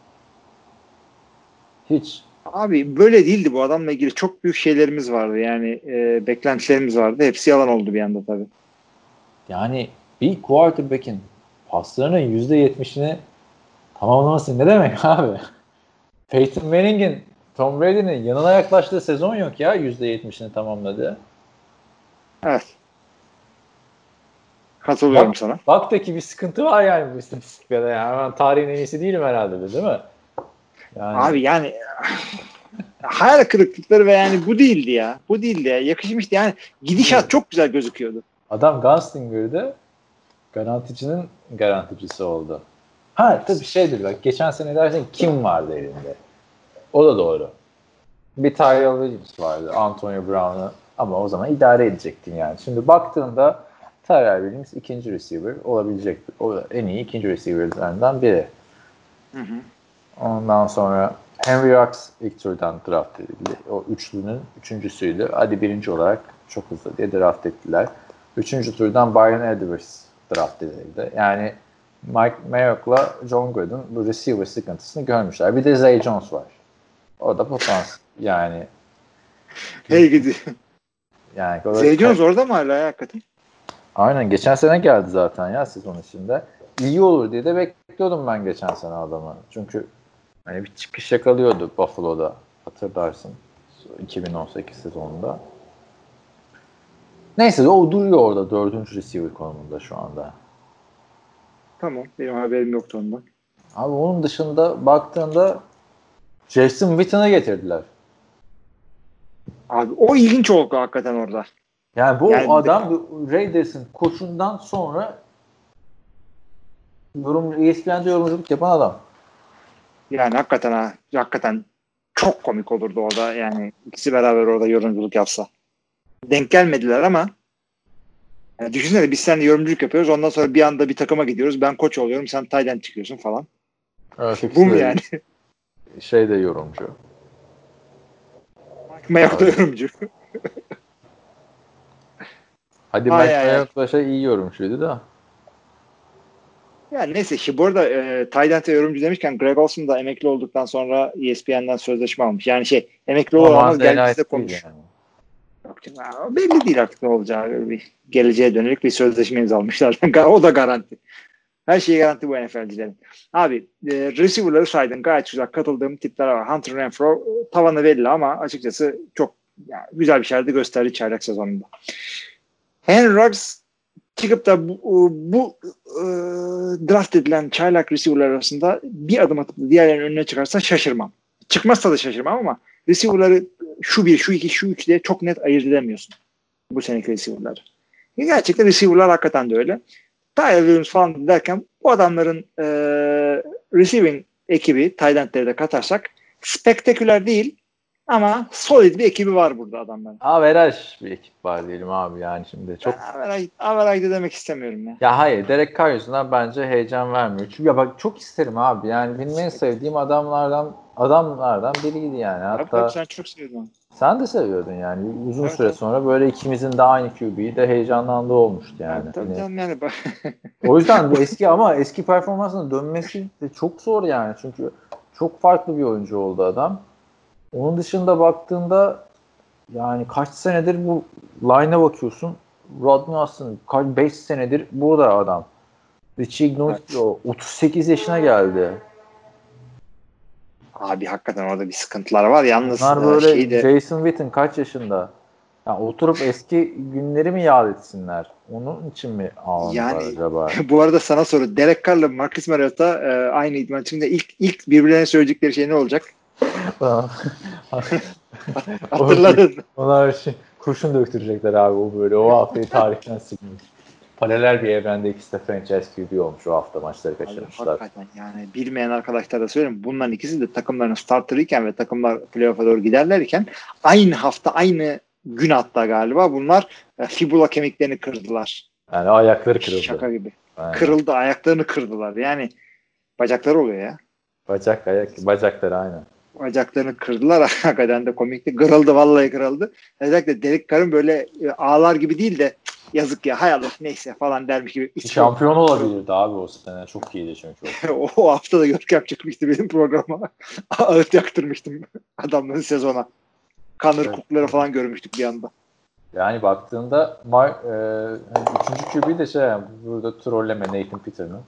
Speaker 3: Hiç.
Speaker 4: Abi böyle değildi, bu adamla ilgili çok büyük şeylerimiz vardı. Yani e, beklentilerimiz vardı. Hepsi yalan oldu bir anda tabii.
Speaker 3: Yani bir quarterback'in paslarının yüzde yetmişini tamamlaması ne demek abi? Peyton Manning'in Tom Brady'nin yanına yaklaştığı sezon yok ya yüzde yetmişini tamamladı.
Speaker 4: Evet. Katılıyorum
Speaker 3: bak,
Speaker 4: sana.
Speaker 3: Baktaki bir sıkıntı var yani bu istatistiklerde. Yani ben tarihin en iyisi değilim herhalde de, değil mi? Yani...
Speaker 4: Abi yani hayal kırıklıkları ve yani bu değildi ya. Bu değildi ya. Yakışmıştı yani. Gidişat çok güzel gözüküyordu.
Speaker 3: Adam Gunslinger'de garanticinin garanticisi oldu. Ha tabii şeydir bak, geçen sene dersen kim vardı elinde? O da doğru. Bir Tyrell Williams vardı. Antonio Brown'u, ama o zaman idare edecektin yani. Şimdi baktığında Tyrell Williams ikinci receiver olabilecek. O da en iyi ikinci receiver'larından biri.
Speaker 4: Hı hı.
Speaker 3: Ondan sonra Henry Ruggs ilk turdan draft edildi. O üçlünün üçüncüsüydü. Hadi birinci olarak çok hızlı diye draft ettiler. Üçüncü turdan Byron Edwards draft edildi. Yani Mike Mayock'la John Gruden bu receiver sıkıntısını görmüşler. Bir de Zay Jones var. O da potansiyel. Yani
Speaker 4: hey gidi.
Speaker 3: yani
Speaker 4: Zay Jones orada mı hala ya, hakikaten?
Speaker 3: Aynen, geçen sene geldi zaten ya sezon içinde. İyi olur diye de bekliyordum ben geçen sene adamı. Çünkü hani bir çıkış yakalıyordu Buffalo'da, hatırlarsın, iki bin on sekiz sezonunda. Neyse, o duruyor orada dördüncü receiver konumunda şu anda.
Speaker 4: Tamam, benim haberim yoktu ondan.
Speaker 3: Abi onun dışında baktığında Jason Witten'ı getirdiler.
Speaker 4: Abi o ilginç oldu hakikaten orada.
Speaker 3: Yani bu
Speaker 4: yani
Speaker 3: adam de... Raiders'ın koçundan sonra yorum, E S P N'de yorumculuk yapan adam.
Speaker 4: Yani hakikaten ha, hakikaten çok komik olurdu orada, yani ikisi beraber orada yorumculuk yapsa. Denk gelmediler ama yani düşünsene, biz seninle yorumculuk yapıyoruz, ondan sonra bir anda bir takıma gidiyoruz, ben koç oluyorum, sen tight end çıkıyorsun falan.
Speaker 3: Evet,
Speaker 4: bu mu yani?
Speaker 3: Şey de yorumcu.
Speaker 4: Mayak da yorumcu.
Speaker 3: Hadi Mike Mayock'la şey iyi yorumcuydu da.
Speaker 4: Yani neyse, şimdi bu arada e, tight end'e yorumcu demişken Greg Olson da emekli olduktan sonra E S P N'den sözleşme almış. Yani şey, emekli olamaz, gel bizde konuş. Yani. Yok canım, belli değil artık ne olacağı. Bir geleceğe dönük bir sözleşme imzalamışlar. O da garanti. Her şey garanti bu N F L'cilerin. Abi e, receiver'ları saydın. Gayet güzel katıldığım tipler var. Hunter Renfrow tavanı belli ama açıkçası çok yani, güzel bir şeydi gösterdi çaylak sezonunda. Henry Ruggs çıkıp da bu, bu e, draft edilen çaylak receiver'lar arasında bir adım atıp diğerlerinin önüne çıkarsa şaşırmam. Çıkmazsa da şaşırmam ama receiver'ları şu bir, şu iki, şu üç diye çok net ayırt edemiyorsun. Bu seneki receiver'ları. Gerçekten receiver'lar hakikaten de öyle. Tyler Williams falan derken bu adamların e, receiving ekibi, tight end'leri de katarsak spektaküler değil ama solid bir ekibi var burada adamların.
Speaker 3: Averaj bir ekip var diyelim abi yani şimdi çok.
Speaker 4: Averaj'da demek istemiyorum ya.
Speaker 3: Ya hayır, Derek Carr yüzünden bence heyecan vermiyor. Çünkü ya bak çok isterim abi yani benim en sevdiğim adamlardan adamlardan biriydi yani. Hatta
Speaker 4: abi, abi sen çok seviyordun.
Speaker 3: Sen de seviyordun yani. Uzun
Speaker 4: evet,
Speaker 3: süre
Speaker 4: evet.
Speaker 3: sonra böyle ikimizin de aynı Q B'yi de heyecanlandığı olmuştu yani.
Speaker 4: Evet, tabii
Speaker 3: hani,
Speaker 4: canım yani.
Speaker 3: o yüzden eski ama eski performansına dönmesi de çok zor yani. Çünkü çok farklı bir oyuncu oldu adam. Onun dışında baktığında yani kaç senedir bu line'a bakıyorsun. Rodney Hudson kaç beş senedir burada adam. Richie Ignore evet. otuz sekiz yaşına geldi.
Speaker 4: Abi hakikaten orada bir sıkıntılar var. Yalnız
Speaker 3: bunlar böyle
Speaker 4: şeyde...
Speaker 3: Jason Witten kaç yaşında? Yani oturup eski günleri mi yad etsinler? Onun için mi alındılar
Speaker 4: yani,
Speaker 3: acaba?
Speaker 4: Bu arada sana soru. Derek Carr'la Marcus Mariota e, aynı idman içinde ilk ilk birbirlerine söyleyecekleri şey ne olacak? Hatırladın.
Speaker 3: Onlar şey, kurşun döktürecekler abi o böyle. O haftayı tarihten silmiş. Paralel bir evrende ikisi de franchise Q B olmuş o hafta maçları kaçırmışlar.
Speaker 4: Hakikaten yani bilmeyen arkadaşlara da söyleyeyim. Bunların ikisi de takımların starterıyken ve takımlar playoff'a doğru giderlerken aynı hafta aynı gün hatta galiba bunlar e, fibula kemiklerini kırdılar.
Speaker 3: Yani ayakları kırıldı.
Speaker 4: Şaka gibi.
Speaker 3: Aynen.
Speaker 4: Kırıldı, ayaklarını kırdılar. Yani bacakları oluyor ya.
Speaker 3: Bacak, ayak, bacakları aynen.
Speaker 4: Bacaklarını kırdılar. Hakikaten de komikti. Kırıldı, vallahi kırıldı. Özellikle Derek Carr'ın böyle e, ağlar gibi değil de yazık ya hay Allah neyse falan dermiş gibi.
Speaker 3: Şampiyon olabilirdi abi o sene. Çok iyiydi çünkü.
Speaker 4: o, o hafta da Görkem çıkmıştı benim programa. Ağıt yaktırmıştım adamların sezona. Connor evet. Cook'ları falan görmüştük bir anda.
Speaker 3: Yani baktığında Mar, e, üçüncü Q B de şey yani, burada trolleme Nathan Peterman.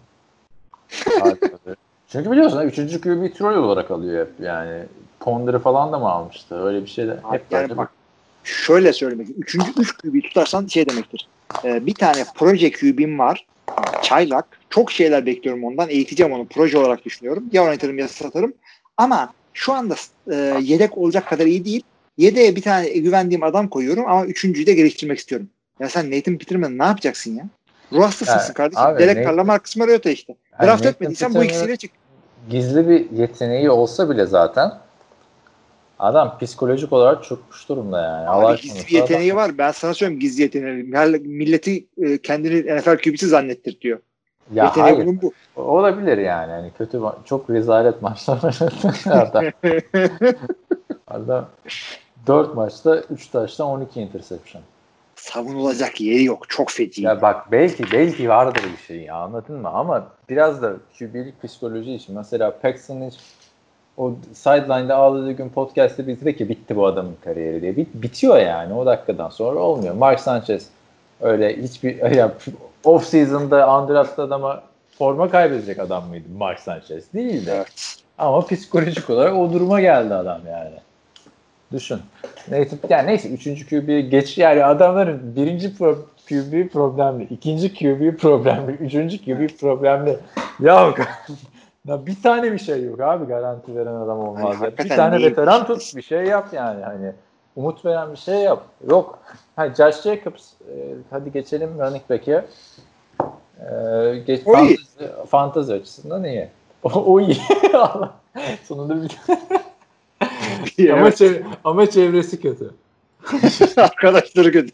Speaker 3: Çünkü biliyorsun üçüncü Q B troll olarak alıyor hep yani. Ponder'ı falan da mı almıştı? Öyle bir şey de hep
Speaker 4: yani bak, şöyle söylemek. Üçüncü üç Q B tutarsan şey demektir. Ee, bir tane proje Q B'm var. Çaylak. Çok şeyler bekliyorum ondan. Eğiteceğim onu. Proje olarak düşünüyorum. Ya oynatırım ya satarım. Ama şu anda e, yedek olacak kadar iyi değil. Yedeğe bir tane güvendiğim adam koyuyorum ama üçüncüyü de geliştirmek istiyorum. Ya sen Nathan Peterman'ı ne yapacaksın ya? Ruh hastasısın yani, kardeşim. Derek Carr'la Marcus Mariota işte. Yani draft etmediysen bu ikisiyle çık.
Speaker 3: Gizli bir yeteneği olsa bile zaten adam psikolojik olarak çökmüş durumda yani.
Speaker 4: Abi gizli bir yeteneği adam var. Ben sana söyleyeyim gizli yeteneği. Milleti e, kendini N F L Q B'si zannettir diyor.
Speaker 3: Ya yeteneği hayır. Bunun bu. Olabilir yani. yani kötü çok rezalet maçlar adam. adam dört maçta üç taştan on iki interception.
Speaker 4: Savunulacak yeri yok. Çok feci.
Speaker 3: Ya bak belki belki vardır bir şey ya, anladın mı? Ama biraz da Q B'lik psikoloji için. Mesela Paxton'ın o sideline'da ağladığı gün podcast'te bitirdi ki bitti bu adamın kariyeri diye. Bit, bitiyor yani. O dakikadan sonra olmuyor. Mark Sanchez öyle hiçbir ya, off season'da undrafted adama forma kaybedecek adam mıydı Mark Sanchez? Değildi. Evet. Ama psikolojik olarak o duruma geldi adam yani. Düşün. Neyse, yani neyse üçüncü Q B geç yani adamların birinci pro, Q B problemli, ikinci Q B problemli, üçüncü Q B problemli. Ya, ya bir tane bir şey yok abi garanti veren adam olmaz. Hani bir tane veteran tut bir şey yap yani hani umut veren bir şey yap. Yok. Hani Josh Jacobs e, hadi geçelim running back'e. E, geç fantasy, fantasy açısından iyi. O, o iyi. Sonunda bir ama, çev- ama çevresi kötü.
Speaker 4: Arkadaşları kötü.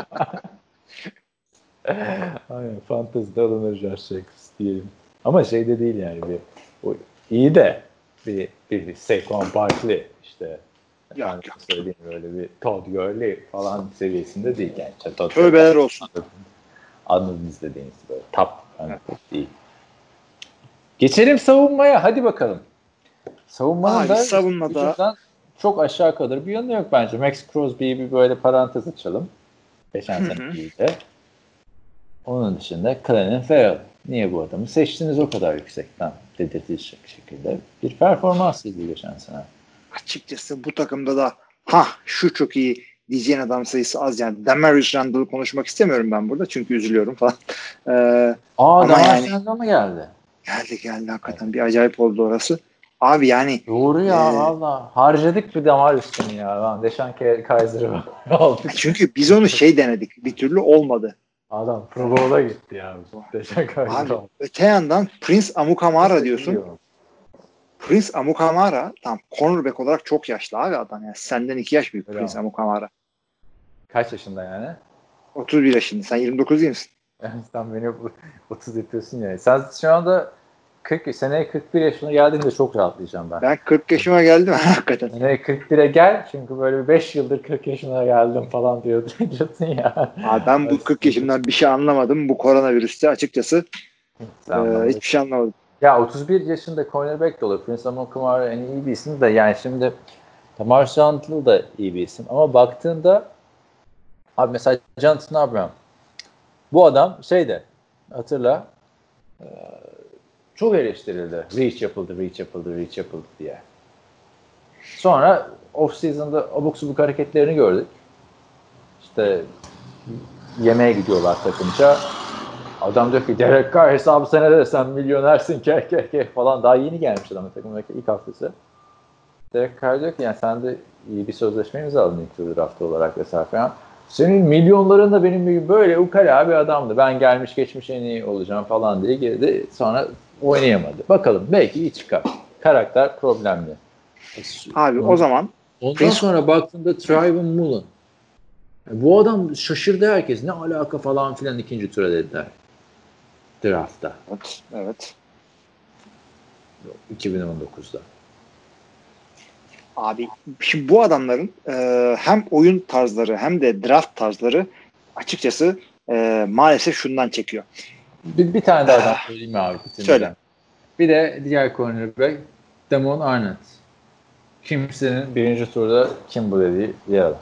Speaker 3: Aynen, fantezide alınır Josh Jacobs diyelim. Ama şey de değil yani bir o iyi de bir bir Saquon Barkley işte
Speaker 4: yok, yok.
Speaker 3: söyleyeyim böyle bir Todd Gurley falan seviyesinde değil yani. Todd
Speaker 4: Tövbeler olsun.
Speaker 3: Anladınız dediğiniz böyle top evet. Değil. Geçelim savunmaya hadi bakalım. Savunmanın
Speaker 4: Abi,
Speaker 3: da
Speaker 4: savunmada
Speaker 3: çok aşağı kalır bir yanı yok bence. Max Crosby'yi bir böyle parantez açalım. Geçen sene iyiydi. Onun dışında Clelin Ferrell. Niye bu adamı seçtiniz o kadar yüksekten dedirtecek şekilde bir performans izledi geçen sene.
Speaker 4: Açıkçası bu takımda da ha şu çok iyi diyeceğin adam sayısı az yani. Damarius Randall'ı konuşmak istemiyorum ben burada çünkü üzülüyorum falan. Ee,
Speaker 3: Aa,
Speaker 4: ama
Speaker 3: Damarius
Speaker 4: yani
Speaker 3: Randall mı geldi?
Speaker 4: geldi geldi hakikaten bir acayip oldu orası. Abi yani
Speaker 3: Doğru ya,
Speaker 4: e,
Speaker 3: valla. Harcadık bir Damarius'unu ya. Lan Deşan Kaiser'ı aldık.
Speaker 4: çünkü biz onu şey denedik. Bir türlü olmadı.
Speaker 3: Adam Pro Bowl'a gitti ya. Deşan Kaiser'ı
Speaker 4: Abi
Speaker 3: aldık.
Speaker 4: öte yandan Prince Amukamara
Speaker 3: Nasıl
Speaker 4: diyorsun.
Speaker 3: gidiyor?
Speaker 4: Prince Amukamara tam cornerback olarak çok yaşlı abi adam yani. Senden iki yaş büyük
Speaker 3: Öyle
Speaker 4: Prince
Speaker 3: ama.
Speaker 4: Amukamara.
Speaker 3: Kaç yaşında yani?
Speaker 4: otuz bir yaşında. Sen yirmi dokuz değil misin?
Speaker 3: Yani sen beni otuz yapıyorsun ya. Sen şu anda kırk, seneye kırk bir yaşına geldiğinde çok rahatlayacağım ben.
Speaker 4: Ben kırk yaşıma geldim hakikaten.
Speaker 3: Seneye kırk bire gel çünkü böyle beş yıldır kırk yaşına geldim falan diyordun, diyordun ya.
Speaker 4: Abi ben bu kırk yaşımdan bir şey anlamadım. Bu koronavirüste açıkçası e, hiçbir şey anlamadım.
Speaker 3: Ya otuz bir yaşında cornerback de olur. Prince Amukamara en iyi bir isim de yani şimdi Damarius Randall da iyi bir isim ama baktığında abi mesela Jonathan Abram bu adam şeyde hatırla e, çok eleştirildi. Reach yapıldı, reach yapıldı, reach yapıldı diye. Sonra off-season'da abuk subuk hareketlerini gördük. İşte yemeğe gidiyorlar takımca. Adam diyor ki Derek Carr hesabı sen edersen milyonersin keh keh keh falan. Daha yeni gelmiş adamın takımdaki ilk haftası. Derek Carr diyor ki yani sen de iyi bir sözleşme imzaladın ilk tur draftı olarak vesaire falan. Senin milyonların da benim gibi böyle ukala bir adamdı. Ben gelmiş geçmiş en iyi olacağım falan diye girdi. Sonra oynayamadı. Bakalım belki iyi çıkar. Karakter problemli.
Speaker 4: Abi o zaman
Speaker 3: Ondan
Speaker 4: Prince...
Speaker 3: sonra baktığında Trayvon Mullen. Bu adam şaşırdı herkes. Ne alaka falan filan ikinci tura dediler. Draft'ta.
Speaker 4: Evet. evet.
Speaker 3: iki bin on dokuzda.
Speaker 4: Abi şimdi bu adamların e, hem oyun tarzları hem de draft tarzları açıkçası e, maalesef şundan çekiyor.
Speaker 3: Bir, bir tane daha adam söyleyeyim mi abi?
Speaker 4: Söyle.
Speaker 3: Bir de diğer cornerback Damon Arnett. Kimsenin birinci turda kim bu dediği bir adam.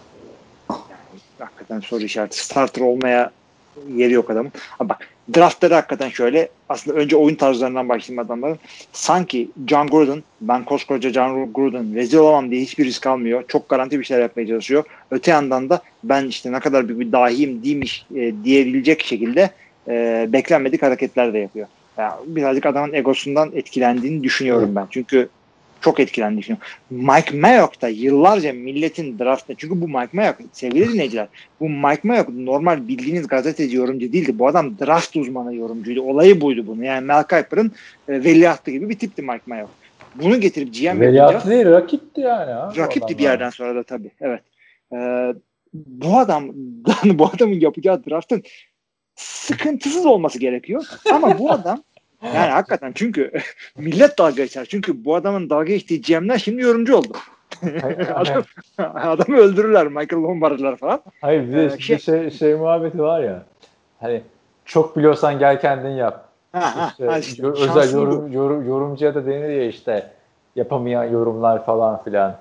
Speaker 4: Hakikaten soru işareti. Starter olmaya yeri yok adamın. Ama bak draftları hakikaten şöyle aslında önce oyun tarzlarından başlayayım adamların. Sanki John Gruden, ben koskoca John Gruden rezil olamam diye hiçbir risk almıyor. Çok garanti bir şeyler yapmaya çalışıyor. Öte yandan da ben işte ne kadar büyük bir dahiyim değilmiş e, diyebilecek şekilde e, beklenmedik hareketler de yapıyor. Yani birazcık adamın egosundan etkilendiğini düşünüyorum ben. Çünkü çok etkilendiğini düşünüyorum. Mike Mayock da yıllarca milletin draftında çünkü bu Mike Mayock sevgili dinleyiciler bu Mike Mayock normal bildiğiniz gazeteci yorumcu değildi. Bu adam draft uzmanı yorumcuydu. Olayı buydu bunu. Yani Mel Kiper'ın e, veliahtı gibi bir tipti Mike Mayock. Bunu getirip G M
Speaker 3: veliahtı değil rakipti yani. Ha,
Speaker 4: rakipti bir yerden sonra da tabii. Evet. Ee, bu adam bu adamın yapacağı draftın sıkıntısız olması gerekiyor. Ama bu adam yani hakikaten çünkü millet dalga geçer. Çünkü bu adamın dalga geçtiği G M'ler şimdi yorumcu oldu. Adam, adamı öldürürler. Michael Lombard'lar falan.
Speaker 3: Hayır bir de
Speaker 4: ee,
Speaker 3: şey, şey, şey muhabbeti var ya. Hani çok biliyorsan gel kendin yap.
Speaker 4: Ha,
Speaker 3: işte,
Speaker 4: ha, işte,
Speaker 3: yor, özel yorum, yorum, yorumcuya da denir ya işte yapamayan yorumlar falan filan.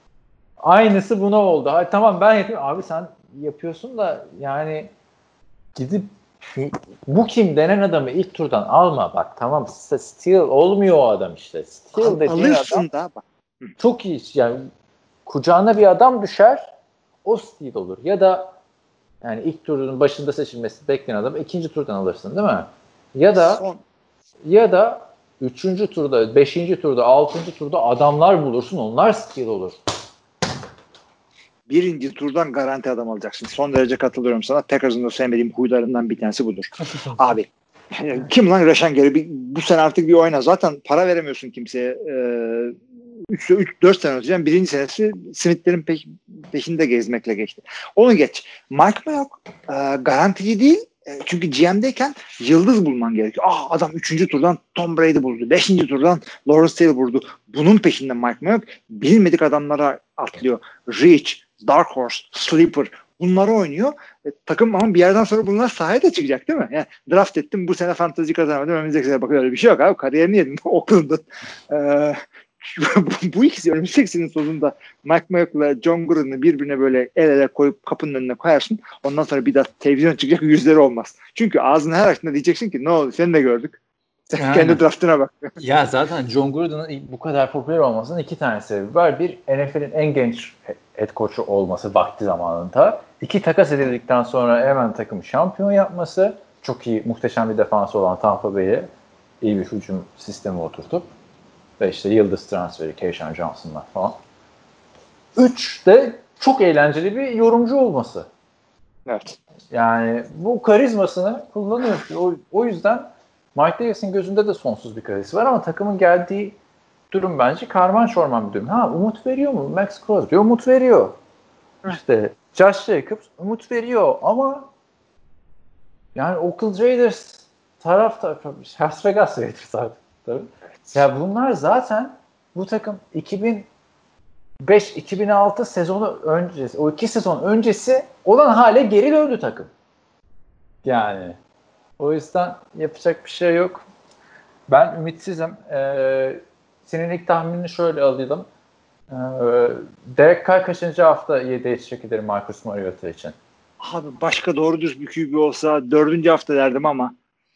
Speaker 3: Aynısı buna oldu. Ha, tamam ben yapayım. Abi sen yapıyorsun da yani gidip bu kim denen adamı ilk turdan alma bak tamam steal olmuyor o adam işte. Steal
Speaker 4: Al,
Speaker 3: dediğin
Speaker 4: alırsın
Speaker 3: adam
Speaker 4: da bak.
Speaker 3: çok iyi yani kucağına bir adam düşer o steal olur ya da yani ilk turun başında seçilmesi beklenen adam ikinci turdan alırsın değil mi? Ya da Son. ya da üçüncü turda, beşinci turda, altıncı turda adamlar bulursun onlar steal olur.
Speaker 4: Birinci turdan garanti adam alacaksın. Son derece katılıyorum sana. Packers'ın da sevmediğim huylarından bir tanesi budur. Abi kim lan Rashan Gary? Bu sene artık bir oyna. Zaten para veremiyorsun kimseye. üç dört sene önce birinci senesi Smith'lerin peş, peşinde gezmekle geçti. Onu geç. Mike Mayock e, garantici değil. E, çünkü G M'deyken yıldız bulman gerekiyor. Ah adam üçüncü turdan Tom Brady buldu. beşinci turdan Lawrence Taylor buldu. Bunun peşinde Mike Mayock bilmedik adamlara atlıyor. Reach, Dark Horse, Sleeper bunları oynuyor. E, takım ama bir yerden sonra bunlar sahaya da çıkacak değil mi? Yani draft ettim bu sene fantasy kazanamadım. Önümüzdeki sene bakıyor öyle bir şey yok abi. Kariyerini yedim. Oakland'ın. Eee bu ikisi önümüzdeki senin sonunda Mike Mayock'la John Gruden'ı birbirine böyle el ele koyup kapının önüne koyarsın. Ondan sonra bir daha televizyon çıkacak yüzleri olmaz. Çünkü ağzını her açtığında diyeceksin ki ne oldu seni de gördük. Yani. Kendi draftına bak.
Speaker 3: Ya zaten John Gruden'ın bu kadar popüler olmasının iki tane sebebi var. Bir, N F L'in en genç head coach'u olması vakti zamanında. İki, takas edildikten sonra hemen takımı şampiyon yapması. Çok iyi, muhteşem bir defansı olan Tampa Bay'e iyi bir hücum sistemi oturtup ve işte yıldız transferi Keyshawn Johnson'lar falan. Üç de çok eğlenceli bir yorumcu olması.
Speaker 4: Evet.
Speaker 3: Yani bu karizmasını kullanıyor. O, o yüzden Mike Davis'in gözünde de sonsuz bir karizması var ama takımın geldiği durum bence karman çorman bir durum. Ha, umut veriyor mu? Max Crosby umut veriyor. İşte Josh Jacobs umut veriyor ama yani Oakland Raiders taraftar, Las Vegas Raiders artık tabii. Ya bunlar zaten bu takım iki bin beş iki bin altı sezonu öncesi, o iki sezon öncesi olan hale geri döndü takım. Yani o yüzden yapacak bir şey yok. Ben ümitsizim. Ee, senin ilk tahminini şöyle alayım. Ee, Derek Carr kaçıncı hafta değişecek eder Marcus Mariota için?
Speaker 4: Abi başka doğru düz bir Q B olsa dördüncü hafta derdim ama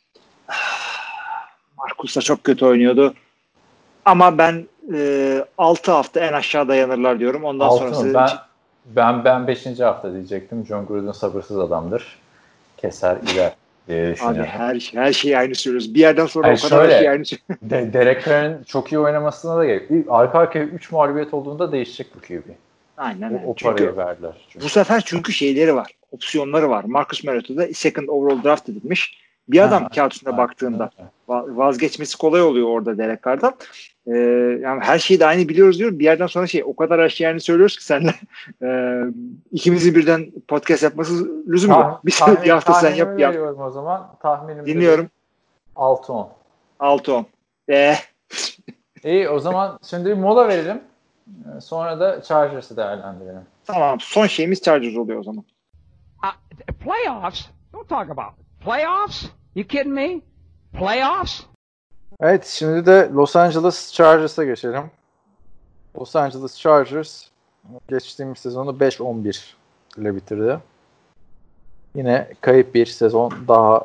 Speaker 4: Marcus da çok kötü oynuyordu. Ama ben e, altı hafta en aşağı dayanırlar diyorum. Ondan sonrası
Speaker 3: ben, ben ben beşinci hafta diyecektim. John Gruden sabırsız adamdır. Keser gider diye düşünüyorum.
Speaker 4: Abi her, şey, her şeyi aynı söylüyoruz. Bir yerden sonra
Speaker 3: yani
Speaker 4: o kadar
Speaker 3: şöyle,
Speaker 4: şey aynı söylüyoruz.
Speaker 3: De, Derek Carr'ın çok iyi oynamasına da gerek. Arka arkaya üç mağlubiyet olduğunda değişecek bu Q B.
Speaker 4: Aynen öyle.
Speaker 3: O, o parayı verdiler. Çünkü.
Speaker 4: Bu sefer çünkü şeyleri var. Opsiyonları var. Marcus Mariota'da second overall draft edilmiş. Bir adam ha, kağıt üstüne ha, baktığında ha. vazgeçmesi kolay oluyor orada Derek Carr'dan. Ee, yani her şeyi de aynı biliyoruz diyorum. Bir yerden sonra şey o kadar her şeyi aynı söylüyoruz ki seninle e, ikimizin birden podcast yapması lüzum yok. Bir, tahmin, bir hafta sen yap yap.
Speaker 3: o zaman. Tahminim
Speaker 4: dinliyorum.
Speaker 3: altı on.
Speaker 4: altı on. Eee.
Speaker 3: İyi o zaman şimdi bir mola verelim. Sonra da Chargers'ı değerlendirelim.
Speaker 4: Tamam. Son şeyimiz Chargers oluyor o zaman.
Speaker 5: Uh, playoffs? Don't talk about it. Playoffs? You kidding me? Playoffs?
Speaker 3: Evet, şimdi de Los Angeles Chargers'a geçelim. Los Angeles Chargers geçtiğimiz sezonu beş on bir ile bitirdi. Yine kayıp bir sezon daha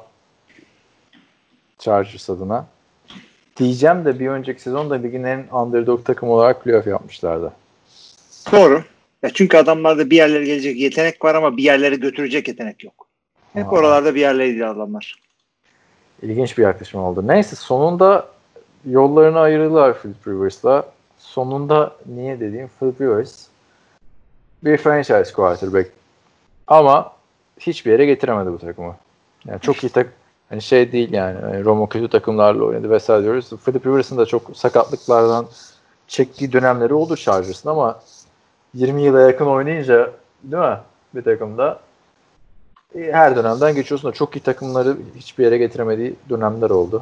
Speaker 3: Chargers adına. Diyeceğim de bir önceki sezonda ligin en underdog takım olarak playoff yapmışlardı.
Speaker 4: Doğru. Ya çünkü adamlarda bir yerlere gelecek yetenek var ama bir yerlere götürecek yetenek yok. Hep Aa. oralarda bir yerlere gidiyor adamlar.
Speaker 3: İlginç bir yaklaşım oldu. Neyse sonunda yollarını ayırdılar Philip Rivers'la. Sonunda niye dediğim Philip Rivers bir franchise quarterback ama hiçbir yere getiremedi bu takımı. Yani çok iyi tak hani şey değil yani. yani Romo kötü takımlarla oynadı vesaire diyoruz. Philip Rivers'ın da çok sakatlıklardan çektiği dönemleri oldu Chargers'ın ama yirmi yıla yakın oynayınca değil mi bir takımda her dönemden geçiyorsun da çok iyi takımları hiçbir yere getiremediği dönemler oldu.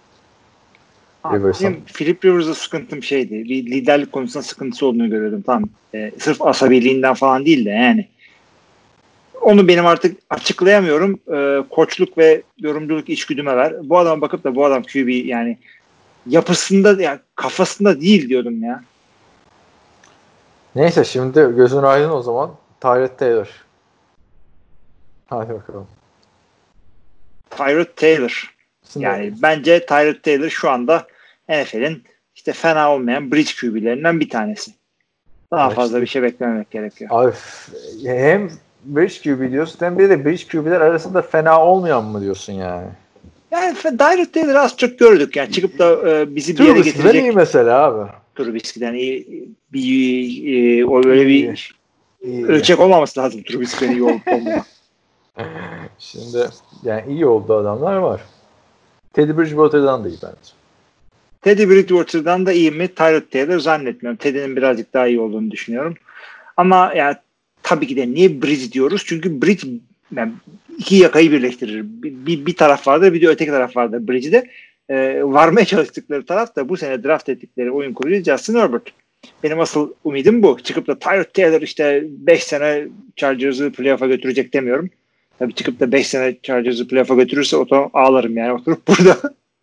Speaker 4: Benim Philip Rivers'a sıkıntım şeydi. Bir liderlik konusunda sıkıntısı olduğunu görüyordum. Tamam. E, sırf asabiliğinden falan değil de yani. Onu benim artık açıklayamıyorum. E, koçluk ve yorumculuk içgüdüme ver. Bu adama bakıp da bu adam Q B yani yapısında yani kafasında değil diyordum ya.
Speaker 3: Neyse şimdi gözün aydın o zaman. Tyrod Taylor. Hadi bakalım.
Speaker 4: Tyrod Taylor. Şimdi yani bence Tyrod Taylor şu anda N F L'in işte fena olmayan bridge Q B'lerinden bir tanesi. Daha fazla işte, bir şey beklememek gerekiyor.
Speaker 3: Abi, hem bridge Q B diyorsun hem bir de bridge Q B'ler arasında fena olmayan mı diyorsun yani?
Speaker 4: Yani Tyrod Taylor'ı az çok gördük yani çıkıp da e, bizi bir yere getirecek.
Speaker 3: Trubisky'den iyi mesela abi.
Speaker 4: Trubisky'den iyi bir e, o öyle bir iyi. Ölçek olmaması lazım Trubisky'den iyi olup olmamak.
Speaker 3: Şimdi yani iyi olduğu adamlar var. Teddy Bridgewater'dan da iyi bence.
Speaker 4: Teddy Bridgewater'dan da iyi mi? Tyrod Taylor zannetmiyorum. Teddy'nin birazcık daha iyi olduğunu düşünüyorum. Ama yani tabii ki de niye Bridge diyoruz? Çünkü Bridge yani iki yakayı birleştirir. Bir, bir, bir taraf vardır bir de öteki taraf vardır Bridge'de. Ee, varmaya çalıştıkları taraf da bu sene draft ettikleri oyun kurucu Justin Herbert. Benim asıl umidim bu. Çıkıp da Tyrod Taylor işte beş sene Chargers'ı playoff'a götürecek demiyorum. Tabii çıkıp da beş sene Chargers'ı playoff'a götürürse o zaman ağlarım yani oturup burada.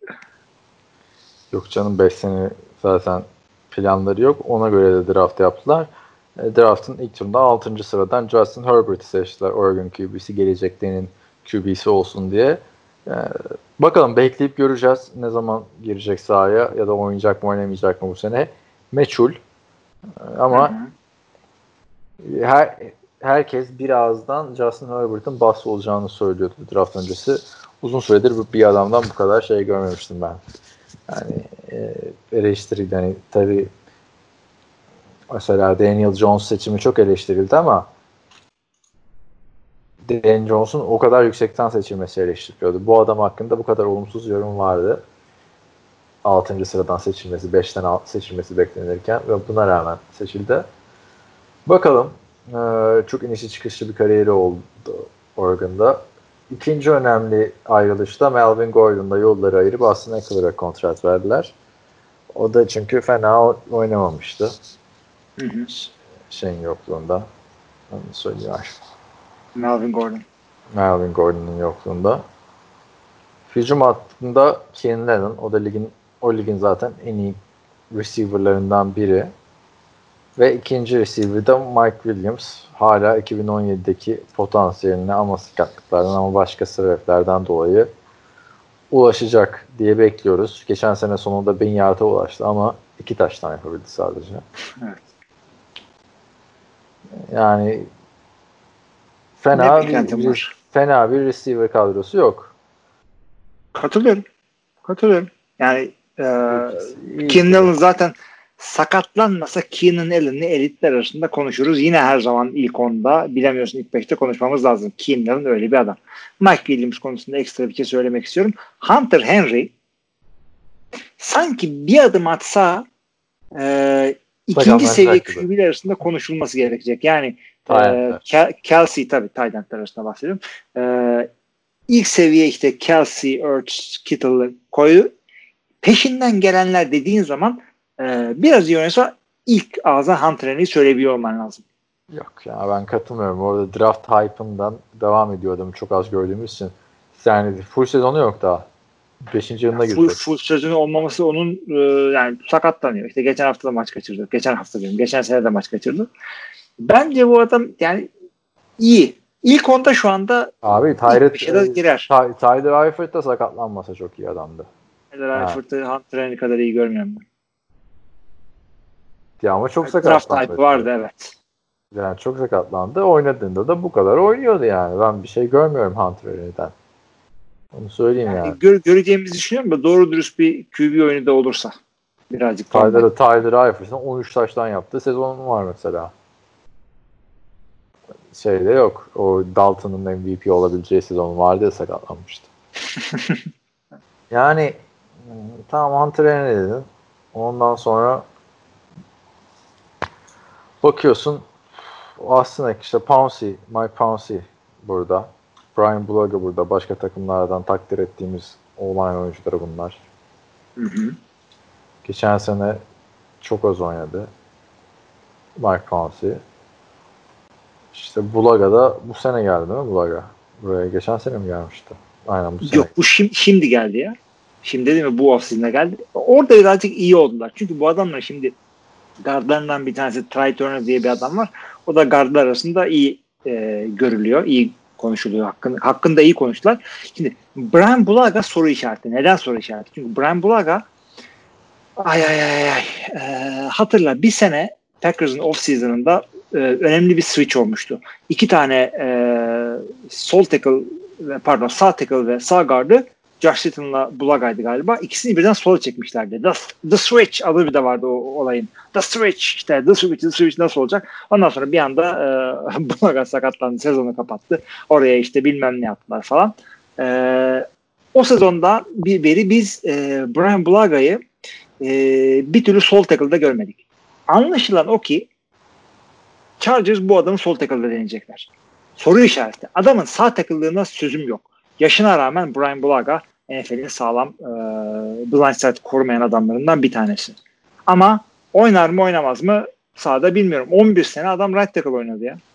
Speaker 3: Yok canım beş sene zaten planları yok. Ona göre de draft yaptılar. E, draft'ın ilk turunda altıncı sıradan Justin Herbert'i seçtiler. Oregon Q B'si geleceklerinin Q B'si olsun diye. Yani, bakalım bekleyip göreceğiz ne zaman girecek sahaya ya da oynayacak mı oynamayacak mı bu sene. Meçhul. Ama hı hı. her herkes birazdan Justin Herbert'ın bust olacağını söylüyordu draft öncesi. Uzun süredir bir adamdan bu kadar şey görmemiştim ben. Yani e, eleştirildi. Yani tabii mesela Daniel Jones seçimi çok eleştirildi ama Daniel Jones'un o kadar yüksekten seçilmesi eleştiriliyordu. Bu adam hakkında bu kadar olumsuz yorum vardı. altıncı sıradan seçilmesi, beşten seçilmesi beklenirken ve buna rağmen seçildi. Bakalım. Ee, çok inişi çıkışlı bir kariyeri oldu Oregon'da. İkinci önemli ayrılışta Melvin Gordon'la yolları ayırıp Austin Ekeler'a kontrat verdiler. O da çünkü fena oynamamıştı.
Speaker 4: Hı hı.
Speaker 3: Şeyin yokluğunda. Onu söylüyor.
Speaker 4: Melvin Gordon.
Speaker 3: Melvin Gordon'un yokluğunda. Hücum hattında Keenan Allen. O da ligin o ligin zaten en iyi receiver'larından biri. Ve ikinci receiver de Mike Williams. Hala iki bin on yedideki potansiyeline ama sakatlıklardan ama başka sebeplerden dolayı ulaşacak diye bekliyoruz. Geçen sene sonunda bin yarda ulaştı ama iki taştan yapabildi sadece. Evet. Yani fena bir, bir fena bir receiver kadrosu yok.
Speaker 4: Katılıyorum. Katılıyorum. Yani e, Keenan Allen zaten sakatlanmasa Keenan Allen'le elitler arasında konuşuruz. Yine her zaman ilk onda bilemiyorsun ilk beşte konuşmamız lazım. Keenan Allen öyle bir adam. Mike Williams konusunda ekstra bir şey söylemek istiyorum. Hunter Henry sanki bir adım atsa e, ikinci seviye Q B'ler arasında konuşulması gerekecek. Yani e, Kelsey tabii tight endler arasında bahsediyorum. E, ilk seviye işte Kelsey, Ertz, Kittle'ı koyu. Peşinden gelenler dediğin zaman e, biraz iyi oynasa ilk ağza Hunter Henry'i söyleyebiliyor olman lazım.
Speaker 3: Yok ya ben katılmıyorum. Orada draft hype'ından devam ediyordum. Çok az gördüğümüz için. Yani full sezonu yok daha. beşinci yılına girecek.
Speaker 4: Full, full sezonu olmaması onun e, yani sakatlanıyor. İşte geçen hafta da maç kaçırdı. Geçen hafta diyorum. Geçen sene de maç kaçırdı. Bence bu adam yani iyi. İlk onda şu anda
Speaker 3: abi Tyler,
Speaker 4: bir şeyler girer.
Speaker 3: Tyler Eifert da sakatlanmasa çok iyi adamdı.
Speaker 4: Tyler Eifert'ı Hunter Henry kadar iyi görmüyorum ben.
Speaker 3: Ya ama çok
Speaker 4: yani
Speaker 3: sakatlandı.
Speaker 4: Draft type vardı evet.
Speaker 3: Yani çok sakatlandı. Oynadığında da bu kadar oynuyordu yani. Ben bir şey görmüyorum Hunter Henry'den. Onu söyleyeyim yani. yani.
Speaker 4: Gör, göreceğimizi düşünüyorum da doğru dürüst bir Q B oyunu da olursa. Birazcık
Speaker 3: Tyler, Tyler Eifert'ın on üç taştan yaptığı sezonun var mesela. Şeyde yok. O Dalton'un M V P olabileceği sezon vardı ya sakatlanmıştı. yani tamam Hunter Henry dedin. Ondan sonra bakıyorsun aslında işte Pouncey, Mike Pouncey burada. Brian Bulaga burada. Başka takımlardan takdir ettiğimiz online oyuncuları bunlar.
Speaker 4: Hı hı.
Speaker 3: Geçen sene çok az oynadı. Mike Pouncey. İşte Bulaga da bu sene geldi değil mi Bulaga? Buraya geçen sene mi gelmişti? Aynen bu sene.
Speaker 4: Yok bu şim, şimdi geldi ya. Şimdi değil mi? Bu off-season'da geldi. Orada birazcık iyi oldular. Çünkü bu adamlar şimdi guardlarından bir tanesi Try Turner diye bir adam var. O da guardlar arasında iyi e, görülüyor. İyi konuşuluyor. Hakkında, hakkında iyi konuştular. Şimdi Brian Bulaga soru işareti. Neden soru işareti? Çünkü Brian Bulaga ay ay ay ay e, hatırla bir sene Packers'ın off-season'ında e, önemli bir switch olmuştu. İki tane e, sol tackle pardon sağ tackle ve sağ guard'ı Josh Sitton'la Bulaga'ydı galiba. İkisini birden sola çekmişlerdi. The, the Switch adı bir de vardı o, o olayın. The Switch işte The Switch, The Switch nasıl olacak? Ondan sonra bir anda e, Bulaga sakatlandı. Sezonu kapattı. Oraya işte bilmem ne yaptılar falan. E, o sezonda bir beri biz e, Brian Bulaga'yı e, bir türlü sol tackle'da görmedik. Anlaşılan o ki Chargers bu adamı sol tackle'da deneyecekler. Soru işareti. Adamın sağ tackle'lığına sözüm yok. Yaşına rağmen Brian Bulaga N F L'in sağlam e, blindside korumayan adamlarından bir tanesi. Ama oynar mı oynamaz mı sahada bilmiyorum. on bir sene adam right tackle oynadı ya.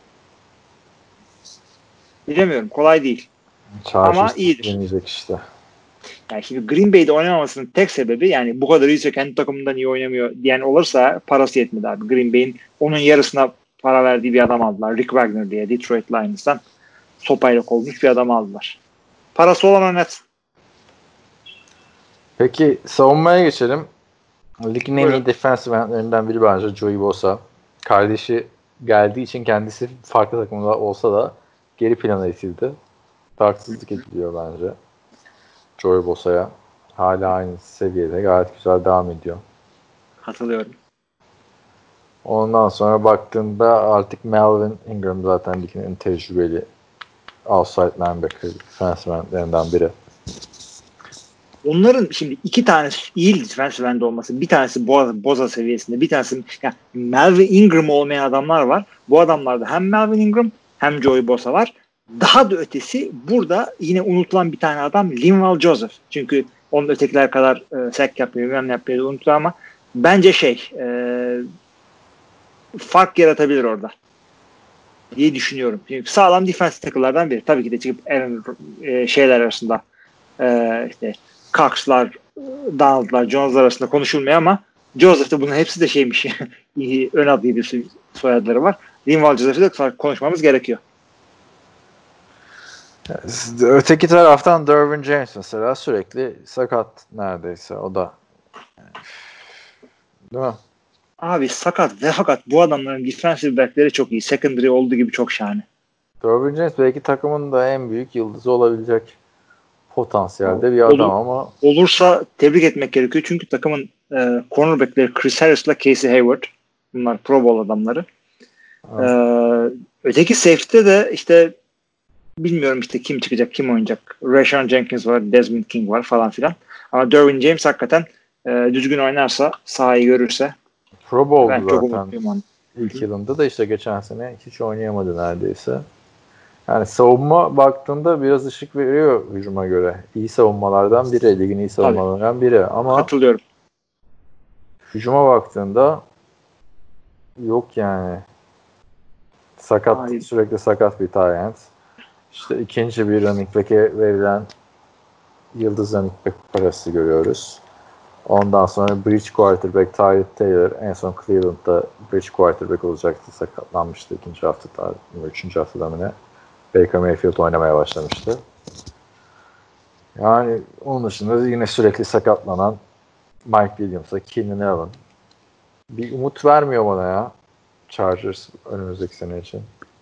Speaker 4: Bilemiyorum. Kolay değil.
Speaker 3: Chargers
Speaker 4: ama iyidir.
Speaker 3: Deneyecek işte.
Speaker 4: Yani şimdi Green Bay'de oynamamasının tek sebebi yani bu kadar iyiyse kendi takımından iyi oynamıyor diyen olursa parası yetmedi abi. Green Bay'in onun yarısına para verdiği bir adam aldılar. Rick Wagner diye Detroit Lions'tan sopayla kovmuş bir adam aldılar. Parası olan oynatsın.
Speaker 3: Peki savunmaya geçelim. Ligin en
Speaker 4: Buyurun.
Speaker 3: iyi defensive endlerinden biri bence Joey Bosa. Kardeşi geldiği için kendisi farklı takımda olsa da geri plana itildi. Haksızlık ediliyor bence Joey Bosa'ya. Hala aynı seviyede gayet güzel devam ediyor.
Speaker 4: Hatırlıyorum.
Speaker 3: Ondan sonra baktığında artık Melvin Ingram zaten ligin en tecrübeli outside linebacker defensive endlerinden biri.
Speaker 4: Onların şimdi iki tanesi iyi defensive end olması, bir tanesi Boza, Boza seviyesinde, bir tanesi yani Melvin Ingram olmayan adamlar var. Bu adamlarda hem Melvin Ingram hem Joey Bosa var. Daha da ötesi burada yine unutulan bir tane adam Linval Joseph. Çünkü onun ötekiler kadar e, sack yapmıyor, bilmem ne yapmıyor, unutuyor ama bence şey e, fark yaratabilir orada diye düşünüyorum. Çünkü sağlam defensive tackle'lardan biri. Tabii ki de çıkıp Aaron, e, şeyler arasında e, işte Cox'lar, Donald'lar, Jones'lar arasında konuşulmuyor ama Joseph'te bunun hepsi de şeymiş. Ön adlı bir soyadları var. Linval Joseph'te de konuşmamız gerekiyor.
Speaker 3: Öteki taraftan Derwin James mesela sürekli sakat neredeyse o da. Değil mi?
Speaker 4: Abi sakat ve fakat bu adamların defensive back'leri çok iyi. Secondary olduğu gibi çok şahane.
Speaker 3: Derwin James belki takımın da en büyük yıldızı olabilecek potansiyelde bir adam Olur, ama
Speaker 4: olursa tebrik etmek gerekiyor. Çünkü takımın e, cornerback'leri Chris Harris'la Casey Hayward. Bunlar Pro Bowl adamları. Evet. E, öteki safety'de de işte bilmiyorum işte kim çıkacak, kim oynayacak. Rashawn Jenkins var, Desmond King var falan filan. Ama Derwin James hakikaten e, düzgün oynarsa, sahayı görürse
Speaker 3: Pro Bowl
Speaker 4: ben
Speaker 3: zaten.
Speaker 4: çok umutluyum.
Speaker 3: İlk yılında da işte geçen sene hiç oynayamadı neredeyse. Yani savunma baktığında biraz ışık veriyor hücuma göre. İyi savunmalardan biri, ligin iyi savunmalarından biri. Ama
Speaker 4: katılıyorum.
Speaker 3: Hücuma baktığında yok yani. Sakat, Hayır. sürekli sakat bir tight end. İşte ikinci bir running back'e verilen yıldız running back parası görüyoruz. Ondan sonra bridge quarterback Tyrod Taylor en son Cleveland'da bridge quarterback olacaktı. Sakatlanmıştı ikinci haftada, üçüncü haftada mı ne? Baker Mayfield oynamaya başlamıştı. Yani onun dışında yine sürekli sakatlanan Mike Williams'a, Keenan Allen. Bir umut vermiyor bana ya Chargers önümüzdeki sene için.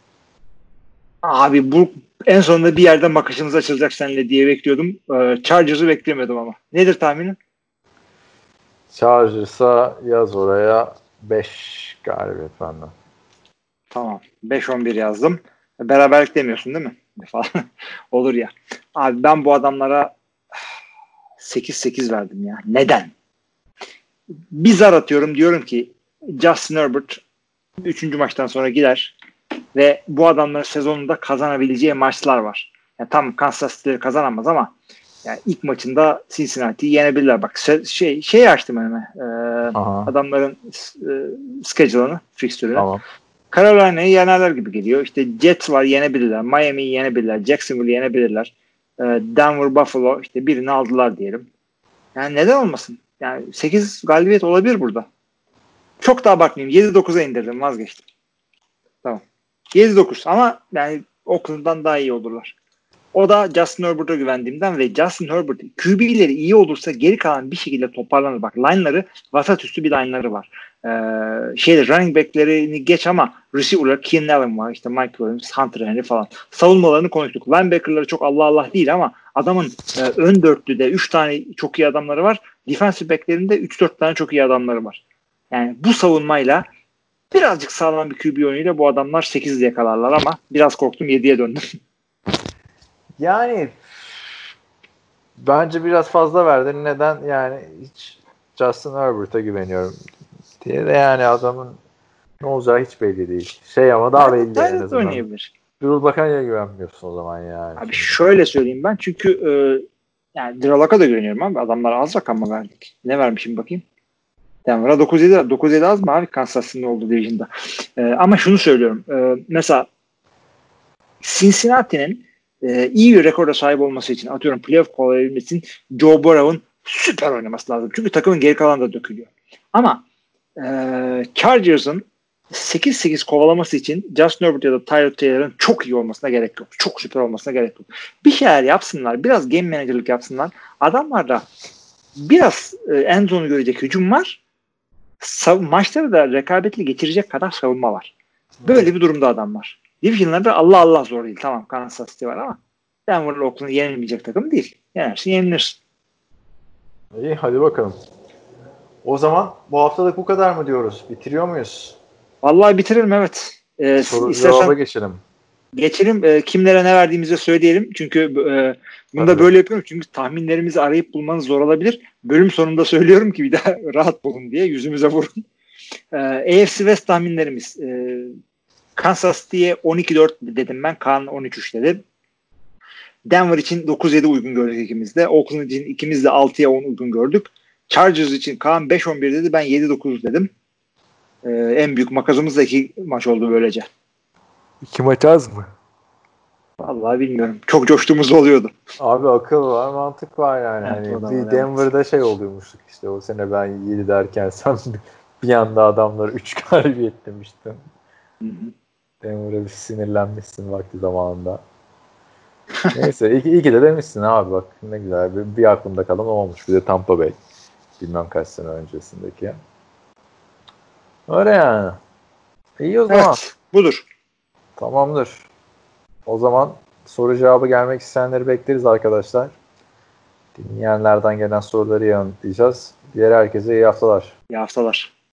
Speaker 4: Abi bu en sonunda bir yerden bakışımız açılacak seninle diye bekliyordum. Chargers'ı beklemiyordum ama. Nedir tahminin?
Speaker 3: Chargers'a yaz oraya beş galibiyet benden.
Speaker 4: Tamam. beş on bir yazdım. Beraberlik demiyorsun değil mi? Olur ya. Abi ben bu adamlara sekiz sekiz verdim ya. Neden? Bir zar atıyorum. Diyorum ki Justin Herbert üçüncü maçtan sonra gider ve bu adamların sezonunda kazanabileceği maçlar var. Yani tam Kansas City'leri kazanamaz ama yani ilk maçında Cincinnati'yi yenebilirler. Bak şey şey açtım önüme. Ee, adamların e, schedule'ını, fixture'ını. Tamam. Carolina'yı yenerler gibi geliyor. İşte Jets var, yenebilirler. Miami'yi yenebilirler. Jacksonville'i yenebilirler. Ee, Denver, Buffalo işte birini aldılar diyelim. Yani neden olmasın? Yani sekiz galibiyet olabilir burada. Çok da abartmayayım. yedi dokuza indirdim, vazgeçtim. Tamam. yedi dokuz ama yani Oakland'dan daha iyi olurlar. O da Justin Herbert'a güvendiğimden ve Justin Herbert Q B'leri iyi olursa geri kalan bir şekilde toparlanır. Bak line'ları vasat üstü bir line'ları var. Ee, şeyde running back'lerini geç ama receiver'lar Keenan Allen var. İşte Mike Williams, Hunter Henry falan. Savunmalarını konuştuk. Linebacker'ları çok Allah Allah değil ama adamın e, ön dörtlüde üç tane çok iyi adamları var. Defensive back'lerinde üç dört tane çok iyi adamları var. Yani bu savunmayla birazcık sağlam bir Q B oyunuyla bu adamlar sekizde yakalarlar ama biraz korktum yediye döndüm.
Speaker 3: Yani bence biraz fazla verdin. Neden? Yani hiç Justin Herbert'a güveniyorum diye de yani adamın ne olacağı hiç belli değil. Şey ama daha belli en
Speaker 4: azından.
Speaker 3: Oynayabilir. Drew Lock'a güvenmiyorsun o zaman yani.
Speaker 4: Abi şöyle söyleyeyim ben çünkü e, yani Drew Lock'a da güveniyorum abi. Adamlara az rakam mı verdik? Ne vermişim bakayım? Denver'a dokuz yedi dokuz yedi az mı abi Kansas City'nin olduğu division'da. E, ama şunu söylüyorum. E, mesela Cincinnati'nin e, iyi bir rekorda sahip olması için atıyorum playoff kolabilmesi için Joe Burrow'un süper oynaması lazım. Çünkü takımın geri kalanı da dökülüyor. Ama e, Chargers'ın sekiz sekiz kovalaması için Justin Herbert ya da Tyrod Taylor'ın çok iyi olmasına gerek yok. Çok süper olmasına gerek yok. Bir şeyler yapsınlar. Biraz game manager'lık yapsınlar. Adamlarda biraz e, end zone'u görecek hücum var. Sav- maçları da rekabetli geçirecek kadar savunma var. Böyle bir durumda adam var. Division'larda Allah Allah zor değil. Tamam Kansas City var ama Denver'la Oakland yenilmeyecek takım değil. Yenersin yenilirsin.
Speaker 6: İyi hadi bakalım. O zaman bu haftalık bu kadar mı diyoruz? Bitiriyor muyuz?
Speaker 4: Vallahi bitirelim evet. Ee,
Speaker 6: Soru
Speaker 4: istersen
Speaker 6: cevaba geçelim.
Speaker 4: geçelim. E, kimlere ne verdiğimizi söyleyelim. Çünkü e, bunu da
Speaker 6: Tabii.
Speaker 4: böyle yapıyorum. Çünkü tahminlerimizi arayıp bulmanız zor olabilir. Bölüm sonunda söylüyorum ki bir daha rahat bulun diye yüzümüze vurun. E, A F C West tahminlerimiz. E, Kansas City'ye on iki dört dedim ben. Kaan on üç üç dedi. Denver için dokuz yedi uygun gördük ikimiz de. Oakland için ikimiz de altıya on uygun gördük. Chargers için Kaan beş on bir dedi. Ben yedi dokuz dedim. E, en büyük makasımız da iki maç oldu böylece.
Speaker 6: İki maç az mı?
Speaker 4: Vallahi bilmiyorum. Çok coştuğumuz oluyordu.
Speaker 6: Abi akıl var, mantık var yani.
Speaker 4: Evet,
Speaker 6: Hani
Speaker 4: o da
Speaker 6: bir
Speaker 4: var,
Speaker 6: Denver'da şey oluyormuştuk işte o sene ben yedi derken sen bir anda adamları üç galibiyet demiştin.
Speaker 4: Hı hı.
Speaker 6: Denver'a bir sinirlenmişsin vakti zamanında. Neyse iyi, iyi ki de demişsin abi bak ne güzel bir, bir aklımda kalan olmuş. Bir de Tampa Bay. Bilmem kaç sene öncesindeki. Öyle yani. İyi o zaman.
Speaker 4: Evet, budur.
Speaker 6: Tamamdır. O zaman soru cevabı gelmek isteyenleri bekleriz arkadaşlar. Dinleyenlerden gelen soruları yanıtlayacağız. Diğer herkese iyi haftalar.
Speaker 4: İyi haftalar.